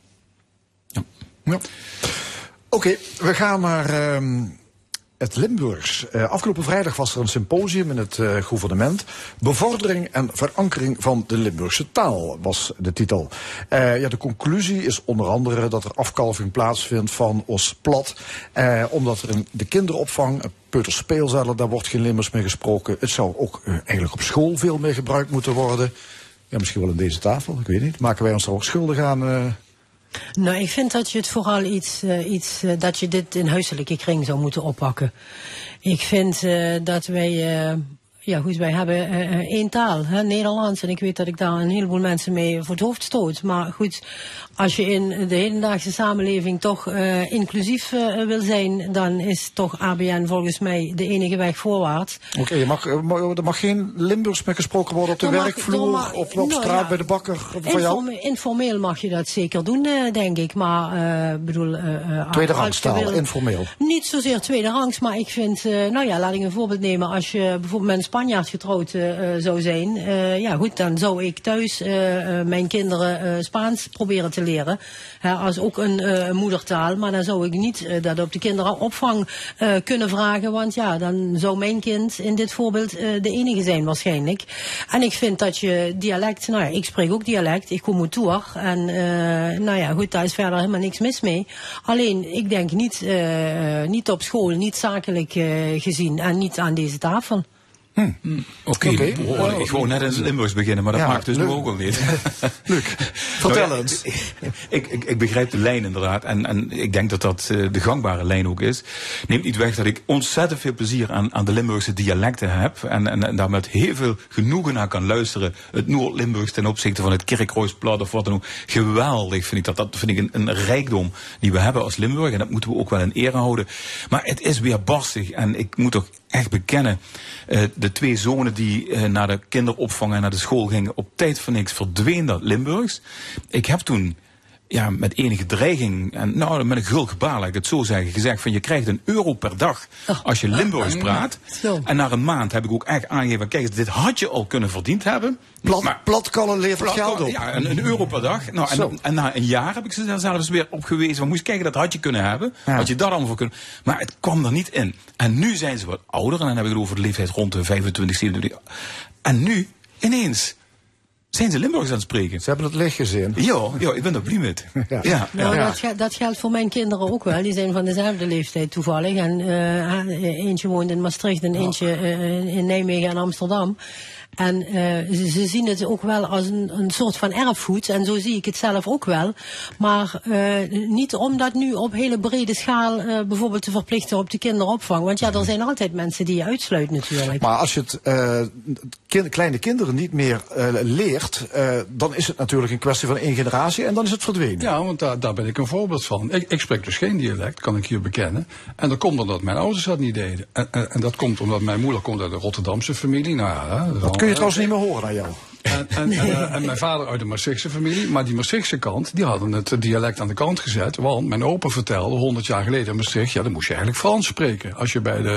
Ja. Oké, we gaan naar het Limburgs. Afgelopen vrijdag was er een symposium in het gouvernement. Bevordering en verankering van de Limburgse taal was de titel. De conclusie is onder andere dat er afkalving plaatsvindt van Oostplat. Omdat er in de kinderopvang, peuterspeelzalen, daar wordt geen Limburgs meer gesproken. Het zou ook eigenlijk op school veel meer gebruikt moeten worden. Ja, misschien wel in deze tafel, ik weet niet. Maken wij ons daar ook schuldig aan? Nou, ik vind dat je het vooral dat je dit in huiselijke kring zou moeten oppakken. Ik vind dat wij ja goed, wij hebben één taal, hè, Nederlands. En ik weet dat ik daar een heleboel mensen mee voor het hoofd stoot. Maar goed, als je in de hedendaagse samenleving toch inclusief wil zijn, dan is toch ABN volgens mij de enige weg voorwaarts. Oké, er mag geen Limburgs meer gesproken worden op de werkvloer of op straat bij de bakker van jou? Informeel mag je dat zeker doen, denk ik. Maar tweederangstaal, informeel. Niet zozeer tweederangs, maar ik vind, laat ik een voorbeeld nemen. Als je bijvoorbeeld met een Spanjaard getrouwd zou zijn, ja goed, dan zou ik thuis mijn kinderen Spaans proberen te leren. Als ook een moedertaal, maar dan zou ik niet dat op de kinderopvang kunnen vragen, want ja, dan zou mijn kind in dit voorbeeld de enige zijn waarschijnlijk. En ik vind dat je dialect, ik spreek ook dialect, ik kom uit Toer en goed, daar is verder helemaal niks mis mee. Alleen, ik denk niet op school, niet zakelijk gezien en niet aan deze tafel. Oké. Ik wou net in Limburgs beginnen, maar dat maakt dus nu ook al niet. Luc, vertel eens. Ik begrijp de lijn inderdaad. En ik denk dat dat de gangbare lijn ook is. Neemt niet weg dat ik ontzettend veel plezier aan de Limburgse dialecten heb. En daar met heel veel genoegen naar kan luisteren. Het Noord-Limburgs ten opzichte van het Kerkroosplat of wat dan ook. Geweldig vind ik dat. Dat vind ik een rijkdom die we hebben als Limburg. En dat moeten we ook wel in ere houden. Maar het is weer barstig. En ik moet toch echt bekennen, de twee zonen die naar de kinderopvang en naar de school gingen, op tijd van niks verdween dat Limburgs. Ik heb toen met enige dreiging, en met een gul gebaar, laat ik het zo zeggen, gezegd van je krijgt €1 per dag als je Limburgs praat. En na een maand heb ik ook echt aangegeven, kijk eens, dit had je al kunnen verdiend hebben. Platkallen levert geld op. Ja, €1 per dag. En na een jaar heb ik ze daar zelfs weer op gewezen. Van, moest kijken, dat had je kunnen hebben. Had je dat allemaal voor kunnen. Maar het kwam er niet in. En nu zijn ze wat ouder. En dan heb ik het over de leeftijd rond de 25, 27. En nu, ineens, zijn ze Limburgs aan het spreken. Ze hebben het licht gezien. Ja, ik ben er blij met. Dat geldt voor mijn kinderen ook wel. Die zijn van dezelfde leeftijd toevallig. En eentje woont in Maastricht en eentje in Nijmegen en Amsterdam. En ze zien het ook wel als een soort van erfgoed. En zo zie ik het zelf ook wel. Maar niet om dat nu op hele brede schaal bijvoorbeeld te verplichten op de kinderopvang. Want ja, er zijn altijd mensen die je uitsluit natuurlijk. Maar als je het kleine kinderen niet meer leert, dan is het natuurlijk een kwestie van 1 generatie en dan is het verdwenen. Ja, want daar ben ik een voorbeeld van. Ik spreek dus geen dialect, kan ik hier bekennen. En dat komt omdat mijn ouders dat niet deden. En dat komt omdat mijn moeder komt uit een Rotterdamse familie. Dat kun je trouwens niet meer horen aan jou. En mijn vader uit de Maastrichtse familie. Maar die Maastrichtse kant, die hadden het dialect aan de kant gezet. Want mijn opa vertelde 100 jaar geleden in Maastricht, dan moest je eigenlijk Frans spreken. Als je bij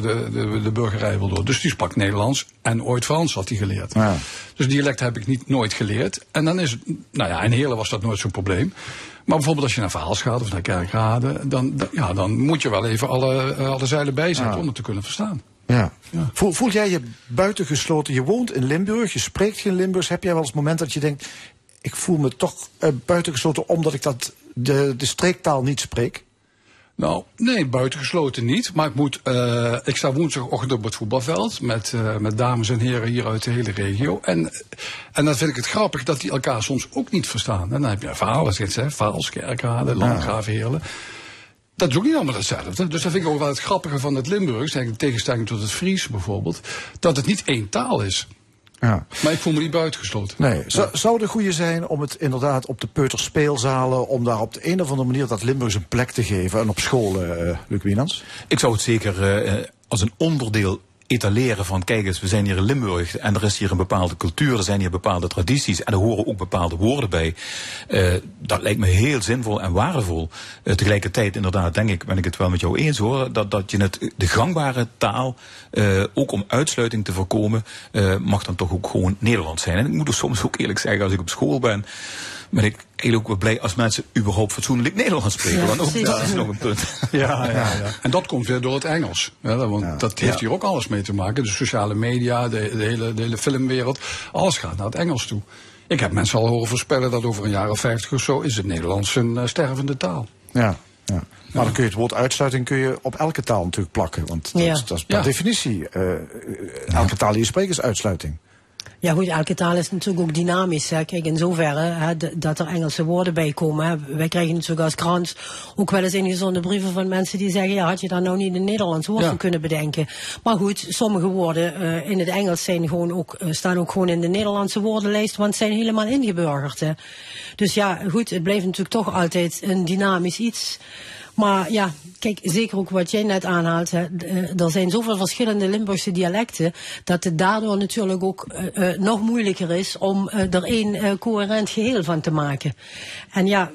de burgerij wilde. Dus die sprak Nederlands en ooit Frans had hij geleerd. Ja. Dus dialect heb ik nooit geleerd. En dan is het, in Heerlen was dat nooit zo'n probleem. Maar bijvoorbeeld als je naar Vaals gaat of naar Kerkrade, dan moet je wel even alle zeilen bijzetten om het te kunnen verstaan. Ja. Voel jij je buitengesloten? Je woont in Limburg, je spreekt geen Limburgs. Heb jij wel eens het moment dat je denkt, ik voel me toch buitengesloten omdat ik de streektaal niet spreek? Nou, nee, buitengesloten niet. Maar ik sta woensdagochtend op het voetbalveld met dames en heren hier uit de hele regio. En dan vind ik het grappig dat die elkaar soms ook niet verstaan. En dan heb je Vaals, Kerkrade, Landgraaf, Heerlen. Dat is ook niet allemaal hetzelfde. Dus dat vind ik ook wel het grappige van het Limburgs, in tegenstelling tot het Fries bijvoorbeeld, dat het niet één taal is. Ja. Maar ik voel me niet buitengesloten. Nee. Zou de goede zijn om het inderdaad op de peuterspeelzalen, om daar op de een of andere manier dat Limburgs een plek te geven en op school, Luc Wienans? Ik zou het zeker als een onderdeel etaleren van, kijk eens, we zijn hier in Limburg en er is hier een bepaalde cultuur, er zijn hier bepaalde tradities en er horen ook bepaalde woorden bij. Dat lijkt me heel zinvol en waardevol. Tegelijkertijd, inderdaad, denk ik, ben ik het wel met jou eens hoor, dat je de gangbare taal, ook om uitsluiting te voorkomen, mag dan toch ook gewoon Nederlands zijn. En ik moet er soms ook eerlijk zeggen, als ik op school ben ik eigenlijk ook wel blij als mensen überhaupt fatsoenlijk Nederlands spreken. Want ook dat is nog een punt. Ja. En dat komt weer door het Engels. Want dat heeft hier ook alles mee te maken. De sociale media, de hele filmwereld. Alles gaat naar het Engels toe. Ik heb mensen al horen voorspellen dat over een jaar of 50 of zo is het Nederlands een stervende taal. Ja. Maar dan kun je het woord uitsluiting op elke taal natuurlijk plakken. Want dat is per definitie, elke taal die je spreekt is uitsluiting. Ja goed, elke taal is natuurlijk ook dynamisch. Hè. Kijk, in zoverre dat er Engelse woorden bij komen. Hè. Wij krijgen natuurlijk als krant ook wel eens ingezonde brieven van mensen die zeggen, ja, had je daar nou niet een Nederlands woord voor kunnen bedenken. Maar goed, sommige woorden in het Engels zijn gewoon ook, staan ook gewoon in de Nederlandse woordenlijst, want zijn helemaal ingeburgerd. Hè. Dus ja, goed, het blijft natuurlijk toch altijd een dynamisch iets. Maar ja, kijk, zeker ook wat jij net aanhaalt, hè, er zijn zoveel verschillende Limburgse dialecten, dat het daardoor natuurlijk ook nog moeilijker is om er één coherent geheel van te maken. En ja...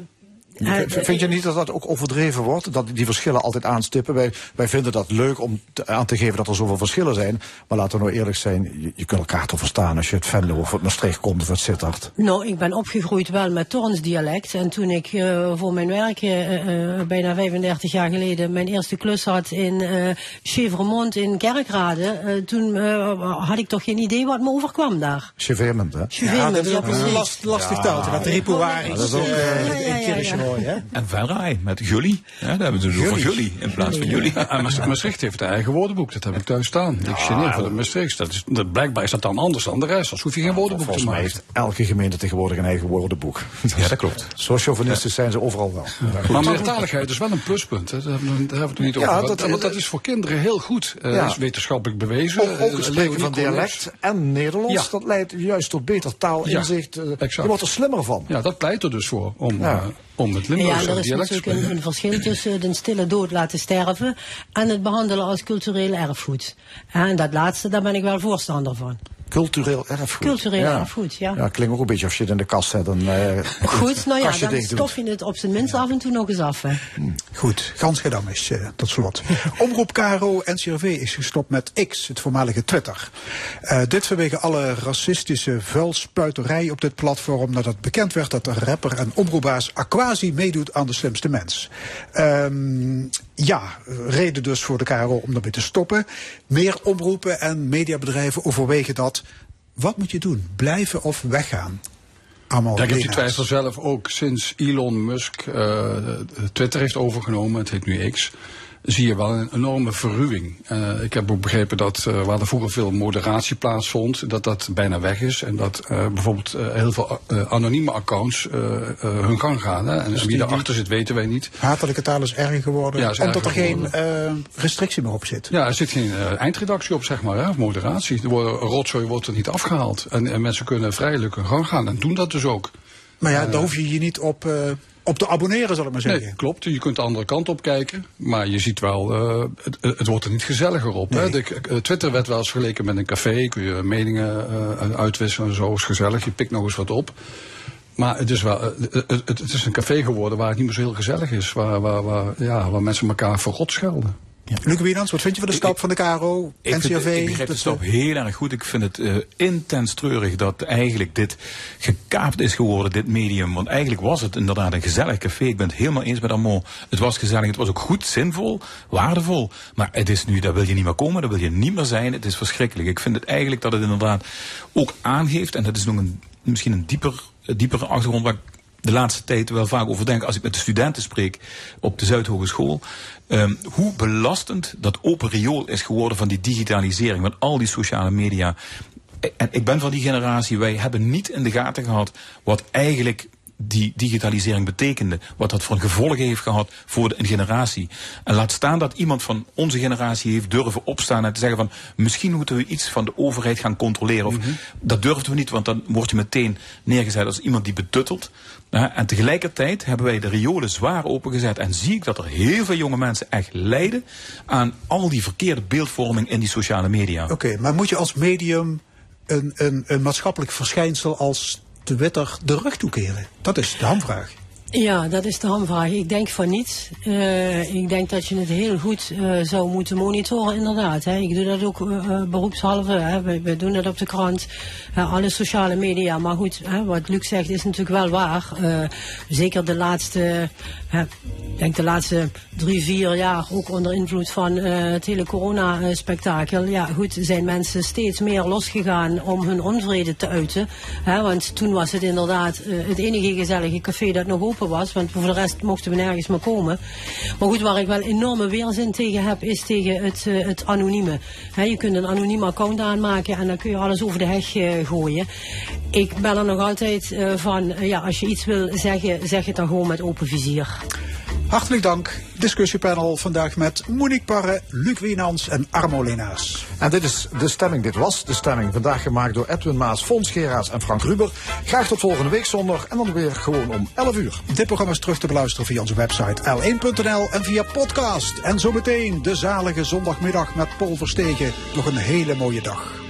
Vind je niet dat dat ook overdreven wordt? Dat die verschillen altijd aanstippen? Wij vinden dat leuk om aan te geven dat er zoveel verschillen zijn. Maar laten we nou eerlijk zijn, je kunt elkaar toch verstaan als je uit Venlo of uit Maastricht komt of uit Sittard. Nou, ik ben opgegroeid wel met Torns dialect. En toen ik voor mijn werk bijna 35 jaar geleden mijn eerste klus had in Chevremont in Kerkrade, toen had ik toch geen idee wat me overkwam daar. Chevremont, hè? Ja, dat is ook een lastig taaltje. Dat Ripoari is in Kirchen. En Venray met Gully. Ja, daar hebben ze het over Gully in plaats van jullie. En Maastricht heeft een eigen woordenboek. Dat heb ik thuis staan. Ik geneer voor de Maastricht. Blijkbaar is dat dan anders dan de rest. Anders hoef je geen woordenboek te maken. Volgens mij heeft elke gemeente tegenwoordig een eigen woordenboek. Ja, dat klopt. Zo chauvinistisch zijn ze overal wel. Maar meertaligheid is wel een pluspunt. Hè. Daar hebben we het niet over. Want dat is voor kinderen heel goed. Dat is wetenschappelijk bewezen. Ook het spreken van dialect en Nederlands, dat leidt juist tot beter taalinzicht. Je wordt er slimmer van. Ja, dat pleit er dus voor. Om het Limburgse er is dialect te natuurlijk een verschil tussen de stille dood laten sterven en het behandelen als cultureel erfgoed. En dat laatste, daar ben ik wel voorstander van. Cultureel erfgoed. Cultureel erfgoed, ja. Ja, klinkt ook een beetje of je het in de kast zet. Goed, nou ja, dan stof je het op zijn minst af en toe nog eens af. Hè. Goed, Ganschedam is tot slot. Omroep KRO NCRV is gestopt met X, het voormalige Twitter. Dit vanwege alle racistische vuilspuiterij op dit platform, nadat bekend werd dat de rapper en omroepbaas Aquasi meedoet aan De Slimste Mens. Reden dus voor de KRO om daarmee te stoppen. Meer omroepen en mediabedrijven overwegen dat. Wat moet je doen? Blijven of weggaan? Ja, ik heb die twijfel zelf ook sinds Elon Musk Twitter heeft overgenomen. Het heet nu X. Zie je wel een enorme verruwing. Ik heb ook begrepen dat waar er vroeger veel moderatie plaatsvond, dat bijna weg is. En dat bijvoorbeeld heel veel anonieme accounts hun gang gaan. Hè. En dus wie daarachter zit, weten wij niet. Hatelijke taal is erger geworden, omdat er geen restrictie meer op zit. Ja, er zit geen eindredactie op, zeg maar, hè, of moderatie. Rotzooi wordt er niet afgehaald. En mensen kunnen vrijelijk hun gang gaan en doen dat dus ook. Maar ja, daar hoef je je niet op te abonneren, zal ik maar zeggen. Nee, klopt. Je kunt de andere kant op kijken. Maar je ziet wel, het wordt er niet gezelliger op. Nee. Hè? Twitter werd wel eens vergeleken met een café. Kun je meningen uitwisselen en zo. Is gezellig. Je pikt nog eens wat op. Maar het is wel, het is een café geworden waar het niet meer zo heel gezellig is. Waar mensen elkaar verrot schelden. Ja. Luc Wienans, wat vind je van de stap van de KRO, NCRV? Ik begrijp de stap heel erg goed. Ik vind het intens treurig dat eigenlijk dit gekaapt is geworden, dit medium. Want eigenlijk was het inderdaad een gezellig café. Ik ben het helemaal eens met Armand. Het was gezellig, het was ook goed, zinvol, waardevol. Maar het is nu, daar wil je niet meer komen, daar wil je niet meer zijn. Het is verschrikkelijk. Ik vind het eigenlijk dat het inderdaad ook aangeeft, en dat is nog misschien een diepere achtergrond waar ik de laatste tijd wel vaak over denk als ik met de studenten spreek op de Zuidhogeschool. Hoe belastend dat open riool is geworden van die digitalisering, van al die sociale media. En ik ben van die generatie, wij hebben niet in de gaten gehad wat eigenlijk die digitalisering betekende. Wat dat voor gevolgen heeft gehad voor een generatie. En laat staan dat iemand van onze generatie heeft durven opstaan en te zeggen van misschien moeten we iets van de overheid gaan controleren. Of dat durfden we niet, want dan word je meteen neergezet als iemand die betuttelt. En tegelijkertijd hebben wij de riolen zwaar opengezet en zie ik dat er heel veel jonge mensen echt lijden aan al die verkeerde beeldvorming in die sociale media. Oké, maar moet je als medium een maatschappelijk verschijnsel als Twitter de rug toekeren? Dat is de hamvraag. Ja, dat is de hamvraag. Ik denk van niet. Ik denk dat je het heel goed zou moeten monitoren, inderdaad. Hè. Ik doe dat ook beroepshalve. Hè. We doen dat op de krant. Alle sociale media. Maar goed, wat Luc zegt is natuurlijk wel waar. Zeker de laatste, ik denk de laatste 3-4 jaar, ook onder invloed van het hele corona-spektakel. Ja, goed, zijn mensen steeds meer losgegaan om hun onvrede te uiten. Want toen was het inderdaad het enige gezellige café dat nog open open was. Want voor de rest mochten we nergens meer komen. Maar goed, waar ik wel enorme weerzin tegen heb, is tegen het anonieme. Je kunt een anoniem account aanmaken en dan kun je alles over de heg gooien. Ik ben er nog altijd van, als je iets wil zeggen, zeg het dan gewoon met open vizier. Hartelijk dank. Discussiepanel vandaag met Monique Parre, Luc Wienans en Armo Leenaars. En dit is de stemming, dit was de stemming. Vandaag gemaakt door Edwin Maas, Fons Geraerts en Frank Ruber. Graag tot volgende week zondag en dan weer gewoon om 11 uur. Dit programma is terug te beluisteren via onze website l1.nl en via podcast. En zometeen de zalige zondagmiddag met Paul Verstegen. Nog een hele mooie dag.